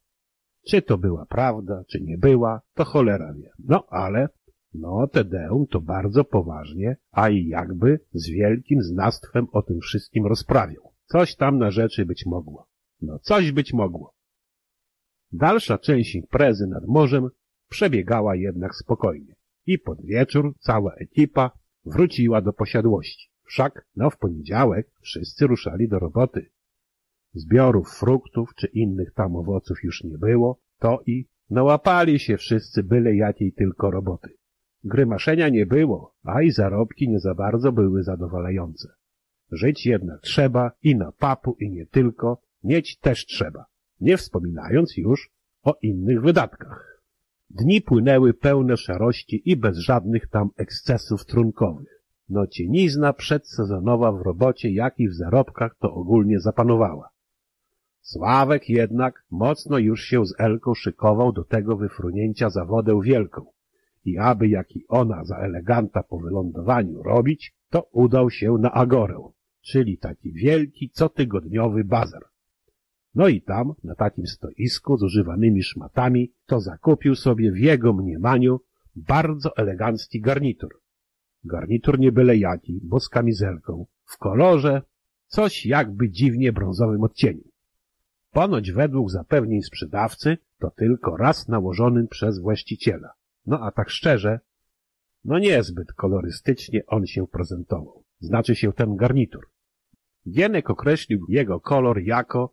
Czy to była prawda, czy nie była, to cholera wie. No ale, no Tedeum to bardzo poważnie, a i jakby z wielkim znawstwem o tym wszystkim rozprawiał. Coś tam na rzeczy być mogło. No coś być mogło. Dalsza część imprezy nad morzem przebiegała jednak spokojnie. I pod wieczór cała ekipa wróciła do posiadłości. Wszak, no w poniedziałek wszyscy ruszali do roboty. Zbiorów fruktów czy innych tam owoców już nie było, to i nałapali się wszyscy byle jakiej tylko roboty. Grymaszenia nie było, a i zarobki nie za bardzo były zadowalające. Żyć jednak trzeba i na papu i nie tylko, mieć też trzeba, nie wspominając już o innych wydatkach. Dni płynęły pełne szarości i bez żadnych tam ekscesów trunkowych. No cienizna przedsezonowa w robocie, jak i w zarobkach to ogólnie zapanowała. Sławek jednak mocno już się z Elką szykował do tego wyfrunięcia za wodę wielką i aby jak i ona za eleganta po wylądowaniu robić, to udał się na Agorę, czyli taki wielki cotygodniowy bazar. No i tam, na takim stoisku z używanymi szmatami, to zakupił sobie w jego mniemaniu bardzo elegancki garnitur. Garnitur nie byle jaki, bo z kamizelką, w kolorze coś jakby dziwnie brązowym odcieniu. Ponoć według zapewnień sprzedawcy to tylko raz nałożonym przez właściciela. No a tak szczerze, no niezbyt kolorystycznie on się prezentował. Znaczy się ten garnitur. Gienek określił jego kolor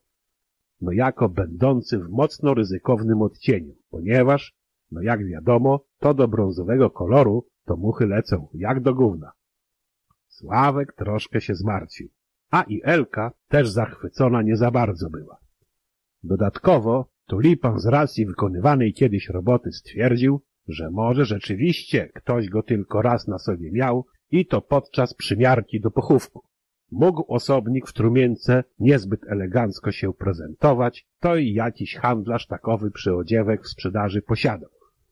jako będący w mocno ryzykownym odcieniu, ponieważ, no jak wiadomo, to do brązowego koloru to muchy lecą, jak do gówna. Sławek troszkę się zmartwił, a i Elka też zachwycona nie za bardzo była. Dodatkowo Tulipan z racji wykonywanej kiedyś roboty stwierdził, że może rzeczywiście ktoś go tylko raz na sobie miał i to podczas przymiarki do pochówku. Mógł osobnik w trumience niezbyt elegancko się prezentować, to i jakiś handlarz takowy przyodziewek w sprzedaży posiadał.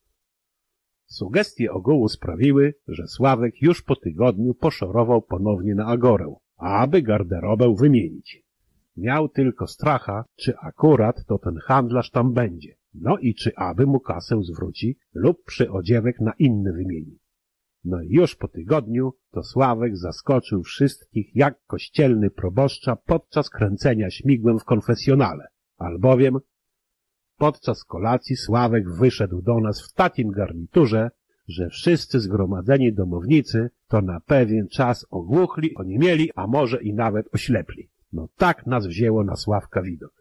Sugestie ogółu sprawiły, że Sławek już po tygodniu poszorował ponownie na agorę, aby garderobę wymienić. Miał tylko stracha, czy akurat to ten handlarz tam będzie, no i czy aby mu kasę zwróci lub przyodziewek na inny wymieni. No i już po tygodniu to Sławek zaskoczył wszystkich jak kościelny proboszcza podczas kręcenia śmigłem w konfesjonale, albowiem podczas kolacji Sławek wyszedł do nas w takim garniturze, że wszyscy zgromadzeni domownicy to na pewien czas ogłuchli, oniemieli, a może i nawet oślepli. No tak nas wzięło na Sławka widok.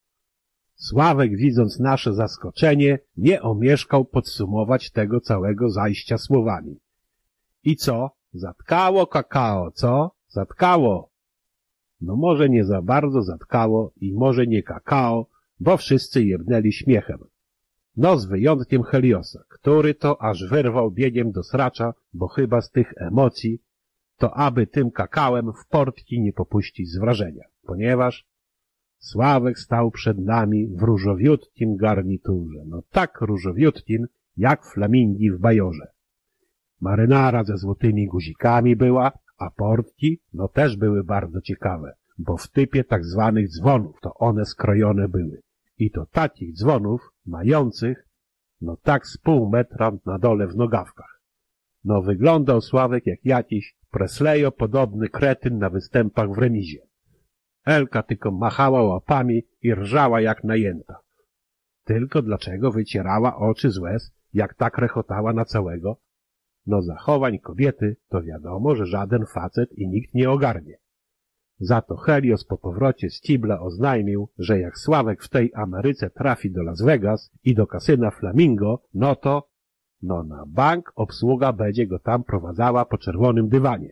Sławek, widząc nasze zaskoczenie, nie omieszkał podsumować tego całego zajścia słowami. I co? Zatkało kakao, co? Zatkało. No może nie za bardzo zatkało i może nie kakao, bo wszyscy jebnęli śmiechem. No z wyjątkiem Heliosa, który to aż wyrwał biegiem do sracza, bo chyba z tych emocji, to aby tym kakałem w portki nie popuścić z wrażenia, ponieważ Sławek stał przed nami w różowiutkim garniturze, no tak różowiutkim, jak flamingi w bajorze. Marynara ze złotymi guzikami była, a portki, no też były bardzo ciekawe, bo w typie tak zwanych dzwonów to one skrojone były. I to takich dzwonów, mających, no tak z pół metra na dole w nogawkach. No wyglądał Sławek jak jakiś Presleyo-podobny kretyn na występach w remizie. Elka tylko machała łapami i rżała jak najęta. Tylko dlaczego wycierała oczy z łez, jak tak rechotała na całego? No zachowań kobiety to wiadomo, że żaden facet i nikt nie ogarnie. Za to Helios po powrocie z Cibla oznajmił, że jak Sławek w tej Ameryce trafi do Las Vegas i do kasyna Flamingo, no to, na bank obsługa będzie go tam prowadzała po czerwonym dywanie.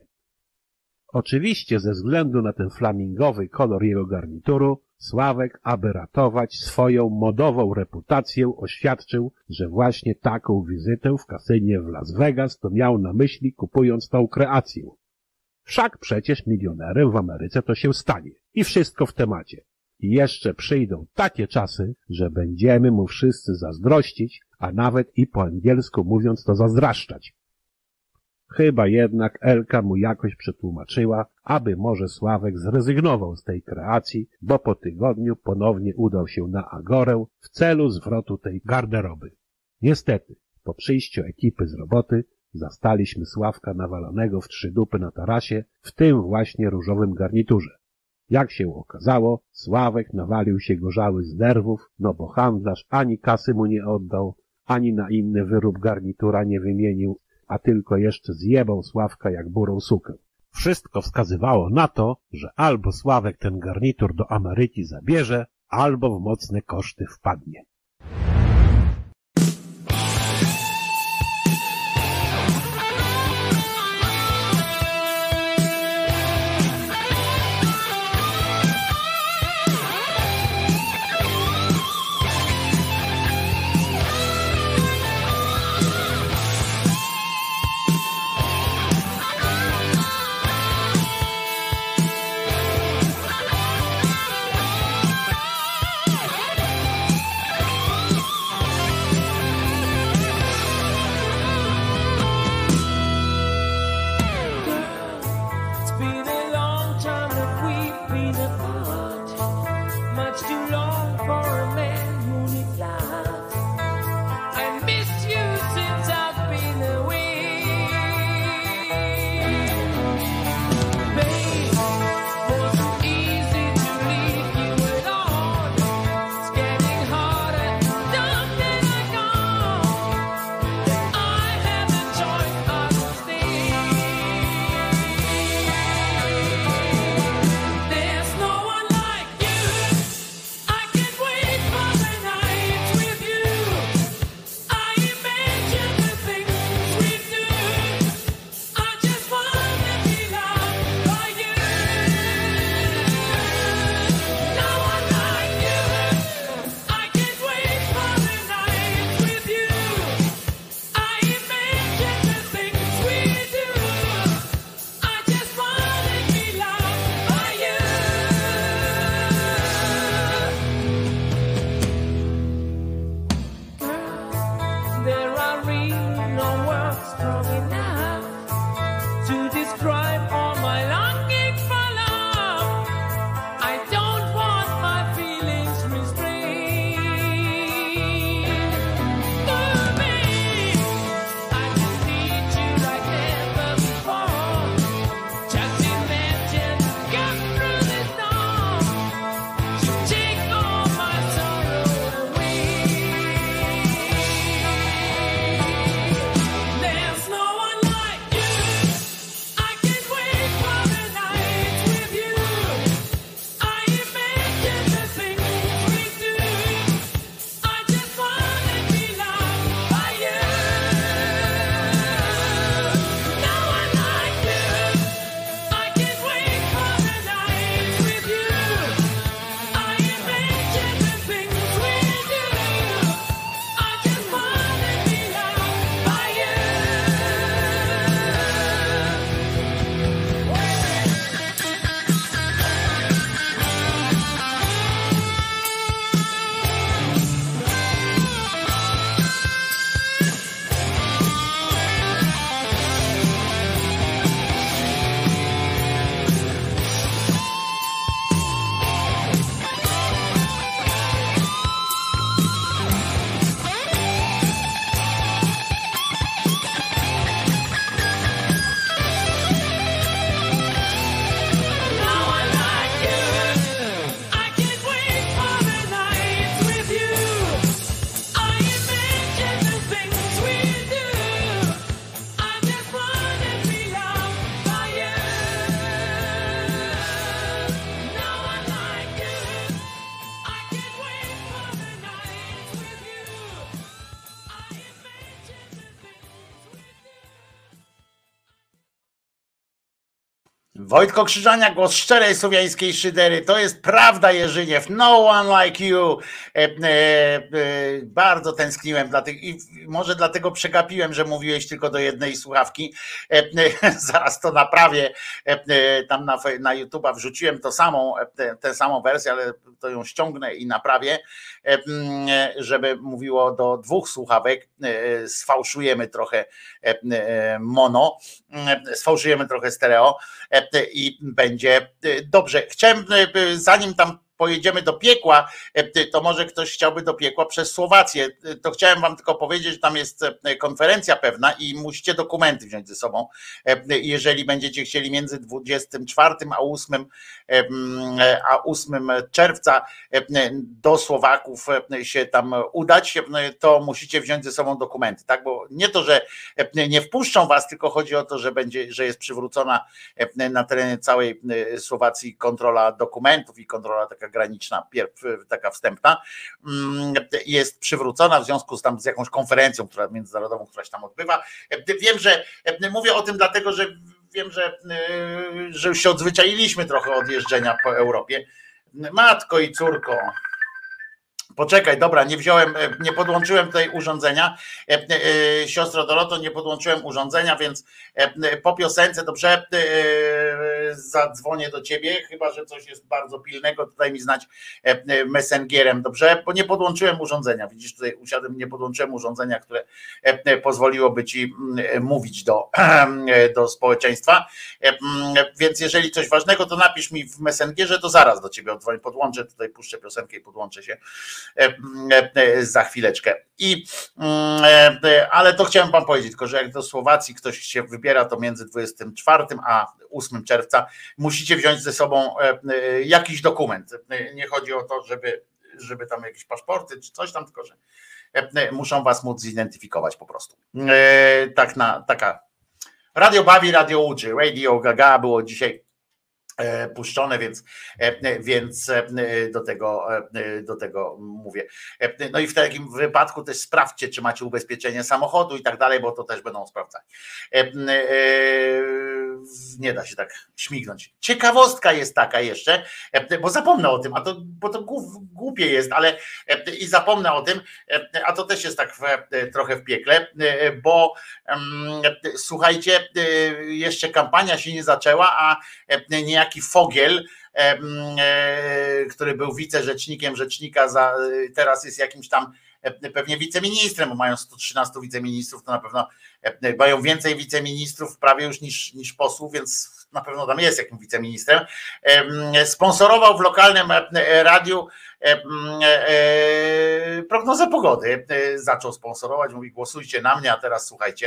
Oczywiście ze względu na ten flamingowy kolor jego garnituru, Sławek, aby ratować swoją modową reputację, oświadczył, że właśnie taką wizytę w kasynie w Las Vegas to miał na myśli, kupując tą kreację. Wszak przecież milionerem w Ameryce to się stanie. I wszystko w temacie. I jeszcze przyjdą takie czasy, że będziemy mu wszyscy zazdrościć, a nawet i po angielsku mówiąc to zazdraszczać. Chyba jednak Elka mu jakoś przetłumaczyła, aby może Sławek zrezygnował z tej kreacji, bo po tygodniu ponownie udał się na Agorę w celu zwrotu tej garderoby. Niestety, po przyjściu ekipy z roboty zastaliśmy Sławka nawalonego w 3 dupy na tarasie w tym właśnie różowym garniturze. Jak się okazało, Sławek nawalił się gorzały z nerwów, no bo handlarz ani kasy mu nie oddał, ani na inny wyrób garnitura nie wymienił, a tylko jeszcze zjebał Sławka jak burą sukę. Wszystko wskazywało na to, że albo Sławek ten garnitur do Ameryki zabierze, albo w mocne koszty wpadnie. Wojtko Krzyżaniak, głos szczerej słowiańskiej szydery. To jest prawda, Jerzyniew. No one like you. Bardzo tęskniłem dla tych i może dlatego przegapiłem, że mówiłeś tylko do jednej słuchawki. Zaraz to naprawię. Tam na YouTube'a wrzuciłem tę samą wersję, ale to ją ściągnę i naprawię, żeby mówiło do dwóch słuchawek. Sfałszujemy trochę mono, sfałszujemy trochę stereo i będzie dobrze. Chciałem, zanim tam pojedziemy do piekła, to może ktoś chciałby do piekła przez Słowację. To chciałem wam tylko powiedzieć, że tam jest konferencja pewna i musicie dokumenty wziąć ze sobą. Jeżeli będziecie chcieli między 24 a 8 czerwca do Słowaków się tam udać, to musicie wziąć ze sobą dokumenty, tak? Bo nie to, że nie wpuszczą was, tylko chodzi o to, że jest przywrócona na terenie całej Słowacji kontrola dokumentów i kontrola taka graniczna, taka wstępna, jest przywrócona w związku z jakąś konferencją międzynarodową, która się tam odbywa. Wiem, że mówię o tym dlatego, że wiem, że już się odzwyczailiśmy trochę od jeżdżenia po Europie. Matko i córko. Poczekaj, dobra, nie podłączyłem tutaj urządzenia. Siostro Doroto, nie podłączyłem urządzenia, więc po piosence, dobrze, zadzwonię do ciebie, chyba że coś jest bardzo pilnego, to daj mi znać messengerem, dobrze? Bo nie podłączyłem urządzenia. Widzisz, tutaj usiadłem, nie podłączyłem urządzenia, które pozwoliłoby ci mówić do społeczeństwa. Więc jeżeli coś ważnego, to napisz mi w messengerze, to zaraz do ciebie oddzwonię, podłączę, tutaj puszczę piosenkę i podłączę się za chwileczkę. Ale to chciałem wam powiedzieć, tylko że jak do Słowacji ktoś się wybiera, to między 24 a 8 czerwca musicie wziąć ze sobą jakiś dokument. Nie chodzi o to, żeby tam jakieś paszporty czy coś tam, tylko że muszą was móc zidentyfikować po prostu. Taka radio bawi, radio uczy, Radio Gaga było dzisiaj puszczone, więc do tego mówię. No i w takim wypadku też sprawdźcie, czy macie ubezpieczenie samochodu i tak dalej, bo to też będą sprawdzać. Nie da się tak śmignąć. Ciekawostka jest taka jeszcze, bo zapomnę o tym, bo to głupie jest, ale i zapomnę o tym, a to też jest tak trochę w piekle, bo słuchajcie, jeszcze kampania się nie zaczęła, a niejaki Fogiel, który był wicerzecznikiem rzecznika, teraz jest jakimś tam pewnie wiceministrem, bo mają 113 wiceministrów, to na pewno mają więcej wiceministrów prawie już niż posłów, więc na pewno tam jest jakimś wiceministrem. Sponsorował w lokalnym radiu prognozę pogody. Zaczął sponsorować, mówi głosujcie na mnie, a teraz słuchajcie,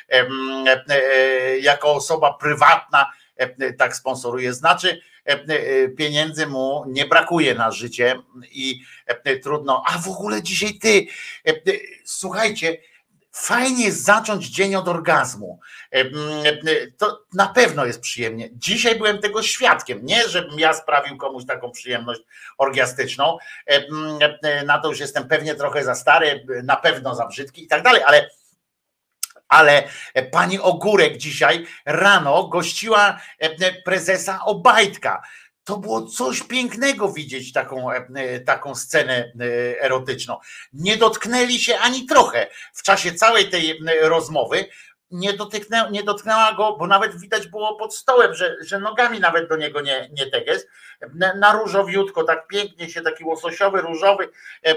jako osoba prywatna tak sponsoruje, znaczy pieniędzy mu nie brakuje na życie i trudno, a w ogóle dzisiaj słuchajcie, fajnie jest zacząć dzień od orgazmu, to na pewno jest przyjemnie. Dzisiaj byłem tego świadkiem, nie żebym ja sprawił komuś taką przyjemność orgiastyczną, na to już jestem pewnie trochę za stary, na pewno za brzydki i tak dalej, ale pani Ogórek dzisiaj rano gościła prezesa Obajtka. To było coś pięknego widzieć taką scenę erotyczną. Nie dotknęli się ani trochę w czasie całej tej rozmowy. Nie dotknęła go, bo nawet widać było pod stołem, że nogami nawet do niego nie teges. Na różowiutko, tak pięknie się, taki łososiowy, różowy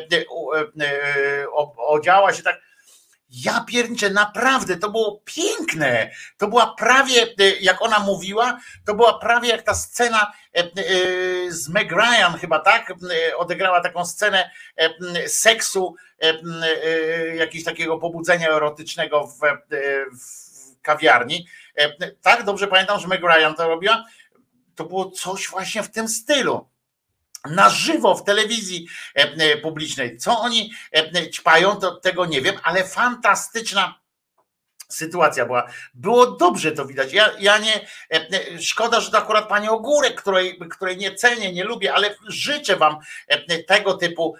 odziała się tak. Ja pierniczę, naprawdę, to było piękne. To była prawie, jak ona mówiła, to była prawie jak ta scena z Meg Ryan chyba, tak? Odegrała taką scenę seksu, jakiegoś takiego pobudzenia erotycznego w kawiarni. Tak, dobrze pamiętam, że Meg Ryan to robiła? To było coś właśnie w tym stylu. Na żywo w telewizji publicznej. Co oni ćpają, to tego nie wiem, ale fantastyczna sytuacja była. Było dobrze to widać. Ja nie, szkoda, że to akurat pani Ogórek, której nie cenię, nie lubię, ale życzę wam tego typu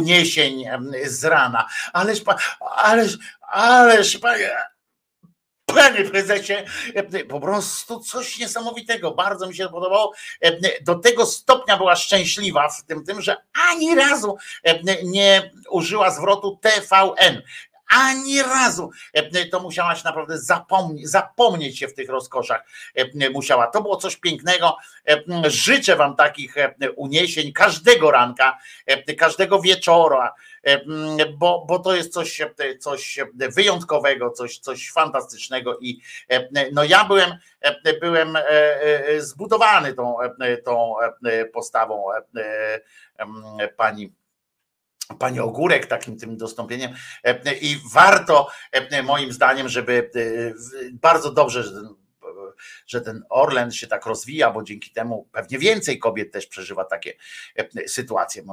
uniesień z rana. Ależ Panie prezesie, po prostu coś niesamowitego, bardzo mi się to podobało. Do tego stopnia była szczęśliwa w tym, że ani razu nie użyła zwrotu TVN. Ani razu to musiałaś naprawdę zapomnieć się w tych rozkoszach. Musiała. To było coś pięknego. Życzę wam takich uniesień każdego ranka, każdego wieczora, bo to jest coś wyjątkowego, coś fantastycznego i no ja byłem zbudowany tą postawą pani Ogórek, takim tym dostąpieniem i warto moim zdaniem, żeby bardzo dobrze, że ten Orlen się tak rozwija, bo dzięki temu pewnie więcej kobiet też przeżywa takie sytuacje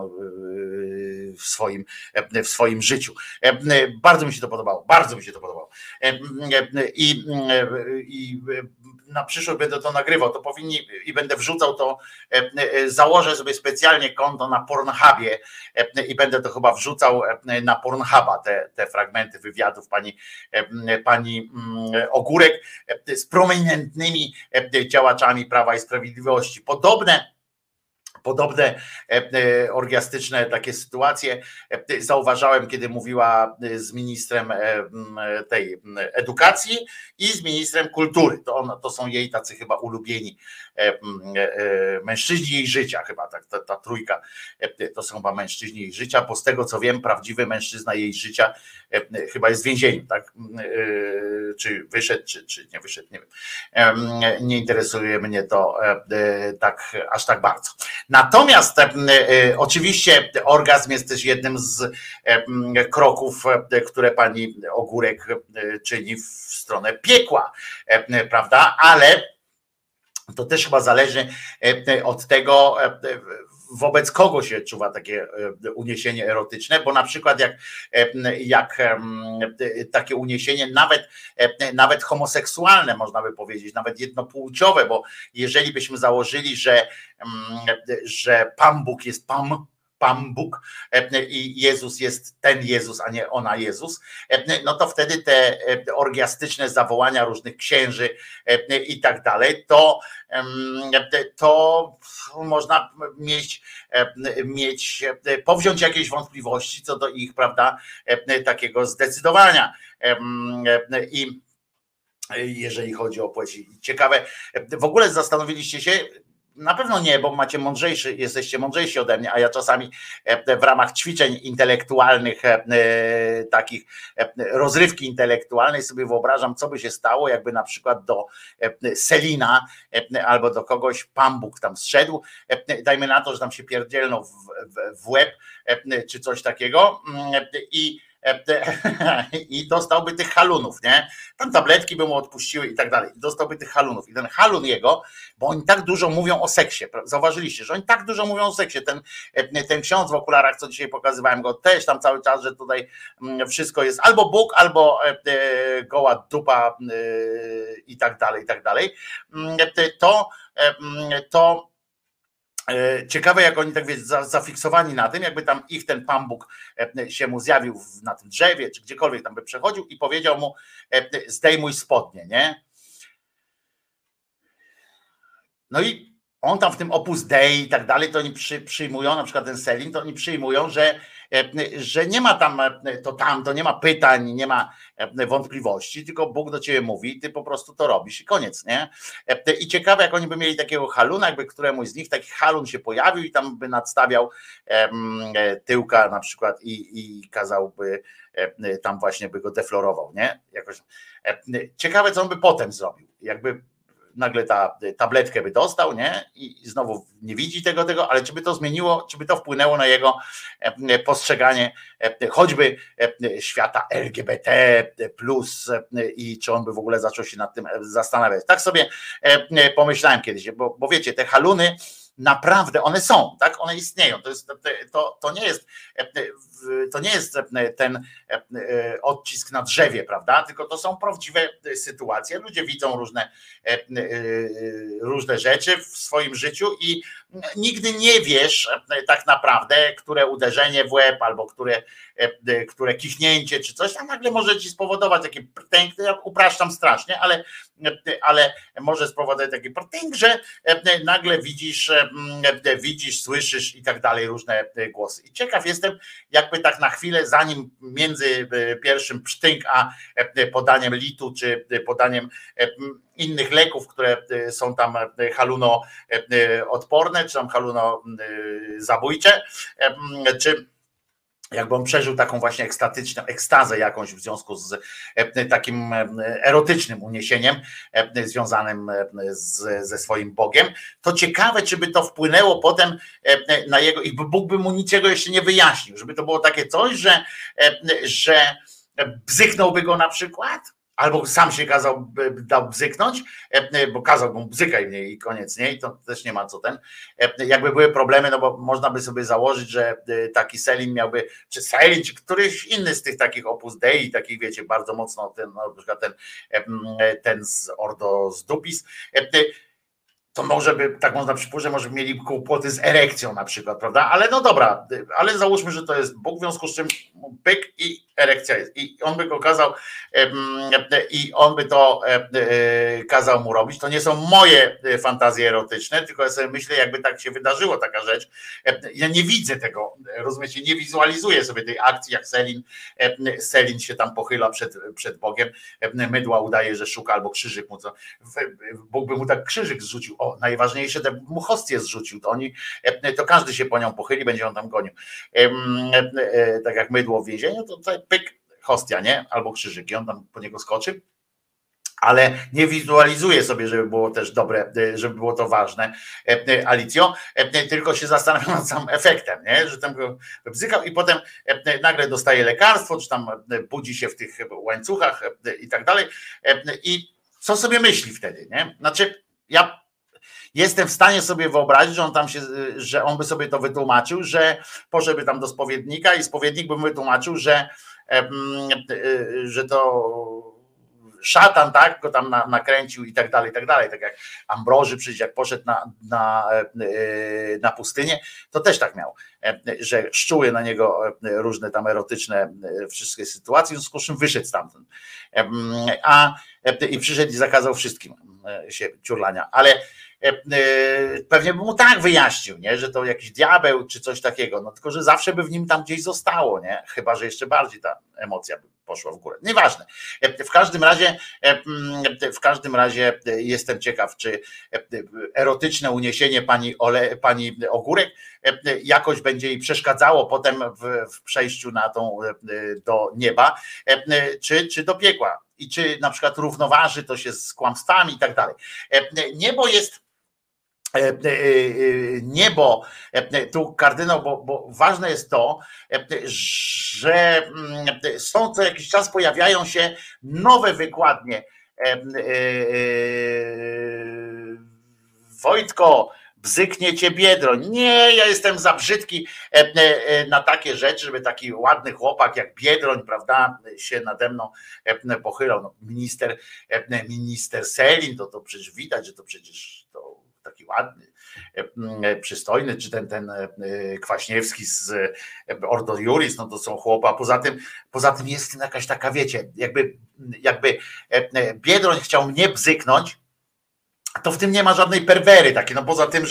w swoim życiu. Bardzo mi się to podobało, bardzo mi się to podobało. I na przyszłość będę to nagrywał, to powinni i będę wrzucał to, założę sobie specjalnie konto na Pornhubie i będę to chyba wrzucał na Pornhuba, te fragmenty wywiadów pani Ogórek z prominentnymi działaczami Prawa i Sprawiedliwości. Podobne orgiastyczne takie sytuacje zauważałem, kiedy mówiła z ministrem tej edukacji i z ministrem kultury. To są jej tacy chyba ulubieni mężczyźni jej życia, chyba tak, ta trójka to są chyba mężczyźni jej życia, bo z tego co wiem, prawdziwy mężczyzna jej życia chyba jest w więzieniu, tak? Czy wyszedł, czy nie wyszedł, nie wiem. Nie interesuje mnie to tak aż tak bardzo. Natomiast oczywiście orgazm jest też jednym z kroków, które pani Ogórek czyni w stronę piekła, prawda? Ale to też chyba zależy od tego, wobec kogo się czuwa takie uniesienie erotyczne, bo na przykład jak takie uniesienie nawet homoseksualne, można by powiedzieć, nawet jednopłciowe, bo jeżeli byśmy założyli, że Pan Bóg jest Pan Bóg i Jezus jest ten Jezus, a nie ona Jezus, no to wtedy te orgiastyczne zawołania różnych księży i tak dalej, to można powziąć jakieś wątpliwości co do ich, prawda, takiego zdecydowania. I jeżeli chodzi o płeć. Ciekawe, w ogóle zastanowiliście się, na pewno nie, bo jesteście mądrzejsi ode mnie, a ja czasami w ramach ćwiczeń intelektualnych, takich rozrywki intelektualnej sobie wyobrażam, co by się stało, jakby na przykład do Selina albo do kogoś Pan Bóg tam zszedł, dajmy na to, że tam się pierdzielną w łeb czy coś takiego i dostałby tych halunów, nie? Tam tabletki by mu odpuściły i tak dalej. Dostałby tych halunów. I ten halun jego, bo oni tak dużo mówią o seksie. Zauważyliście, że oni tak dużo mówią o seksie. Ten ksiądz w okularach, co dzisiaj pokazywałem go, też tam cały czas, że tutaj wszystko jest albo Bóg, albo goła dupa i tak dalej, i tak dalej. To ciekawe, jak oni tak zafiksowani na tym, jakby tam ich ten Pan Bóg się mu zjawił na tym drzewie, czy gdziekolwiek tam by przechodził i powiedział mu: zdejmuj spodnie, nie? No i on tam w tym Opus Dei i tak dalej, to oni przyjmują, na przykład ten Selin, to oni przyjmują, że nie ma to nie ma pytań, nie ma wątpliwości, tylko Bóg do ciebie mówi, ty po prostu to robisz i koniec, nie? I ciekawe, jak oni by mieli takiego haluna, jakby któremuś z nich taki halun się pojawił i tam by nadstawiał tyłka na przykład i kazałby tam właśnie by go deflorował, nie? Jakoś. Ciekawe, co on by potem zrobił, jakby nagle tabletkę by dostał, nie? I znowu nie widzi tego, ale czy by to zmieniło, czy by to wpłynęło na jego postrzeganie choćby świata LGBT plus i czy on by w ogóle zaczął się nad tym zastanawiać. Tak sobie pomyślałem kiedyś, bo wiecie, te haluny naprawdę one są, tak? One istnieją. To nie jest ten odcisk na drzewie, prawda? Tylko to są prawdziwe sytuacje. Ludzie widzą różne rzeczy w swoim życiu i nigdy nie wiesz tak naprawdę, które uderzenie w łeb albo które kichnięcie czy coś, a nagle może ci spowodować taki prtęk, ja upraszczam strasznie, ale może spowodować taki prtęk, że nagle widzisz, słyszysz i tak dalej różne głosy. I ciekaw jestem, jakby tak na chwilę, zanim między pierwszym psztynk a podaniem litu, czy podaniem innych leków, które są tam halunoodporne, czy tam halunozabójcze, czy jakby on przeżył taką właśnie ekstatyczną ekstazę jakąś w związku z takim erotycznym uniesieniem związanym ze swoim Bogiem, to ciekawe, czy by to wpłynęło potem na jego, i Bóg by mu niczego jeszcze nie wyjaśnił, żeby to było takie coś, że bzyknąłby go na przykład, albo sam się dał bzyknąć, bo kazał mu bzykaj mnie i koniec, nie? I to też nie ma co jakby były problemy, no bo można by sobie założyć, że taki Selin miałby, czy Selin, czy któryś inny z tych takich Opus Dei, takich wiecie, bardzo mocno na przykład ten z Ordo z Dupis, to może by, tak można przypuszczać, że może mieli kłopoty z erekcją na przykład, prawda? Ale no dobra, ale załóżmy, że to jest Bóg, w związku z czym pyk i erekcja jest. I on by go kazał, i on by to kazał mu robić. To nie są moje fantazje erotyczne, tylko ja sobie myślę, jakby tak się wydarzyło taka rzecz. Ja nie widzę tego, rozumiecie, nie wizualizuję sobie tej akcji, jak Selin się tam pochyla przed Bogiem, mydła udaje, że szuka, albo krzyżyk mu, Bóg by mu tak krzyżyk zrzucił. O, najważniejsze, te mu hostię zrzucił, to każdy się po nią pochyli, będzie on tam gonił. Tak jak mydło w więzieniu, to tutaj pyk, hostia, nie? Albo krzyżyk i on tam po niego skoczy. Ale nie wizualizuję sobie, żeby było też dobre, żeby było to ważne, Alicjo, tylko się zastanawiam nad samym efektem, nie? Że tam go bzykał i potem nagle dostaje lekarstwo, czy tam budzi się w tych łańcuchach i tak dalej. I co sobie myśli wtedy, nie? Znaczy, ja jestem w stanie sobie wyobrazić, że on by sobie to wytłumaczył, że poszedłby tam do spowiednika i spowiednik by mu wytłumaczył, że to szatan, tak, go tam nakręcił i tak dalej, tak jak Ambroży przecież jak poszedł na pustynię, to też tak miał, że szczuły na niego różne tam erotyczne wszystkie sytuacje, w związku z czym wyszedł stamtąd. I przyszedł i zakazał wszystkim się ciurlania, ale pewnie by mu tak wyjaśnił, nie? Że to jakiś diabeł czy coś takiego, no tylko że zawsze by w nim tam gdzieś zostało, nie? Chyba że jeszcze bardziej ta emocja by poszła w górę. Nieważne. W każdym razie jestem ciekaw, czy erotyczne uniesienie pani Ogórek jakoś będzie jej przeszkadzało potem w przejściu do nieba, czy do piekła. I czy na przykład równoważy to się z kłamstwami i tak dalej. Niebo, tu kardynał, bo ważne jest to, że są co jakiś czas pojawiają się nowe wykładnie. Wojtko, bzyknie cię Biedroń. Nie, ja jestem za brzydki na takie rzeczy, żeby taki ładny chłopak jak Biedroń, prawda, się nade mną pochylał. No, minister Selin, to przecież widać, że to przecież to taki ładny, przystojny, czy ten Kwaśniewski z Ordo Iuris, no to są chłopa. Poza tym jest jakaś taka, wiecie, jakby Biedroń chciał mnie bzyknąć, to w tym nie ma żadnej perwery takiej, no poza tym,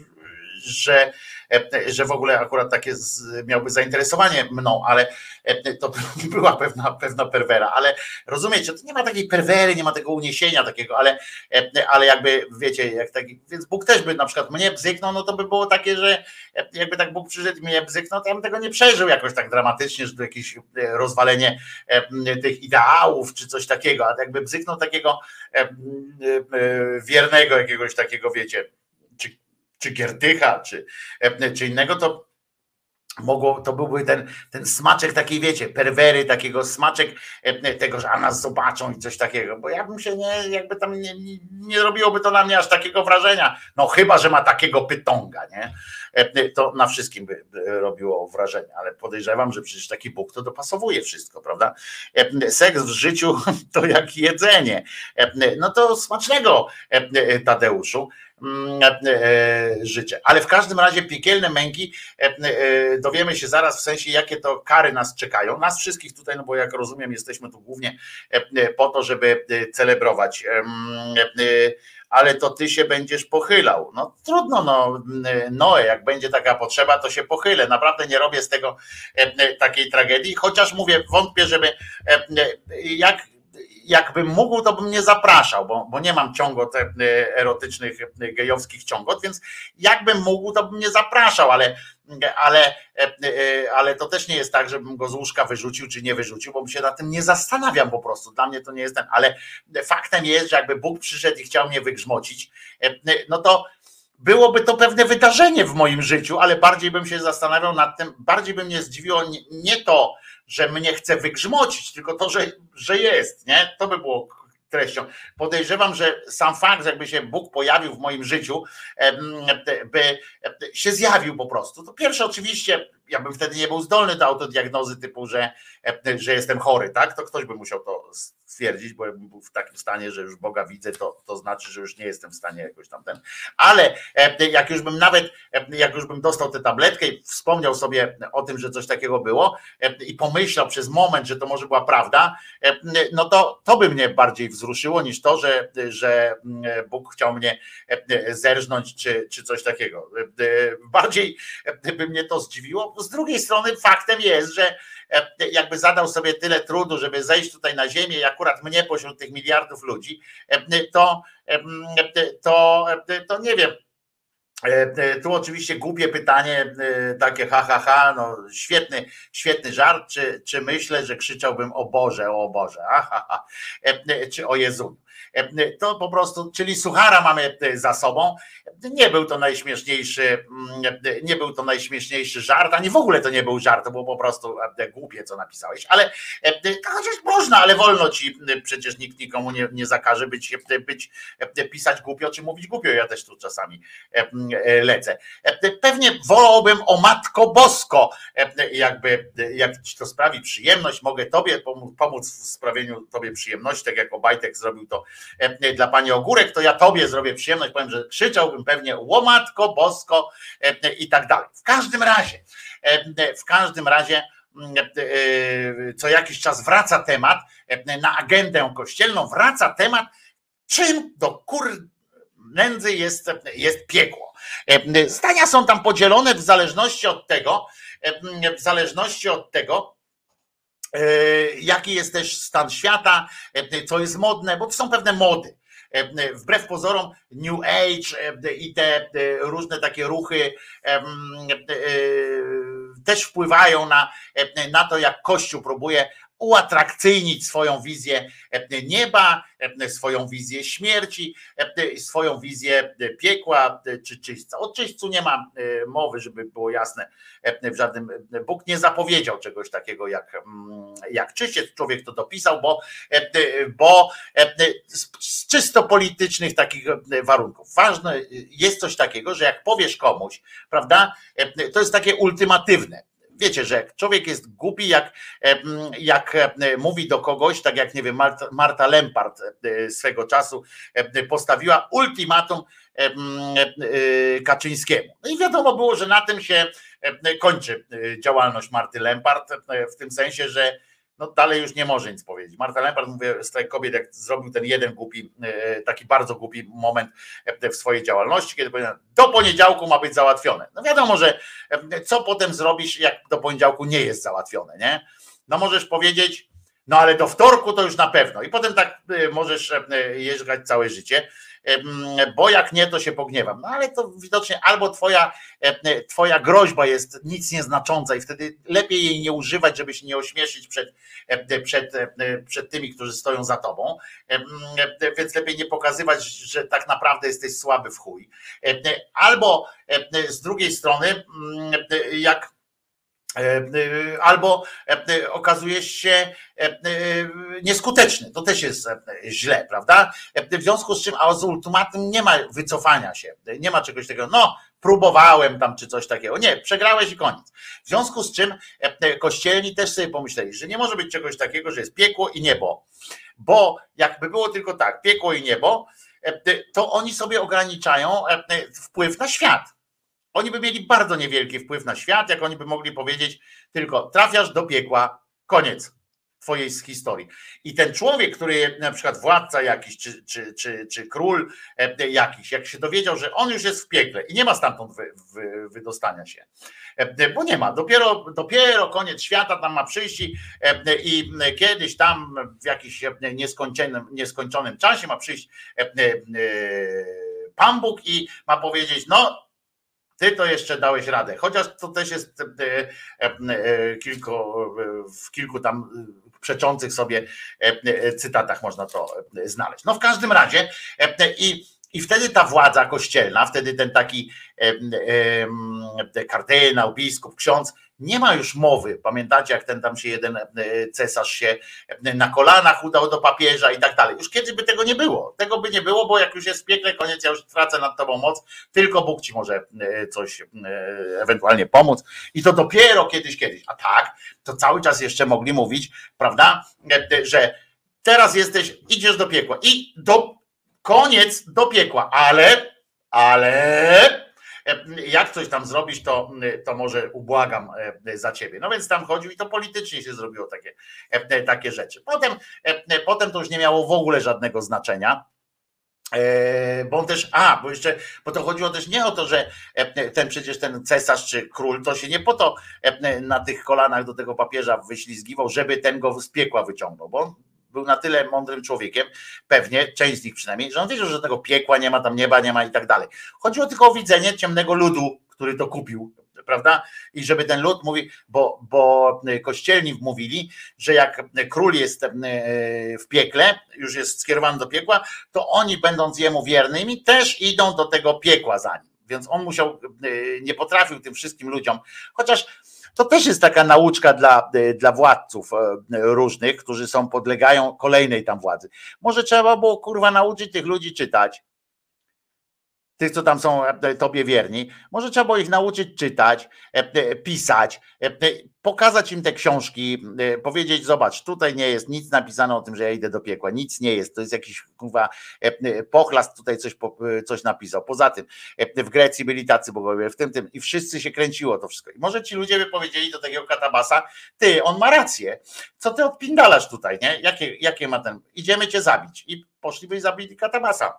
że w ogóle akurat takie miałby zainteresowanie mną, ale to była pewna perwera, ale rozumiecie, to nie ma takiej perwery, nie ma tego uniesienia takiego, ale jakby wiecie, więc Bóg też by na przykład mnie bzyknął, no to by było takie, że jakby tak Bóg przyszedł i mnie bzyknął, to ja bym tego nie przeżył jakoś tak dramatycznie, że to jakieś rozwalenie tych ideałów czy coś takiego, a jakby bzyknął takiego wiernego jakiegoś takiego, wiecie, czy Giertycha, czy innego, to byłby ten smaczek takiej, wiecie, perwery, takiego smaczek tego, że nas zobaczą i coś takiego, bo ja bym się jakby tam nie robiłoby to na mnie aż takiego wrażenia, no chyba, że ma takiego pytonga, nie? To na wszystkim by robiło wrażenie, ale podejrzewam, że przecież taki Bóg to dopasowuje wszystko, prawda? Seks w życiu to jak jedzenie. No to smacznego, Tadeuszu, życie. Ale w każdym razie piekielne męki dowiemy się zaraz, w sensie jakie to kary nas czekają, nas wszystkich tutaj, no bo jak rozumiem jesteśmy tu głównie po to, żeby celebrować, ale to ty się będziesz pochylał. No trudno, no Noe, jak będzie taka potrzeba, to się pochylę. Naprawdę nie robię z tego takiej tragedii, chociaż mówię, wątpię, żeby jakbym mógł, to bym nie zapraszał, bo nie mam ciągot erotycznych, gejowskich ciągot, więc jakbym mógł, to bym nie zapraszał, ale to też nie jest tak, żebym go z łóżka wyrzucił, czy nie wyrzucił, bo się na tym nie zastanawiam po prostu. Dla mnie to nie jest ten, ale faktem jest, że jakby Bóg przyszedł i chciał mnie wygrzmocić, no to byłoby to pewne wydarzenie w moim życiu, ale bardziej bym się zastanawiał nad tym, bardziej by mnie zdziwiło nie to, że mnie chce wygrzmocić, tylko to, że jest, nie? To by było treścią. Podejrzewam, że sam fakt, że jakby się Bóg pojawił w moim życiu, by się zjawił po prostu. To pierwsze oczywiście, ja bym wtedy nie był zdolny do autodiagnozy typu, że jestem chory, tak? To ktoś by musiał to stwierdzić, bo jakbym był w takim stanie, że już Boga widzę, to znaczy, że już nie jestem w stanie jakoś tam ale jak już bym dostał tę tabletkę i wspomniał sobie o tym, że coś takiego było i pomyślał przez moment, że to może była prawda, no to by mnie bardziej wzruszyło niż to, że Bóg chciał mnie zerżnąć czy coś takiego. Bardziej by mnie to zdziwiło. Z drugiej strony faktem jest, że jakby zadał sobie tyle trudu, żeby zejść tutaj na ziemię i akurat mnie pośród tych miliardów ludzi, to nie wiem. Tu oczywiście głupie pytanie, takie no świetny żart, czy myślę, że krzyczałbym o Boże, czy o Jezu. To po prostu, czyli suchara mamy za sobą. Nie był to najśmieszniejszy żart, ani w ogóle to nie był żart, to było po prostu głupie, co napisałeś, ale chociaż można, ale wolno ci, przecież nikt nikomu nie zakaże pisać głupio, czy mówić głupio, ja też tu czasami lecę. Pewnie wolałbym o Matko Bosko, jak ci to sprawi przyjemność, mogę tobie pomóc w sprawieniu tobie przyjemności, tak jak Obajtek zrobił to dla pani Ogórek, to ja tobie zrobię przyjemność, powiem, że krzyczałbym pewnie o Matko Bosko i tak dalej. W każdym razie co jakiś czas wraca temat na agendę kościelną, wraca temat, czym do nędzy jest piekło. Zdania są tam podzielone w zależności od tego, jaki jest też stan świata, co jest modne, bo to są pewne mody. Wbrew pozorom New Age i te różne takie ruchy też wpływają na to, jak Kościół próbuje uatrakcyjnić swoją wizję nieba, swoją wizję śmierci, swoją wizję piekła czy czyśćca. O czyśćcu nie ma mowy, żeby było jasne, w żadnym. Bóg nie zapowiedział czegoś takiego jak czyściec. Człowiek to dopisał, bo z czysto politycznych takich warunków. Ważne jest coś takiego, że jak powiesz komuś, prawda, to jest takie ultimatywne. Wiecie, że człowiek jest głupi, jak mówi do kogoś, tak jak nie wiem, Marta Lempart swego czasu postawiła ultimatum Kaczyńskiemu. No i wiadomo było, że na tym się kończy działalność Marty Lempart, w tym sensie, że no dalej już nie może nic powiedzieć. Marta Lempart, mówię, z tych kobiet, jak zrobił ten jeden głupi, taki bardzo głupi moment w swojej działalności, kiedy powiedział, do poniedziałku ma być załatwione. No wiadomo, że co potem zrobisz, jak do poniedziałku nie jest załatwione, nie? No możesz powiedzieć, no ale do wtorku to już na pewno. I potem tak możesz jeżdżać całe życie, bo jak nie, to się pogniewam. No ale to widocznie albo twoja groźba jest nic nieznacząca i wtedy lepiej jej nie używać, żeby się nie ośmieszyć przed tymi, którzy stoją za tobą, więc lepiej nie pokazywać, że tak naprawdę jesteś słaby w chuj. Albo z drugiej strony, jak albo okazujesz się nieskuteczny. To też jest źle, prawda? W związku z czym, a z ultimatum nie ma wycofania się, nie ma czegoś takiego, no próbowałem tam czy coś takiego. Nie, przegrałeś i koniec. W związku z czym kościelni też sobie pomyśleli, że nie może być czegoś takiego, że jest piekło i niebo. Bo jakby było tylko tak, piekło i niebo, to oni sobie ograniczają wpływ na świat. Oni by mieli bardzo niewielki wpływ na świat, jak oni by mogli powiedzieć tylko trafiasz do piekła, koniec twojej historii. I ten człowiek, który na przykład władca jakiś, czy król jakiś, jak się dowiedział, że on już jest w piekle i nie ma stamtąd wydostania się, bo nie ma, dopiero koniec świata tam ma przyjść i kiedyś tam w jakimś nieskończonym czasie ma przyjść Pan Bóg i ma powiedzieć, no ty to jeszcze dałeś radę, chociaż to też jest w kilku tam przeczących sobie cytatach można to znaleźć. No w każdym razie i wtedy ta władza kościelna, wtedy ten taki kardynał, biskup, ksiądz, nie ma już mowy. Pamiętacie, jak ten tam się jeden cesarz się na kolanach udał do papieża i tak dalej. Już kiedyś by tego nie było. Tego by nie było, bo jak już jest w piekle, koniec, ja już tracę nad tobą moc, tylko Bóg ci może coś ewentualnie pomóc. I to dopiero kiedyś. A tak, to cały czas jeszcze mogli mówić, prawda, że teraz idziesz do piekła i koniec do piekła, ale jak coś tam zrobisz, to może ubłagam za ciebie. No więc tam chodził i to politycznie się zrobiło takie rzeczy. Potem to już nie miało w ogóle żadnego znaczenia. Bo on też, bo to chodziło też nie o to, że przecież ten cesarz czy król to się nie po to na tych kolanach do tego papieża wyślizgiwał, żeby ten go z piekła wyciągnął, bo on był na tyle mądrym człowiekiem, pewnie, część z nich przynajmniej, że on wiedział, że tego piekła nie ma, tam nieba nie ma i tak dalej. Chodziło tylko o widzenie ciemnego ludu, który to kupił, prawda? I żeby ten lud mówi, bo kościelni mówili, że jak król jest w piekle, już jest skierowany do piekła, to oni, będąc jemu wiernymi, też idą do tego piekła za nim. Więc on nie potrafił tym wszystkim ludziom, chociaż to też jest taka nauczka dla władców różnych, którzy podlegają kolejnej tam władzy. Może trzeba było, kurwa, nauczyć tych ludzi czytać, tych, co tam są tobie wierni, może trzeba było ich nauczyć czytać, pisać, pokazać im te książki, powiedzieć, zobacz, tutaj nie jest nic napisane o tym, że ja idę do piekła, nic nie jest, to jest jakiś, kurwa, pochlast tutaj coś napisał. Poza tym w Grecji byli tacy bogowie, w tym i wszyscy się kręciło to wszystko. I może ci ludzie by powiedzieli do takiego Katabasa, ty, on ma rację, co ty odpindalasz tutaj, nie? Jakie ma idziemy cię zabić. I poszliby i zabili Katabasa.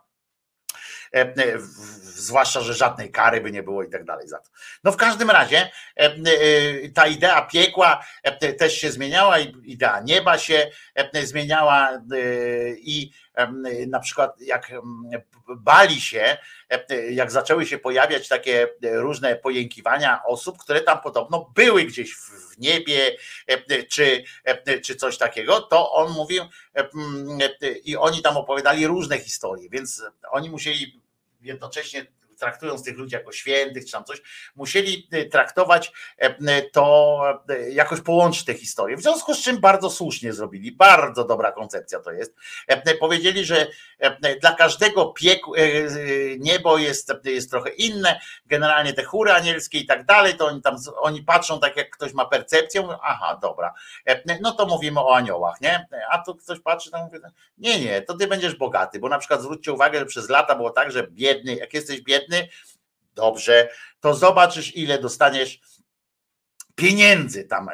Zwłaszcza, że żadnej kary by nie było i tak dalej za to. No w każdym razie ta idea piekła też się zmieniała, idea nieba się zmieniała i na przykład jak bali się, jak zaczęły się pojawiać takie różne pojękiwania osób, które tam podobno były gdzieś w niebie czy coś takiego, to on mówił i oni tam opowiadali różne historie, więc oni musieli jednocześnie, traktując tych ludzi jako świętych czy tam coś, musieli traktować to, jakoś połączyć te historie. W związku z czym bardzo słusznie zrobili, bardzo dobra koncepcja to jest. Powiedzieli, że dla każdego niebo jest trochę inne, generalnie te chóry anielskie i tak dalej, to oni patrzą tak, jak ktoś ma percepcję, mówią, aha, dobra, no to mówimy o aniołach, nie? A tu ktoś patrzy, tam mówi, nie, to ty będziesz bogaty, bo na przykład zwróćcie uwagę, że przez lata było tak, że biedny, jak jesteś biedny, dobrze, to zobaczysz, ile dostaniesz pieniędzy tam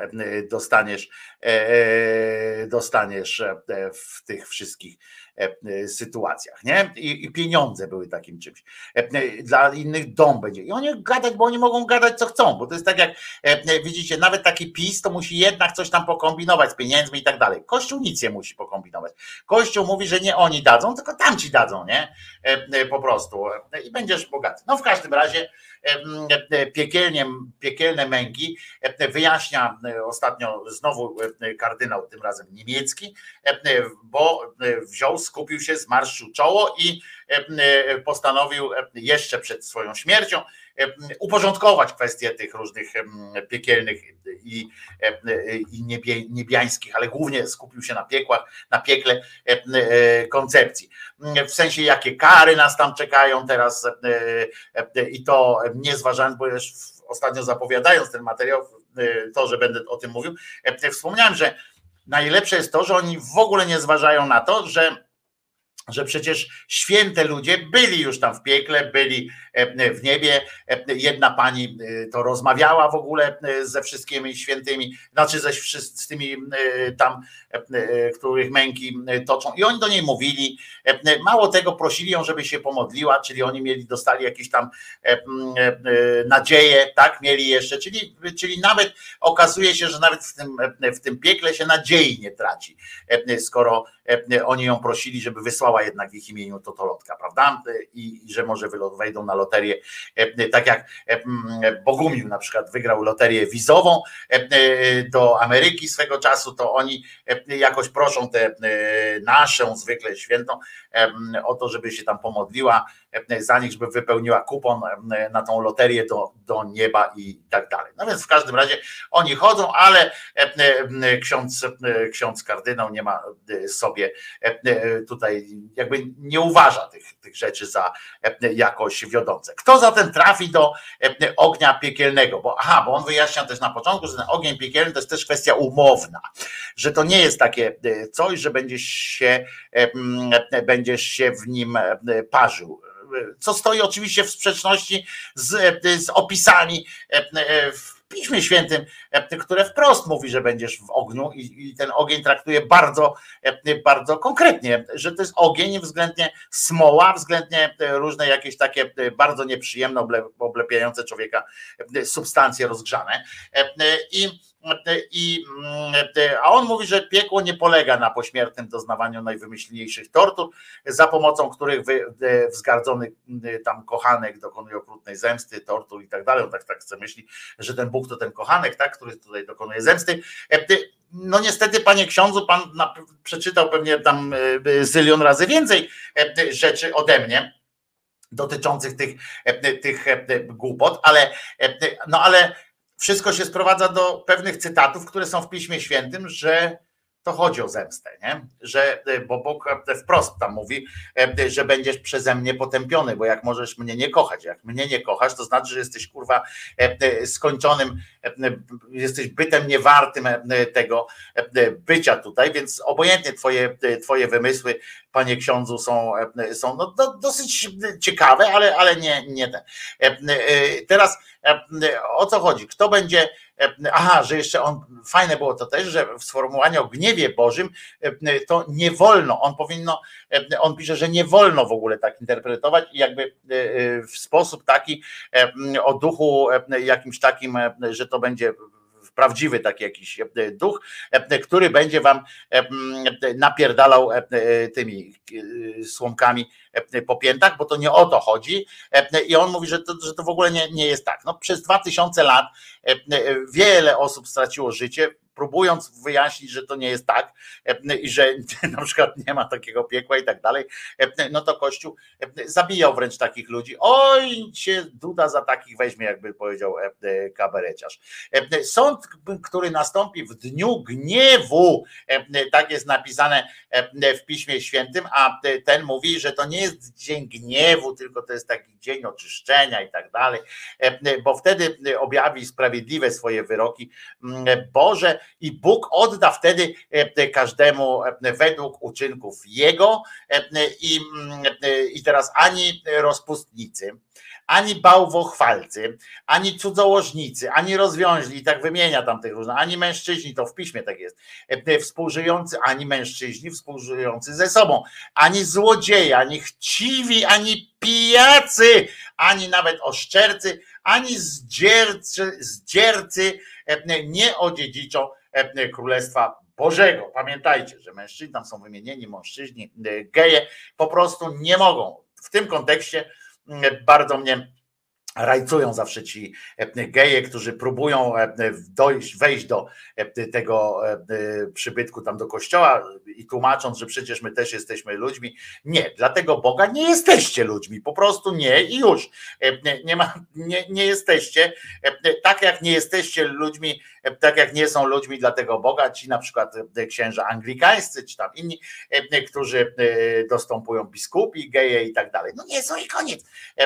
dostaniesz w tych wszystkich sytuacjach, nie? I pieniądze były takim czymś. Dla innych dom będzie. I oni gadać, bo oni mogą gadać co chcą, bo to jest tak jak widzicie, nawet taki PiS to musi jednak coś tam pokombinować z pieniędzmi i tak dalej. Kościół nic nie musi pokombinować. Kościół mówi, że nie oni dadzą, tylko tamci dadzą, nie? Po prostu. I będziesz bogaty. No w każdym razie piekielne męki wyjaśnia ostatnio znowu kardynał, tym razem niemiecki, bo skupił się, zmarszczył czoło i postanowił jeszcze przed swoją śmiercią uporządkować kwestie tych różnych piekielnych i niebiańskich, ale głównie skupił się na piekle koncepcji. W sensie jakie kary nas tam czekają teraz i to nie zważając, bo już ostatnio zapowiadając ten materiał, to, że będę o tym mówił, wspomniałem, że najlepsze jest to, że oni w ogóle nie zważają na to, że przecież święte ludzie byli już tam w piekle, byli w niebie. Jedna pani to rozmawiała w ogóle ze wszystkimi świętymi, znaczy z tymi tam, których męki toczą, i oni do niej mówili. Mało tego, prosili ją, żeby się pomodliła, czyli oni dostali jakieś tam nadzieję, tak, mieli jeszcze, czyli nawet okazuje się, że nawet w tym piekle się nadziei nie traci, skoro oni ją prosili, żeby wysłała jednak w ich imieniu totolotka, prawda? I że może wejdą na loterię, tak jak Bogumił na przykład wygrał loterię wizową do Ameryki swego czasu, to oni jakoś proszą tę naszą zwykle świętą o to, żeby się tam pomodliła za nich, żeby wypełniła kupon na tą loterię do nieba i tak dalej. No więc w każdym razie oni chodzą, ale ksiądz kardynał nie ma sobie tutaj, jakby nie uważa tych rzeczy za jakoś wiodące. Kto zatem trafi do ognia piekielnego? Bo on wyjaśnia też na początku, że ten ogień piekielny to jest też kwestia umowna, że to nie jest takie coś, że będziesz się w nim parzył. Co stoi oczywiście w sprzeczności z opisami w Piśmie Świętym, które wprost mówi, że będziesz w ogniu, i ten ogień traktuje bardzo, bardzo konkretnie, że to jest ogień, względnie smoła, względnie różne jakieś takie bardzo nieprzyjemne, oblepiające człowieka substancje rozgrzane. A on mówi, że piekło nie polega na pośmiertnym doznawaniu najwymyślniejszych tortur, za pomocą których wzgardzony tam kochanek dokonuje okrutnej zemsty, tortur i tak dalej. On tak sobie myśli, że ten Bóg to ten kochanek, tak, który tutaj dokonuje zemsty. No niestety, panie ksiądzu, pan przeczytał pewnie tam zylion razy więcej rzeczy ode mnie dotyczących tych głupot, ale wszystko się sprowadza do pewnych cytatów, które są w Piśmie Świętym, że to chodzi o zemstę, nie? Bo Bóg wprost tam mówi, że będziesz przeze mnie potępiony, bo jak możesz mnie nie kochać, jak mnie nie kochasz, to znaczy, że jesteś kurwa skończonym, jesteś bytem niewartym tego bycia tutaj, więc obojętnie twoje wymysły, panie ksiądzu, są no, dosyć ciekawe, ale nie ten. Teraz o co chodzi? Kto będzie... że jeszcze fajne było to też, że w sformułowaniu o gniewie Bożym to nie wolno, on pisze, że nie wolno w ogóle tak interpretować i jakby w sposób taki o duchu jakimś takim, że to będzie prawdziwy taki jakiś duch, który będzie wam napierdalał tymi słomkami po piętach, bo to nie o to chodzi. I on mówi, że to w ogóle nie jest tak. No, przez 2000 lat wiele osób straciło życie, próbując wyjaśnić, że to nie jest tak i że na przykład nie ma takiego piekła i tak dalej, no to Kościół zabijał wręcz takich ludzi. Oj, się Duda za takich weźmie, jakby powiedział kabareciarz. Sąd, który nastąpi w dniu gniewu, tak jest napisane w Piśmie Świętym, a ten mówi, że to nie jest dzień gniewu, tylko to jest taki dzień oczyszczenia i tak dalej, bo wtedy objawi sprawiedliwe swoje wyroki Boże i Bóg odda wtedy każdemu według uczynków jego. I teraz ani rozpustnicy, ani bałwochwalcy, ani cudzołożnicy, ani rozwiąźli, i tak wymienia tam tych różnych, ani mężczyźni, to w Piśmie tak jest, współżyjący, ani mężczyźni współżyjący ze sobą, ani złodzieje, ani chciwi, ani pijacy, ani nawet oszczercy, ani zdziercy nie odziedziczą Królestwa Bożego. Pamiętajcie, że mężczyźni, tam są wymienieni mężczyźni, geje po prostu nie mogą. W tym kontekście bardzo mnie rajcują zawsze ci geje, którzy próbują wejść do tego przybytku tam do kościoła i tłumacząc, że przecież my też jesteśmy ludźmi. Nie, dla tego Boga nie jesteście ludźmi, po prostu nie i już. Nie jesteście, tak jak nie jesteście ludźmi, tak jak nie są ludźmi dla tego Boga, ci na przykład księża anglikańscy, czy tam inni, którzy dostępują biskupi, geje i tak dalej. No nie są i koniec.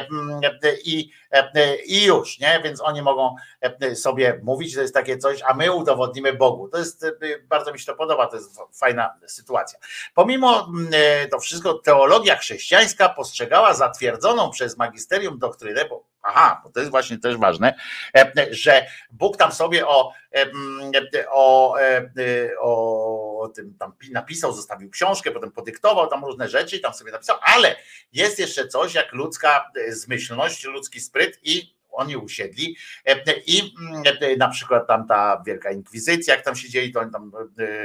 I już, nie? Więc oni mogą sobie mówić, że to jest takie coś, a my udowodnimy Bogu. To jest, bardzo mi się to podoba, to jest fajna sytuacja. Pomimo to wszystko, teologia chrześcijańska postrzegała zatwierdzoną przez magisterium doktrynę, bo to jest właśnie też ważne, że Bóg tam sobie o tym tam napisał, zostawił książkę, potem podyktował tam różne rzeczy i tam sobie napisał, ale jest jeszcze coś jak ludzka zmyślność, ludzki spryt i oni usiedli i na przykład tam ta Wielka Inkwizycja, jak tam siedzieli, to oni tam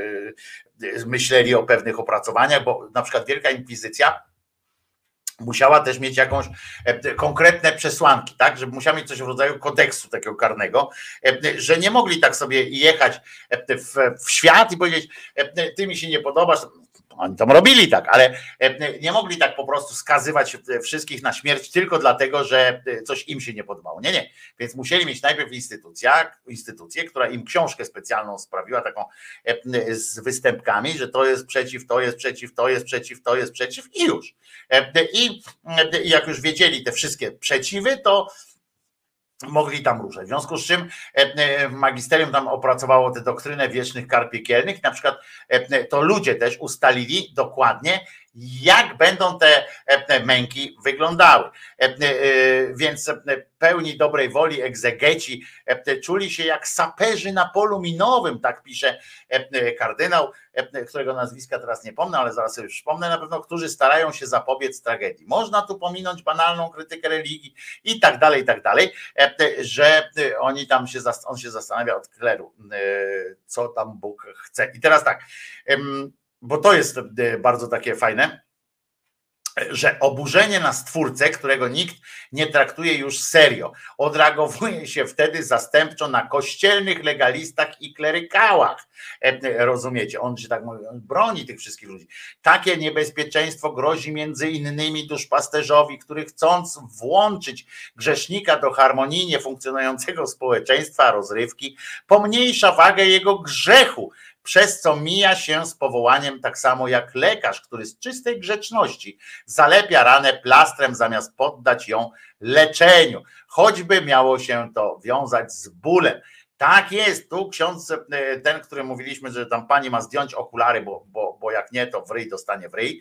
myśleli o pewnych opracowaniach, bo na przykład Wielka Inkwizycja musiała też mieć jakąś konkretne przesłanki, tak, żeby musiała mieć coś w rodzaju kodeksu takiego karnego, że nie mogli tak sobie jechać w świat i powiedzieć, ty mi się nie podobasz. Oni tam robili tak, ale nie mogli tak po prostu skazywać wszystkich na śmierć tylko dlatego, że coś im się nie podobało. Nie. Więc musieli mieć najpierw instytucję, która im książkę specjalną sprawiła, taką z występkami, że to jest przeciw, to jest przeciw, to jest przeciw, to jest przeciw i już. I jak już wiedzieli te wszystkie przeciwy, to mogli tam ruszać. W związku z czym magisterium tam opracowało tę doktrynę wiecznych kar piekielnych. Na przykład to ludzie też ustalili dokładnie, jak będą te męki wyglądały. Więc pełni dobrej woli egzegeci czuli się jak saperzy na polu minowym, tak pisze kardynał, którego nazwiska teraz nie pomnę, ale zaraz sobie przypomnę na pewno, którzy starają się zapobiec tragedii. Można tu pominąć banalną krytykę religii i tak dalej, że on się zastanawia od kleru, co tam Bóg chce. I teraz tak, bo to jest bardzo takie fajne, że oburzenie na Stwórcę, którego nikt nie traktuje już serio, odreagowuje się wtedy zastępczo na kościelnych legalistach i klerykałach. Rozumiecie? On się tak mówi, on broni tych wszystkich ludzi. Takie niebezpieczeństwo grozi między innymi duszpasterzowi, który chcąc włączyć grzesznika do harmonijnie funkcjonującego społeczeństwa rozrywki, pomniejsza wagę jego grzechu, przez co mija się z powołaniem tak samo jak lekarz, który z czystej grzeczności zalepia ranę plastrem zamiast poddać ją leczeniu, choćby miało się to wiązać z bólem. Tak jest, tu ksiądz, ten, który mówiliśmy, że tam pani ma zdjąć okulary, bo jak nie, to w ryj dostanie w ryj,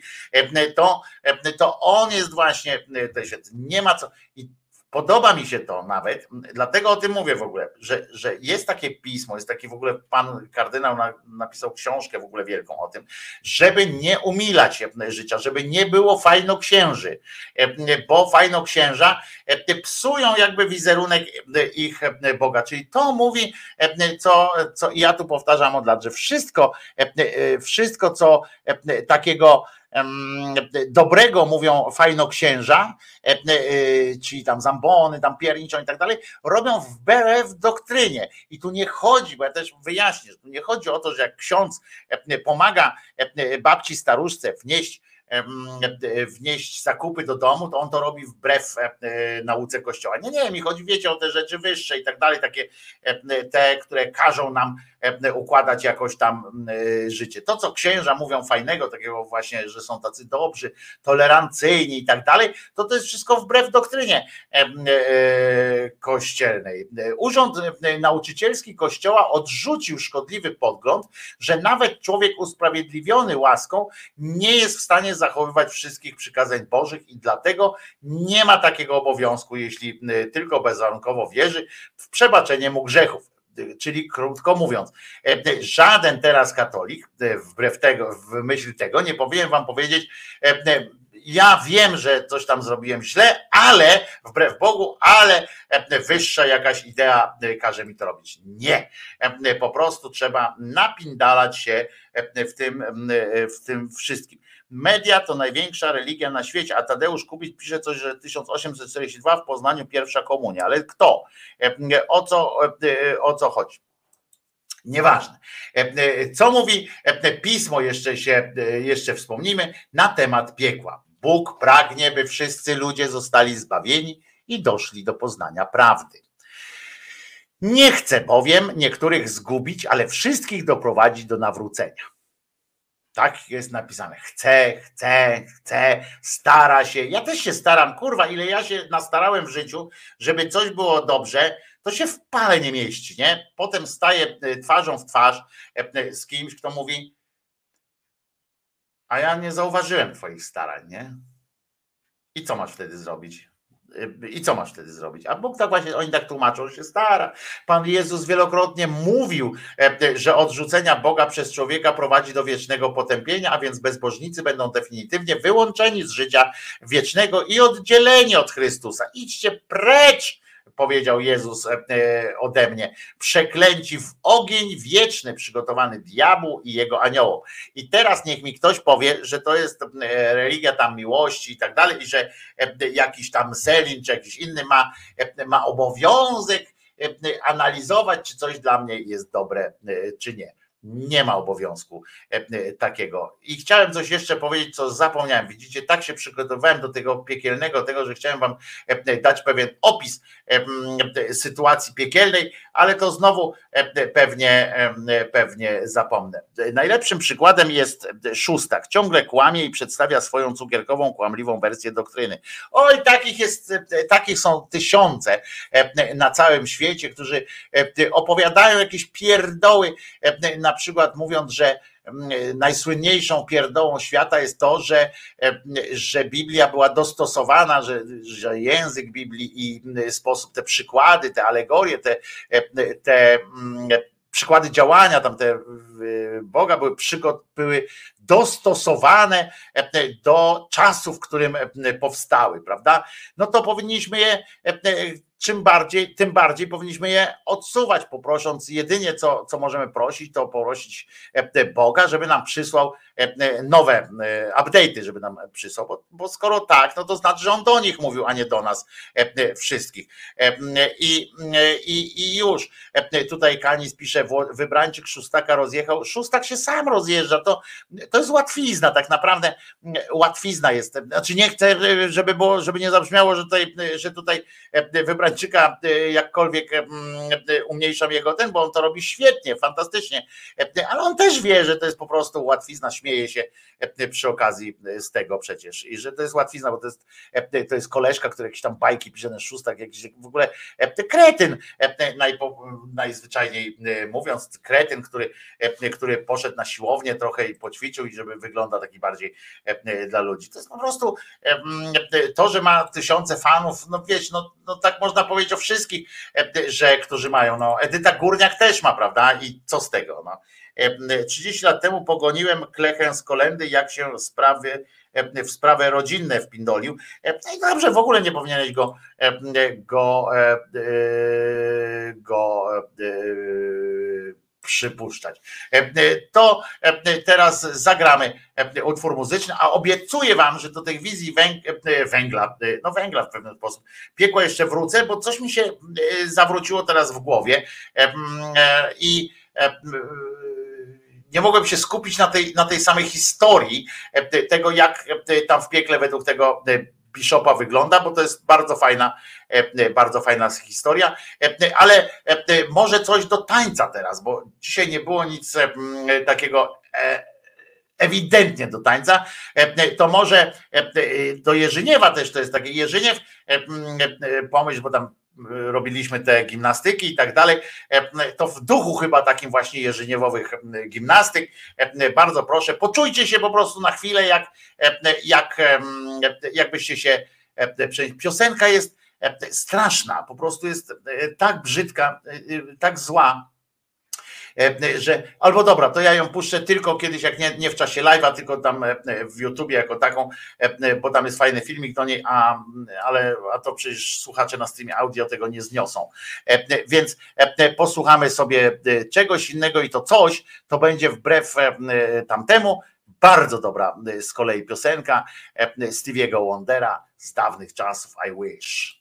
to on jest właśnie, nie ma co. I podoba mi się to nawet, dlatego o tym mówię w ogóle, że jest takie pismo, jest taki w ogóle pan kardynał napisał książkę w ogóle wielką o tym, żeby nie umilać życia, żeby nie było fajnoksięży, bo fajnoksięża psują jakby wizerunek ich Boga, czyli to mówi, co ja tu powtarzam od lat, że wszystko co takiego dobrego mówią fajnoksięża, czyli tam zambony, tam pierniczą i tak dalej, robią wbrew doktrynie. I tu nie chodzi, bo ja też wyjaśnię, że tu nie chodzi o to, że jak ksiądz pomaga babci staruszce wnieść zakupy do domu, to on to robi wbrew nauce Kościoła. Nie, mi chodzi, wiecie, o te rzeczy wyższe i tak dalej, takie te, które każą nam układać jakoś tam życie. To, co księża mówią fajnego, takiego właśnie, że są tacy dobrzy, tolerancyjni i tak dalej, to jest wszystko wbrew doktrynie kościelnej. Urząd Nauczycielski Kościoła odrzucił szkodliwy pogląd, że nawet człowiek usprawiedliwiony łaską nie jest w stanie zachowywać wszystkich przykazań Bożych i dlatego nie ma takiego obowiązku, jeśli tylko bezwarunkowo wierzy w przebaczenie mu grzechów. Czyli krótko mówiąc, żaden teraz katolik, wbrew tego, w myśl tego, nie powinien wam powiedzieć, ja wiem, że coś tam zrobiłem źle, ale wbrew Bogu, ale wyższa jakaś idea każe mi to robić. Nie. Po prostu trzeba napindalać się w tym wszystkim. Media to największa religia na świecie, a Tadeusz Kubik pisze coś, że 1842 w Poznaniu pierwsza komunia, ale kto? O co chodzi? Nieważne. Co mówi pismo, jeszcze wspomnimy, na temat piekła. Bóg pragnie, by wszyscy ludzie zostali zbawieni i doszli do poznania prawdy. Nie chce bowiem niektórych zgubić, ale wszystkich doprowadzić do nawrócenia. Tak jest napisane. Chce, stara się. Ja też się staram, kurwa, ile ja się nastarałem w życiu, żeby coś było dobrze, to się w pale nie mieści, nie? Potem staję twarzą w twarz z kimś, kto mówi, a ja nie zauważyłem twoich starań, nie? I co masz wtedy zrobić? A Bóg tak właśnie, oni tak tłumaczą, że się stara. Pan Jezus wielokrotnie mówił, że odrzucenia Boga przez człowieka prowadzi do wiecznego potępienia, a więc bezbożnicy będą definitywnie wyłączeni z życia wiecznego i oddzieleni od Chrystusa. Idźcie precz, powiedział Jezus ode mnie, przeklęci w ogień wieczny przygotowany diabłu i jego aniołom. I teraz niech mi ktoś powie, że to jest religia tam miłości i tak dalej, i że jakiś tam Selin czy jakiś inny ma obowiązek analizować, czy coś dla mnie jest dobre, czy nie. Nie ma obowiązku takiego. I chciałem coś jeszcze powiedzieć, co zapomniałem. Widzicie, tak się przygotowałem do tego piekielnego, tego, że chciałem wam dać pewien opis sytuacji piekielnej, ale to znowu pewnie zapomnę. Najlepszym przykładem jest Szóstak. Ciągle kłamie i przedstawia swoją cukierkową, kłamliwą wersję doktryny. Oj, takich są tysiące na całym świecie, którzy opowiadają jakieś pierdoły, na przykład mówiąc, że najsłynniejszą pierdołą świata jest to, że Biblia była dostosowana, że język Biblii i sposób, te przykłady, te alegorie, te przykłady działania tam te Boga były dostosowane do czasu, w którym powstały, prawda? No to powinniśmy je tym bardziej powinniśmy je odsuwać, poprosząc jedynie co możemy prosić, to prosić Boga, żeby nam przysłał nowe update'y, żeby nam przysłał, bo skoro tak, no to znaczy, że on do nich mówił, a nie do nas wszystkich. I już tutaj Kanis pisze, wybrańczyk Szóstaka rozjechał. Szóstak się sam rozjeżdża, to jest łatwizna, tak naprawdę łatwizna jest. Znaczy nie chcę, żeby nie zabrzmiało, że tutaj wybrańczyka jakkolwiek umniejszam jego bo on to robi świetnie, fantastycznie, ale on też wie, że to jest po prostu łatwizna, śmieje się przy okazji z tego przecież i że to jest łatwizna, bo to jest koleżka, który jakieś tam bajki pisze, ten Szóstak, jakiś w ogóle kretyn, najzwyczajniej mówiąc, kretyn, który poszedł na siłownię trochę i poćwiczył i żeby wygląda taki bardziej dla ludzi. To jest po prostu to, że ma tysiące fanów, no wiesz, no tak można powiedzieć o wszystkich, którzy mają, no Edyta Górniak też ma, prawda, i co z tego, no. 30 lat temu pogoniłem klechę z kolendy, jak się w sprawy rodzinne wpindolił. No i dobrze, w ogóle nie powinieneś go przypuszczać. To teraz zagramy utwór muzyczny, a obiecuję wam, że do tej wizji węgla w pewien sposób, piekła jeszcze wrócę, bo coś mi się zawróciło teraz w głowie i nie mogłem się skupić na tej samej historii tego, jak tam w piekle według tego Bishopa wygląda, bo to jest bardzo fajna historia, ale może coś do tańca teraz, bo dzisiaj nie było nic takiego ewidentnie do tańca, to może do Jerzyniewa też, to jest taki Jerzyniew, pomyśl, bo tam robiliśmy te gimnastyki i tak dalej, to w duchu chyba takim właśnie jerzyniewowych gimnastyk, bardzo proszę, poczujcie się po prostu na chwilę, jakbyście się, piosenka jest straszna, po prostu jest tak brzydka, tak zła, że albo dobra, to ja ją puszczę tylko kiedyś, jak nie w czasie live'a, tylko tam w YouTubie jako taką, bo tam jest fajny filmik do niej, a to przecież słuchacze na streamie audio tego nie zniosą. Więc posłuchamy sobie czegoś innego i to coś, to będzie wbrew tamtemu bardzo dobra z kolei piosenka Stevie'ego Wondera z dawnych czasów, I Wish.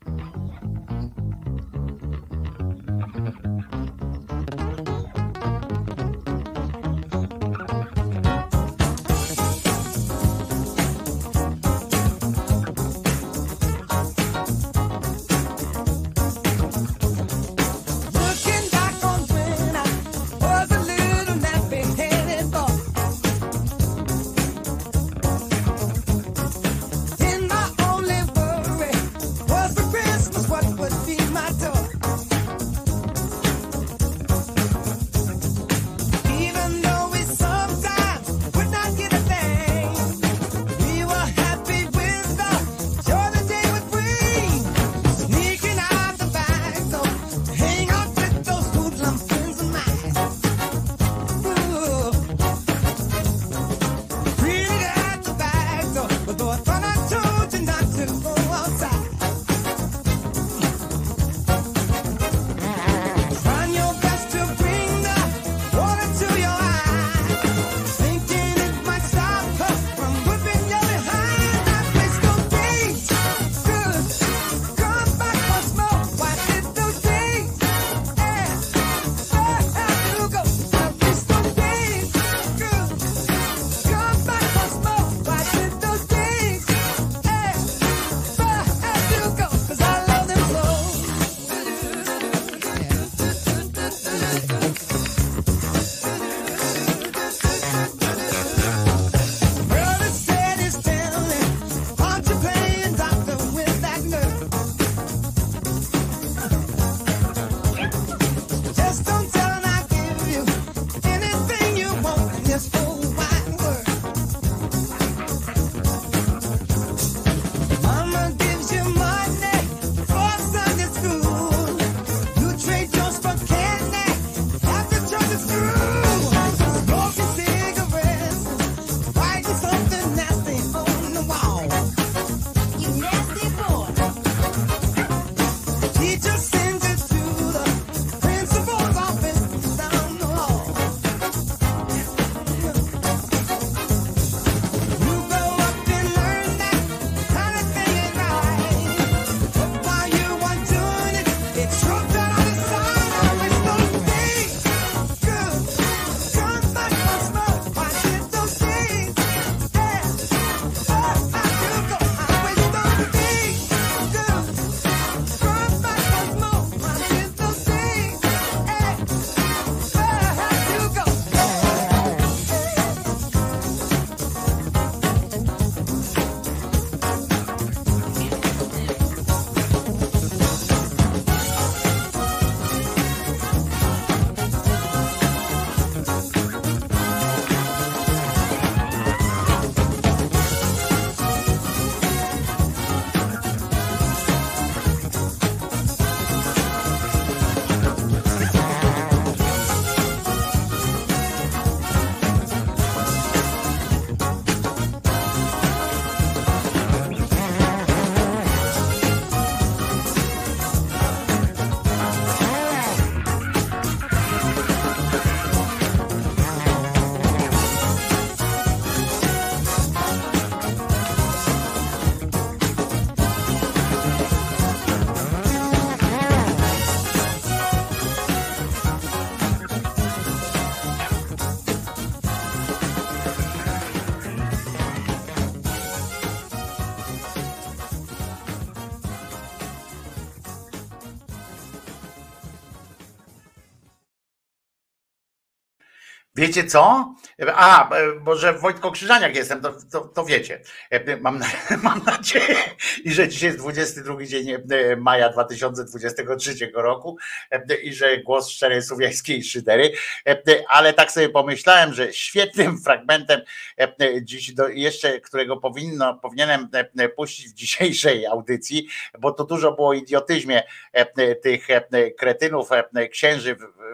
Wiecie co? Bo że Wojtko Krzyżaniak jestem, to wiecie. Mam nadzieję, i że dzisiaj jest 22 dzień maja 2023 roku i że głos szczerej słowiańskiej szydery, ale tak sobie pomyślałem, że świetnym fragmentem dziś jeszcze, którego powinienem puścić w dzisiejszej audycji, bo to dużo było o idiotyzmie tych kretynów, księży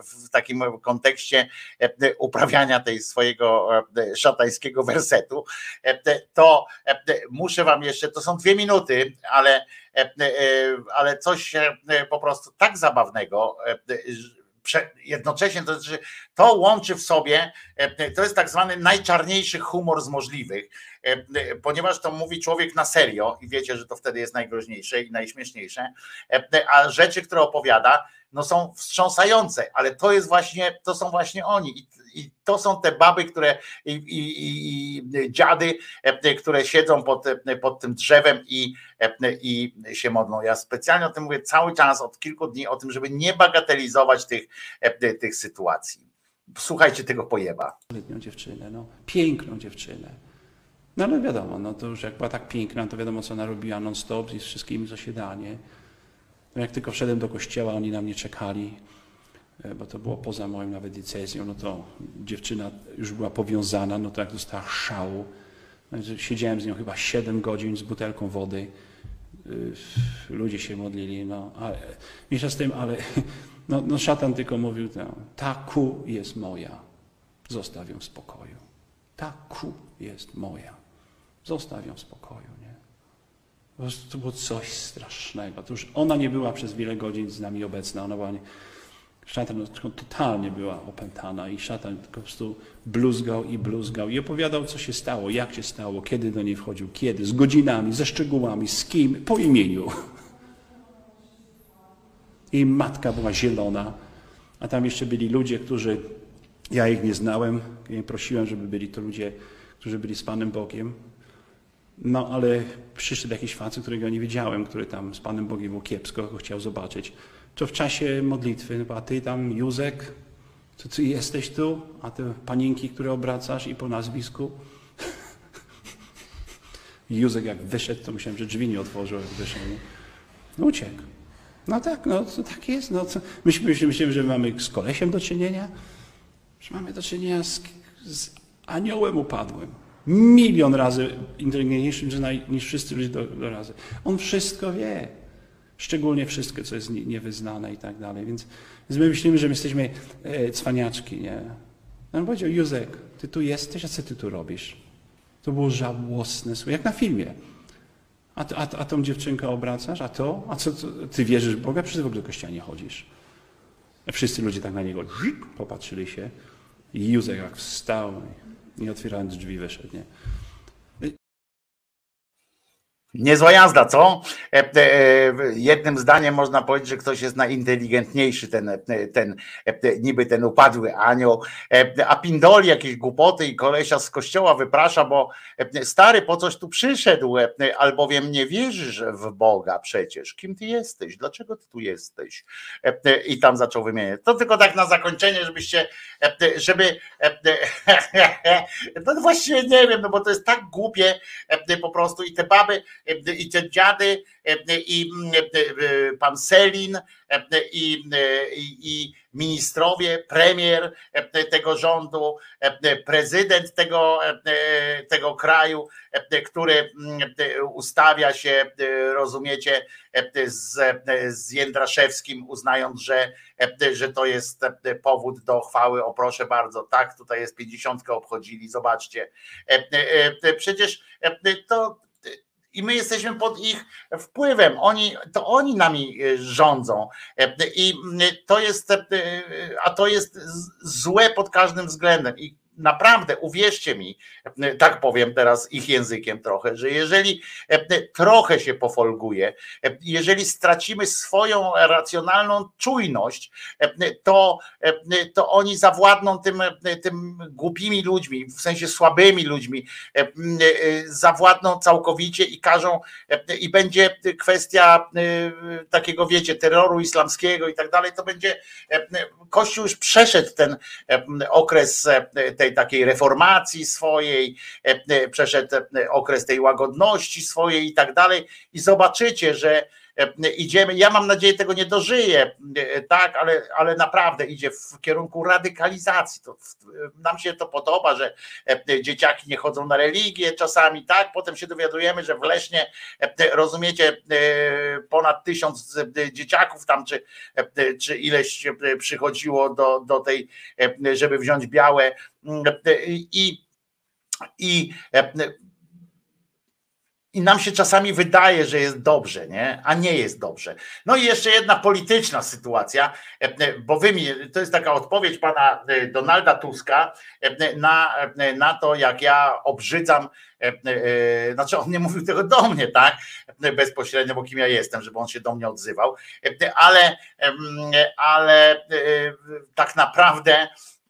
w takim kontekście uprawiania tej swojego szatańskiego wersetu, to muszę wam jeszcze, to są 2 minuty, ale coś po prostu tak zabawnego, jednocześnie to łączy w sobie, to jest tak zwany najczarniejszy humor z możliwych, ponieważ to mówi człowiek na serio i wiecie, że to wtedy jest najgroźniejsze i najśmieszniejsze, a rzeczy, które opowiada, no są wstrząsające, ale to są właśnie oni i to są te baby, które i dziady, które siedzą pod tym drzewem i się modlą. Ja specjalnie o tym mówię cały czas, od kilku dni, o tym, żeby nie bagatelizować tych sytuacji. Słuchajcie tego pojeba. Dziewczynę, no, piękną dziewczynę. No ale wiadomo, no to już jak była tak piękna, to wiadomo, co ona robiła non-stop i z wszystkimi, co się da, nie? No jak tylko wszedłem do kościoła, oni na mnie czekali, bo to było poza moją nawet decyzją, no to dziewczyna już była powiązana, no to jak dostała szału. No, siedziałem z nią chyba 7 godzin z butelką wody. Ludzie się modlili, no ale mniejsza z tym, ale no szatan tylko mówił, no, ta ku jest moja, zostaw ją w spokoju. Ta ku jest moja, zostaw ją w spokoju, nie? Po prostu to było coś strasznego. To już ona nie była przez wiele godzin z nami obecna, ona była szatan totalnie była opętana i szatan po prostu bluzgał i opowiadał, co się stało, jak się stało, kiedy do niej wchodził, kiedy, z godzinami, ze szczegółami, z kim, po imieniu. Jej matka była zielona, a tam jeszcze byli ludzie, którzy, ja ich nie znałem, ja prosiłem, żeby byli to ludzie, którzy byli z Panem Bogiem. No ale przyszedł jakiś facet, którego nie wiedziałem, który tam z Panem Bogiem było kiepsko, go chciał zobaczyć. To w czasie modlitwy, a ty tam, Józek, to ty jesteś tu, a te panienki, które obracasz i po nazwisku. Józek jak wyszedł, to myślałem, że drzwi nie otworzył, jak wyszedł. No uciekł. No tak, no to tak jest. No, myślimy, że mamy z kolesiem do czynienia, że mamy do czynienia z aniołem upadłym. 1 000 000 razy inteligentniejszym niż wszyscy ludzie do razy. On wszystko wie. Szczególnie wszystko, co jest niewyznane i tak dalej. Więc my myślimy, że my jesteśmy cwaniaczki, nie? On powiedział, Józek, ty tu jesteś, a co ty tu robisz? To było żałosne, jak na filmie. A tą dziewczynkę obracasz? A to? A co ty wierzysz w Boga? Przecież w ogóle do kościoła nie chodzisz. A wszyscy ludzie tak na niego popatrzyli się. I Józek jak wstał i otwierając drzwi wyszedł, nie? Niezła jazda, co? Jednym zdaniem można powiedzieć, że ktoś jest najinteligentniejszy, niby ten upadły anioł, a pindoli jakieś głupoty i kolesia z kościoła wyprasza, bo stary, po coś tu przyszedł, albowiem nie wierzysz w Boga przecież. Kim ty jesteś? Dlaczego ty tu jesteś? I tam zaczął wymieniać. To tylko tak na zakończenie, no właściwie nie wiem, no bo to jest tak głupie po prostu i te baby, i te dziady, i pan Selin, i ministrowie, premier tego rządu, prezydent tego kraju, który ustawia się, rozumiecie, z Jędraszewskim, uznając, że to jest powód do chwały. O proszę bardzo, tak, tutaj jest 50 obchodzili, zobaczcie. Przecież to i my jesteśmy pod ich wpływem. Oni nami rządzą. I to jest złe pod każdym względem. I naprawdę, uwierzcie mi, tak powiem teraz ich językiem trochę, że jeżeli trochę się pofolguje, jeżeli stracimy swoją racjonalną czujność, to oni zawładną tym głupimi ludźmi, w sensie słabymi ludźmi, zawładną całkowicie i każą, i będzie kwestia takiego, wiecie, terroru islamskiego i tak dalej, to będzie, Kościół już przeszedł ten okres tej takiej reformacji swojej, przeszedł okres tej łagodności swojej i tak dalej i zobaczycie, idziemy, ja mam nadzieję, tego nie dożyję, tak, ale naprawdę idzie w kierunku radykalizacji. Nam się to podoba, że dzieciaki nie chodzą na religię czasami, tak, potem się dowiadujemy, że w Lesznie, rozumiecie, ponad 1000 dzieciaków tam, czy ileś przychodziło do tej, żeby wziąć białe i nam się czasami wydaje, że jest dobrze, nie? A nie jest dobrze. No i jeszcze jedna polityczna sytuacja, bo to jest taka odpowiedź pana Donalda Tuska na to, jak ja obrzydzam, znaczy on nie mówił tego do mnie, tak? Bezpośrednio, bo kim ja jestem, żeby on się do mnie odzywał, ale tak naprawdę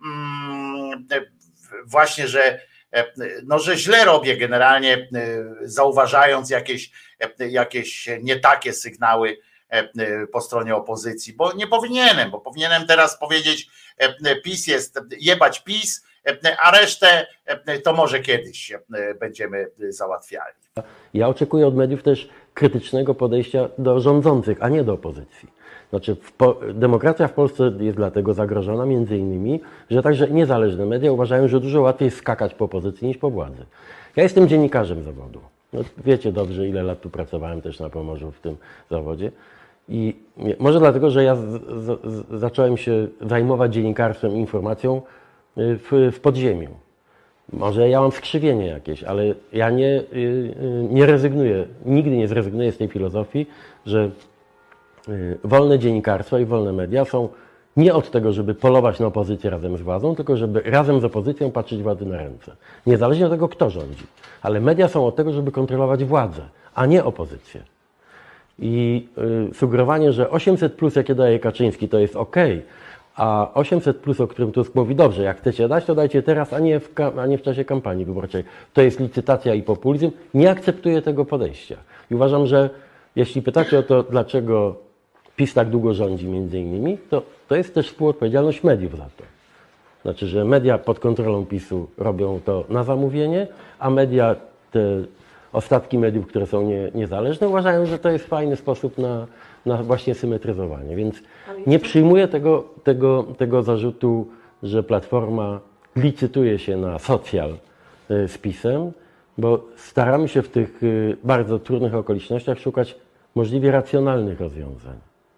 właśnie, że źle robię generalnie, zauważając jakieś nie takie sygnały po stronie opozycji, bo nie powinienem, bo powinienem teraz powiedzieć, PiS jest, jebać PiS, a resztę to może kiedyś będziemy załatwiali. Ja oczekuję od mediów też krytycznego podejścia do rządzących, a nie do opozycji. Znaczy, demokracja w Polsce jest dlatego zagrożona między innymi, że także niezależne media uważają, że dużo łatwiej skakać po opozycji niż po władzy. Ja jestem dziennikarzem zawodu. No, wiecie dobrze, ile lat tu pracowałem też na Pomorzu w tym zawodzie. I może dlatego, że ja zacząłem się zajmować dziennikarstwem i informacją w podziemiu. Może ja mam skrzywienie jakieś, ale ja nie rezygnuję, nigdy nie zrezygnuję z tej filozofii, że wolne dziennikarstwo i wolne media są nie od tego, żeby polować na opozycję razem z władzą, tylko żeby razem z opozycją patrzeć władzy na ręce. Niezależnie od tego, kto rządzi. Ale media są od tego, żeby kontrolować władzę, a nie opozycję. I sugerowanie, że 800+, jakie daje Kaczyński, to jest ok, a 800+, o którym Tusk mówi, dobrze, jak chcecie dać, to dajcie teraz, a nie w czasie kampanii wyborczej. To jest licytacja i populizm. Nie akceptuję tego podejścia. I uważam, że jeśli pytacie o to, dlaczego PiS tak długo rządzi między innymi, to jest też współodpowiedzialność mediów za to. Znaczy, że media pod kontrolą PiS-u robią to na zamówienie, a media, te ostatki mediów, które są niezależne, uważają, że to jest fajny sposób na właśnie symetryzowanie. Więc nie przyjmuję tego zarzutu, że Platforma licytuje się na socjal z PiS-em, bo staramy się w tych bardzo trudnych okolicznościach szukać możliwie racjonalnych rozwiązań.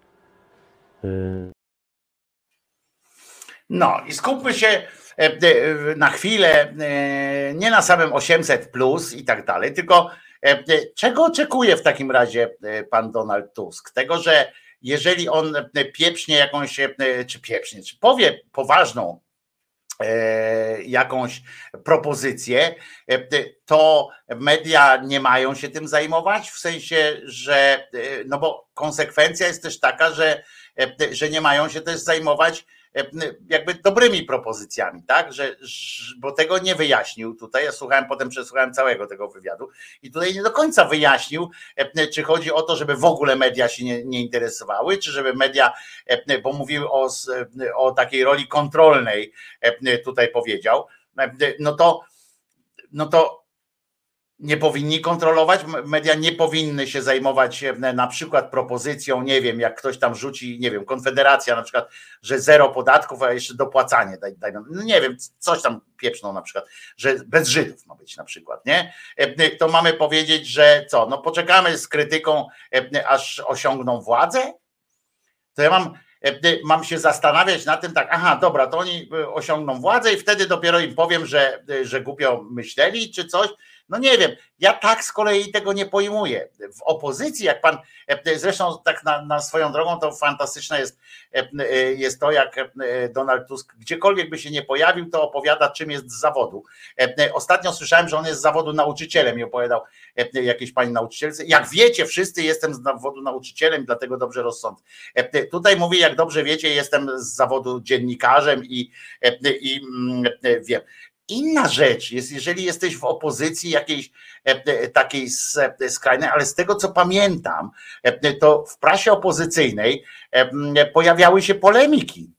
No i skupmy się na chwilę nie na samym 800+ i tak dalej, tylko czego oczekuje w takim razie pan Donald Tusk? Tego, że jeżeli on pieprznie jakąś, czy powie poważną jakąś propozycję, to media nie mają się tym zajmować, w sensie, że no bo konsekwencja jest też taka, że nie mają się też zajmować jakby dobrymi propozycjami, tak? Bo tego nie wyjaśnił tutaj. Ja przesłuchałem całego tego wywiadu i tutaj nie do końca wyjaśnił, czy chodzi o to, żeby w ogóle media się nie interesowały, czy żeby media, bo mówił o takiej roli kontrolnej, tutaj powiedział, no to nie powinni kontrolować, media nie powinny się zajmować na przykład propozycją, nie wiem, jak ktoś tam rzuci, nie wiem, Konfederacja na przykład, że 0 podatków, a jeszcze dopłacanie, no nie wiem, coś tam pieprzną na przykład, że bez Żydów ma być na przykład, nie? To mamy powiedzieć, że co, no poczekamy z krytyką, aż osiągną władzę? To ja mam się zastanawiać na tym tak, aha, dobra, to oni osiągną władzę i wtedy dopiero im powiem, że głupio myśleli czy coś. No nie wiem, ja tak z kolei tego nie pojmuję. W opozycji, jak pan, zresztą tak na swoją drogą, to fantastyczne jest to, jak Donald Tusk gdziekolwiek by się nie pojawił, to opowiada, czym jest z zawodu. Ostatnio słyszałem, że on jest z zawodu nauczycielem i opowiadał jakiejś pani nauczycielce. Jak wiecie, wszyscy jestem z zawodu nauczycielem, dlatego dobrze rozsądzę. Tutaj mówi, jak dobrze wiecie, jestem z zawodu dziennikarzem i wiem. Inna rzecz jest, jeżeli jesteś w opozycji jakiejś takiej skrajnej, ale z tego co pamiętam, to w prasie opozycyjnej pojawiały się polemiki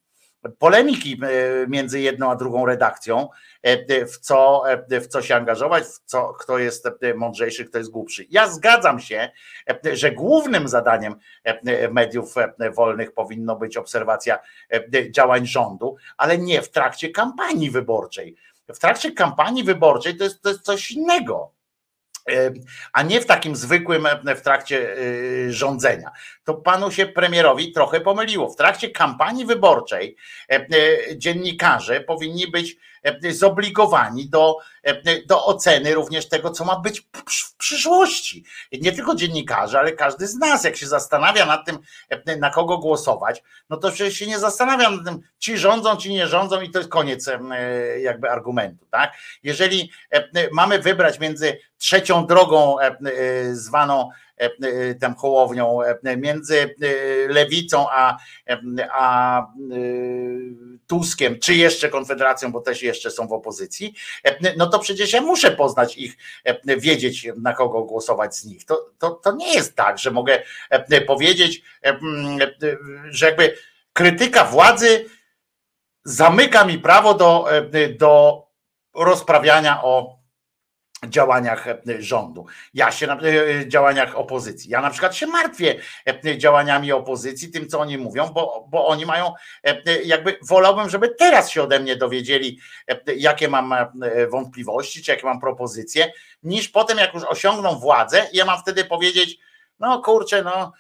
polemiki między jedną a drugą redakcją, w co się angażować, kto jest mądrzejszy, kto jest głupszy. Ja zgadzam się, że głównym zadaniem mediów wolnych powinno być obserwacja działań rządu, ale nie w trakcie kampanii wyborczej. W trakcie kampanii wyborczej to jest coś innego, a nie w takim zwykłym, w trakcie rządzenia. To panu się premierowi trochę pomyliło. W trakcie kampanii wyborczej dziennikarze powinni być zobligowani do oceny również tego, co ma być w przyszłości. Nie tylko dziennikarze, ale każdy z nas, jak się zastanawia nad tym, na kogo głosować, no to przecież się nie zastanawia nad tym, ci rządzą, ci nie rządzą i to jest koniec jakby argumentu, tak? Jeżeli mamy wybrać między trzecią drogą zwaną tam Hołownią, między lewicą a Tuskiem, czy jeszcze Konfederacją, bo też jeszcze są w opozycji, no to przecież ja muszę poznać ich, wiedzieć, na kogo głosować z nich. To nie jest tak, że mogę powiedzieć, że jakby krytyka władzy zamyka mi prawo do rozprawiania o działaniach rządu, działaniach opozycji. Ja na przykład się martwię działaniami opozycji, tym co oni mówią, bo oni mają, jakby wolałbym, żeby teraz się ode mnie dowiedzieli, jakie mam wątpliwości, czy jakie mam propozycje, niż potem jak już osiągną władzę, ja mam wtedy powiedzieć, no kurczę,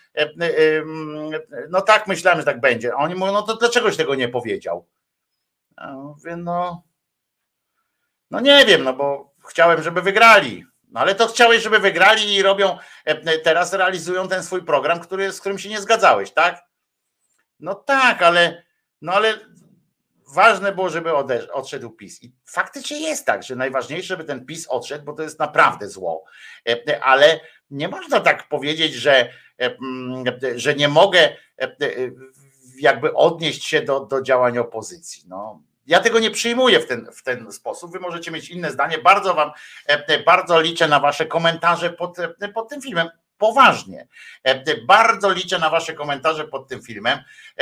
no tak myślałem, że tak będzie. A oni mówią, no to dlaczegoś tego nie powiedział? Mówię, no nie wiem, no bo chciałem, żeby wygrali. No ale to chciałeś, żeby wygrali i teraz realizują ten swój program, z którym się nie zgadzałeś, tak? No tak, ale ważne było, żeby odszedł PiS. I faktycznie jest tak, że najważniejsze, żeby ten PiS odszedł, bo to jest naprawdę zło. Ale nie można tak powiedzieć, że nie mogę jakby odnieść się do działań opozycji. No. Ja tego nie przyjmuję w ten sposób. Wy możecie mieć inne zdanie. Bardzo liczę na wasze komentarze pod tym filmem. Poważnie. Bardzo liczę na wasze komentarze pod tym filmem.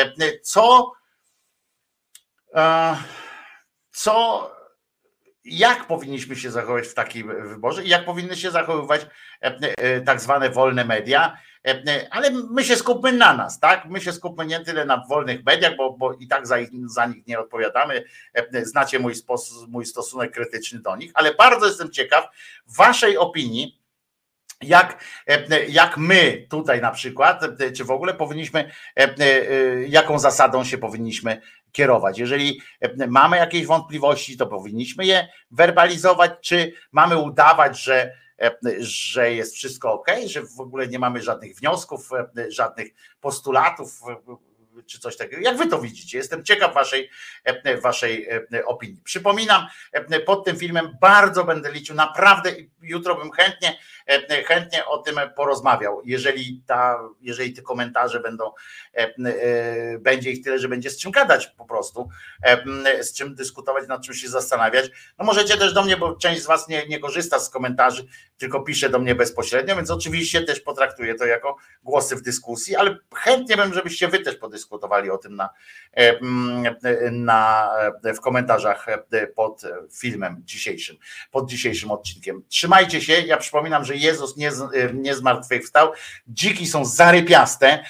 Jak powinniśmy się zachować w takim wyborze i jak powinny się zachowywać tak zwane wolne media, ale my się skupmy na nas, tak? My się skupmy nie tyle na wolnych mediach, bo i tak za nich nie odpowiadamy. Znacie mój stosunek krytyczny do nich, ale bardzo jestem ciekaw waszej opinii, jak my tutaj na przykład, czy w ogóle powinniśmy, jaką zasadą się powinniśmy kierować. Jeżeli mamy jakieś wątpliwości, to powinniśmy je werbalizować, czy mamy udawać, że jest wszystko okej, że w ogóle nie mamy żadnych wniosków, żadnych postulatów, czy coś takiego. Jak wy to widzicie? Jestem ciekaw waszej opinii. Przypominam, pod tym filmem bardzo będę liczył, naprawdę jutro bym chętnie o tym porozmawiał, jeżeli te komentarze będzie ich tyle, że będzie z czym gadać po prostu, z czym dyskutować, nad czym się zastanawiać. No możecie też do mnie, bo część z was nie korzysta z komentarzy, tylko pisze do mnie bezpośrednio, więc oczywiście też potraktuję to jako głosy w dyskusji, ale chętnie bym, żebyście wy też podyskutowali o tym w komentarzach pod filmem dzisiejszym, pod dzisiejszym odcinkiem. Trzymajcie się, ja przypominam, że Jezus nie zmartwychwstał, dziki są zarypiaste,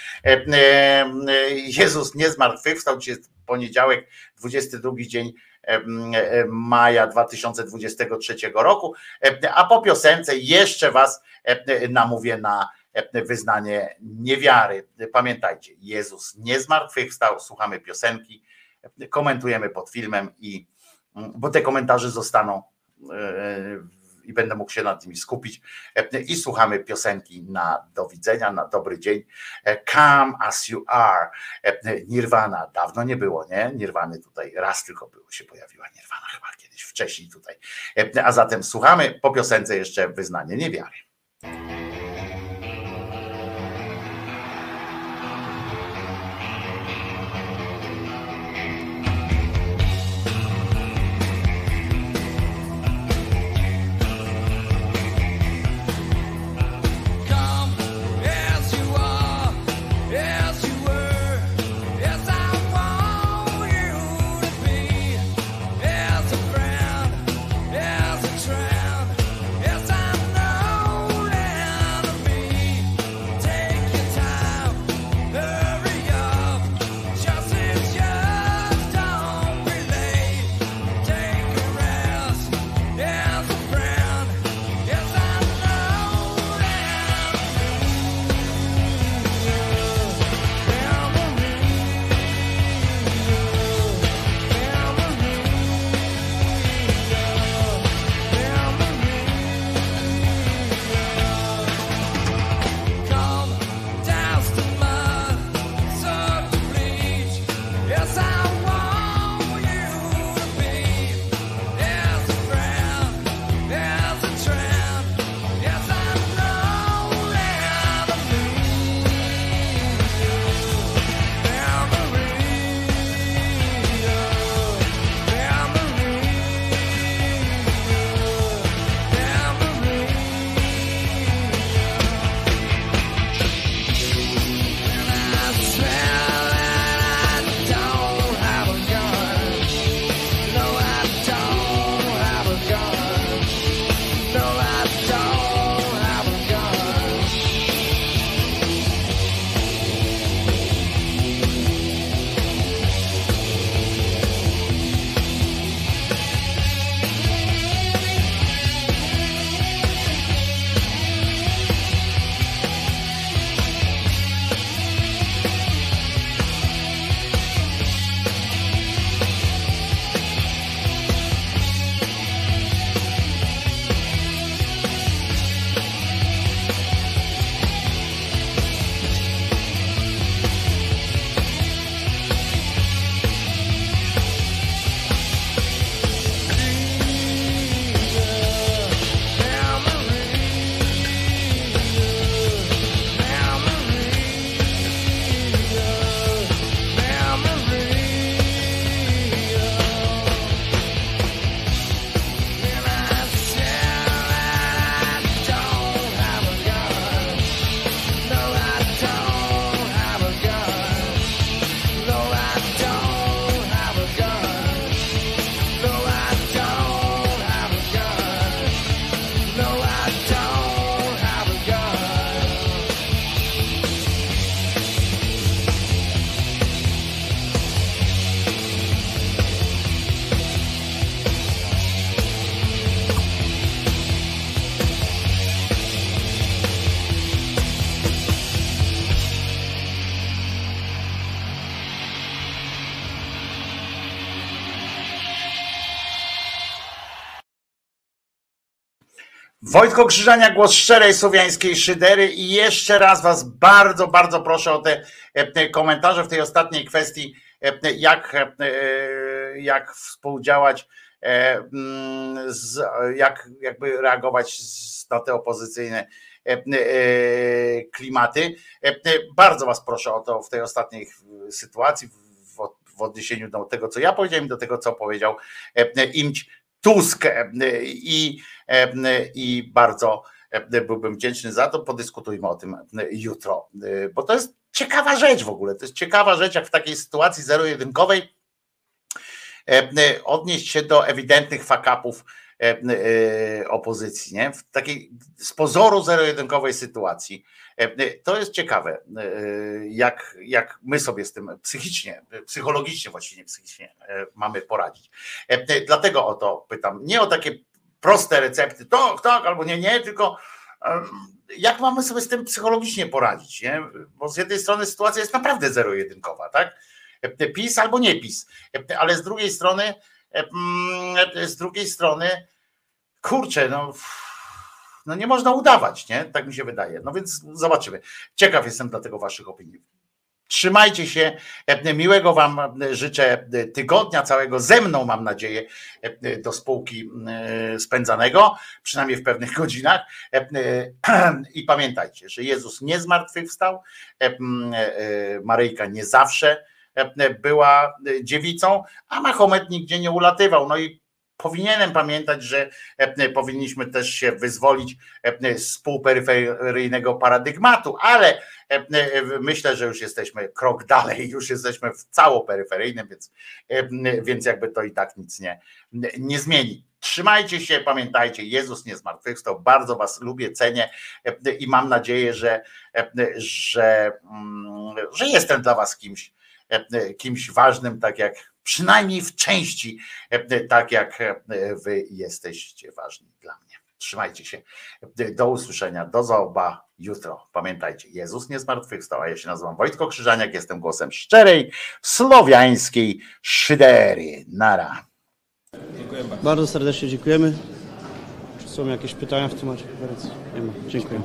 Jezus nie zmartwychwstał, dzisiaj jest poniedziałek, 22 dzień maja 2023 roku, a po piosence jeszcze was namówię na wyznanie niewiary. Pamiętajcie, Jezus nie zmartwychwstał, słuchamy piosenki, komentujemy pod filmem, bo te komentarze zostaną i będę mógł się nad nimi skupić i słuchamy piosenki na do widzenia, na dobry dzień. Come as you are. Nirvana, dawno nie było, nie? Nirwany tutaj raz tylko się pojawiła Nirvana chyba kiedyś wcześniej tutaj. A zatem słuchamy po piosence jeszcze wyznanie niewiary. Yes, you were. Yes, I want you. Wojtko Krzyżaniak, głos szczerej słowiańskiej szydery i jeszcze raz was bardzo, bardzo proszę o te komentarze w tej ostatniej kwestii, jak współdziałać, jakby reagować na te opozycyjne klimaty. Bardzo was proszę o to w tej ostatniej sytuacji, w odniesieniu do tego, co ja powiedziałem, do tego, co powiedział Imć Tusk i bardzo byłbym wdzięczny za to. Podyskutujmy o tym jutro, bo to jest ciekawa rzecz w ogóle. To jest ciekawa rzecz, jak w takiej sytuacji zero-jedynkowej odnieść się do ewidentnych fuck-upów opozycji, nie? W takiej z pozoru zero-jedynkowej sytuacji. To jest ciekawe, jak my sobie z tym psychologicznie właściwie nie psychicznie mamy poradzić. Dlatego o to pytam. Nie o takie proste recepty, tak albo nie, tylko jak mamy sobie z tym psychologicznie poradzić, nie? Bo z jednej strony sytuacja jest naprawdę zero-jedynkowa, tak? PiS albo nie PiS, ale z drugiej strony kurczę, no nie można udawać, nie? Tak mi się wydaje. No więc zobaczymy. Ciekaw jestem dlatego waszych opinii. Trzymajcie się, miłego wam życzę tygodnia całego ze mną, mam nadzieję, do spółki spędzanego, przynajmniej w pewnych godzinach. I pamiętajcie, że Jezus nie zmartwychwstał, Maryjka nie zawsze była dziewicą, a Mahomet nigdzie nie ulatywał. No i powinienem pamiętać, że powinniśmy też się wyzwolić z półperyferyjnego paradygmatu, ale myślę, że już jesteśmy krok dalej, już jesteśmy w całoperyferyjnym, więc jakby to i tak nic nie zmieni. Trzymajcie się, pamiętajcie, Jezus nie zmartwychwstał, bardzo was lubię, cenię i mam nadzieję, że jestem dla was kimś ważnym, tak jak przynajmniej w części, tak jak wy jesteście ważni dla mnie. Trzymajcie się. Do usłyszenia. Do zoba jutro. Pamiętajcie, Jezus nie zmartwychwstał, a ja się nazywam Wojtko Krzyżaniak, jestem głosem szczerej, słowiańskiej szydery. Nara. Dziękuję bardzo. Bardzo serdecznie dziękujemy. Czy są jakieś pytania w temacie konferencji? Nie ma. Dziękuję.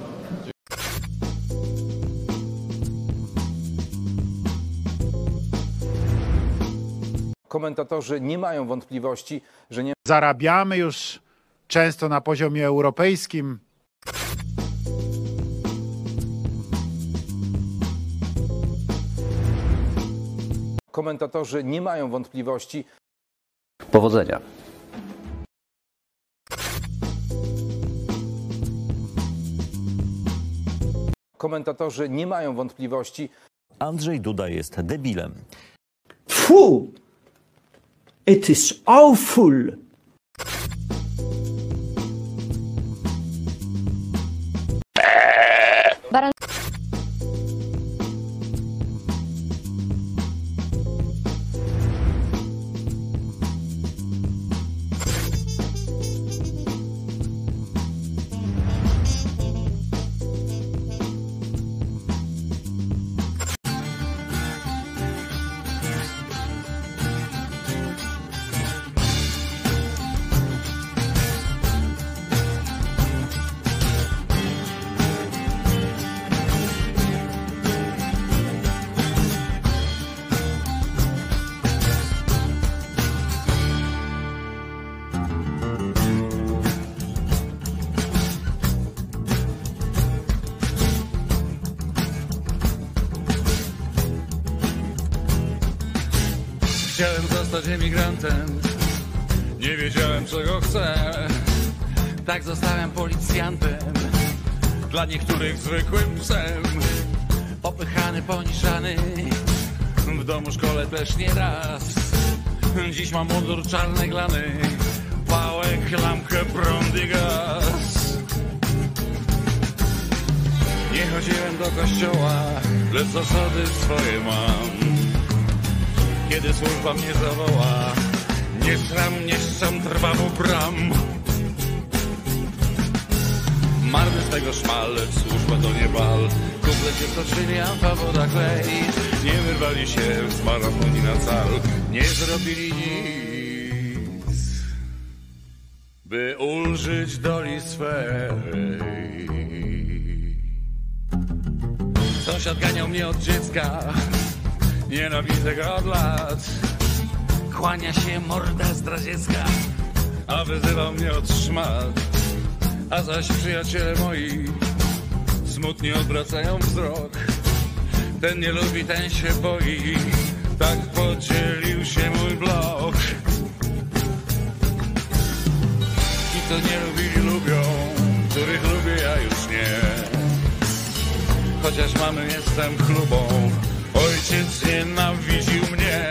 Komentatorzy nie mają wątpliwości, że nie zarabiamy już często na poziomie europejskim. Komentatorzy nie mają wątpliwości. Powodzenia. Komentatorzy nie mają wątpliwości. Andrzej Duda jest debilem. Fu! It is awful! Chciałem zostać emigrantem, nie wiedziałem czego chcę. Tak zostałem policjantem, dla niektórych zwykłym psem. Popychany, poniżany, w domu, szkole też nie raz. Dziś mam mundur, czarne glany, pałę, klamkę, prąd i gaz. Nie chodziłem do kościoła, lecz zasady swoje mam. Kiedy służba mnie zawoła, nie sram, trwam u bram. Marny z tego szmal, lecz służba to nie bal. Kumple się wtoczyli, amfa, woda, klej. Nie wyrwali się z maratoni na cal. Nie zrobili nic, by ulżyć doli swej. Sąsiad ganiał mnie od dziecka, nienawidzę go od lat. Kłania się morda zdradziecka, a wyzywał mnie od szmat. A zaś przyjaciele moi smutnie odwracają wzrok. Ten nie lubi, ten się boi, tak podzielił się mój blok. I co nie lubili lubią, których lubię ja już nie. Chociaż mamy jestem chlubą, ojciec nienawidził mnie.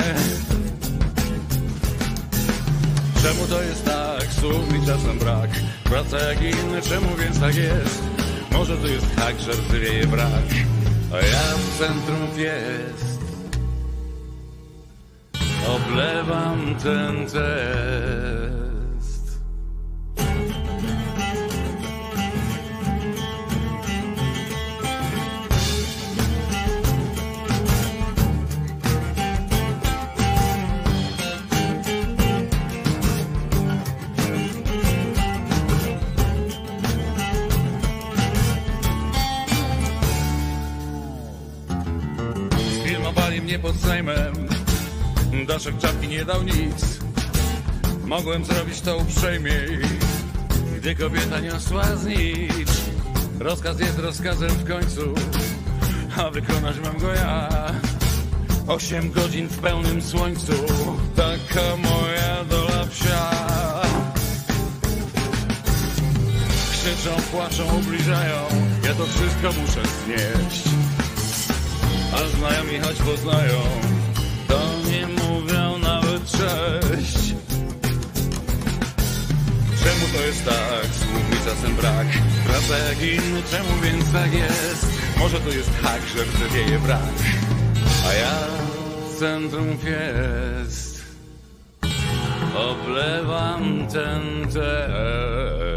Czemu to jest tak? Słów mi czasem brak. Praca jak inne, czemu więc tak jest? Może to jest tak, że rdzewieje brak, a ja w centrum jest. Oblewam ten test. Filmowali mnie pod Sejmem, daszek czapki nie dał nic. Mogłem zrobić to uprzejmiej, gdy kobieta niosła znicz. Rozkaz jest rozkazem w końcu, a wykonać mam go ja. 8 godzin w pełnym słońcu, taka moja dola psia. Krzyczą, płaczą, ubliżają, ja to wszystko muszę znieść. A znajomi choć poznają, to nie mówią nawet cześć. Czemu to jest tak? Słów mi czasem brak. Praca jak inny, czemu więc tak jest? Może to jest hak, że rdzewieje brak, a ja w centrum jest. Oblewam ten test.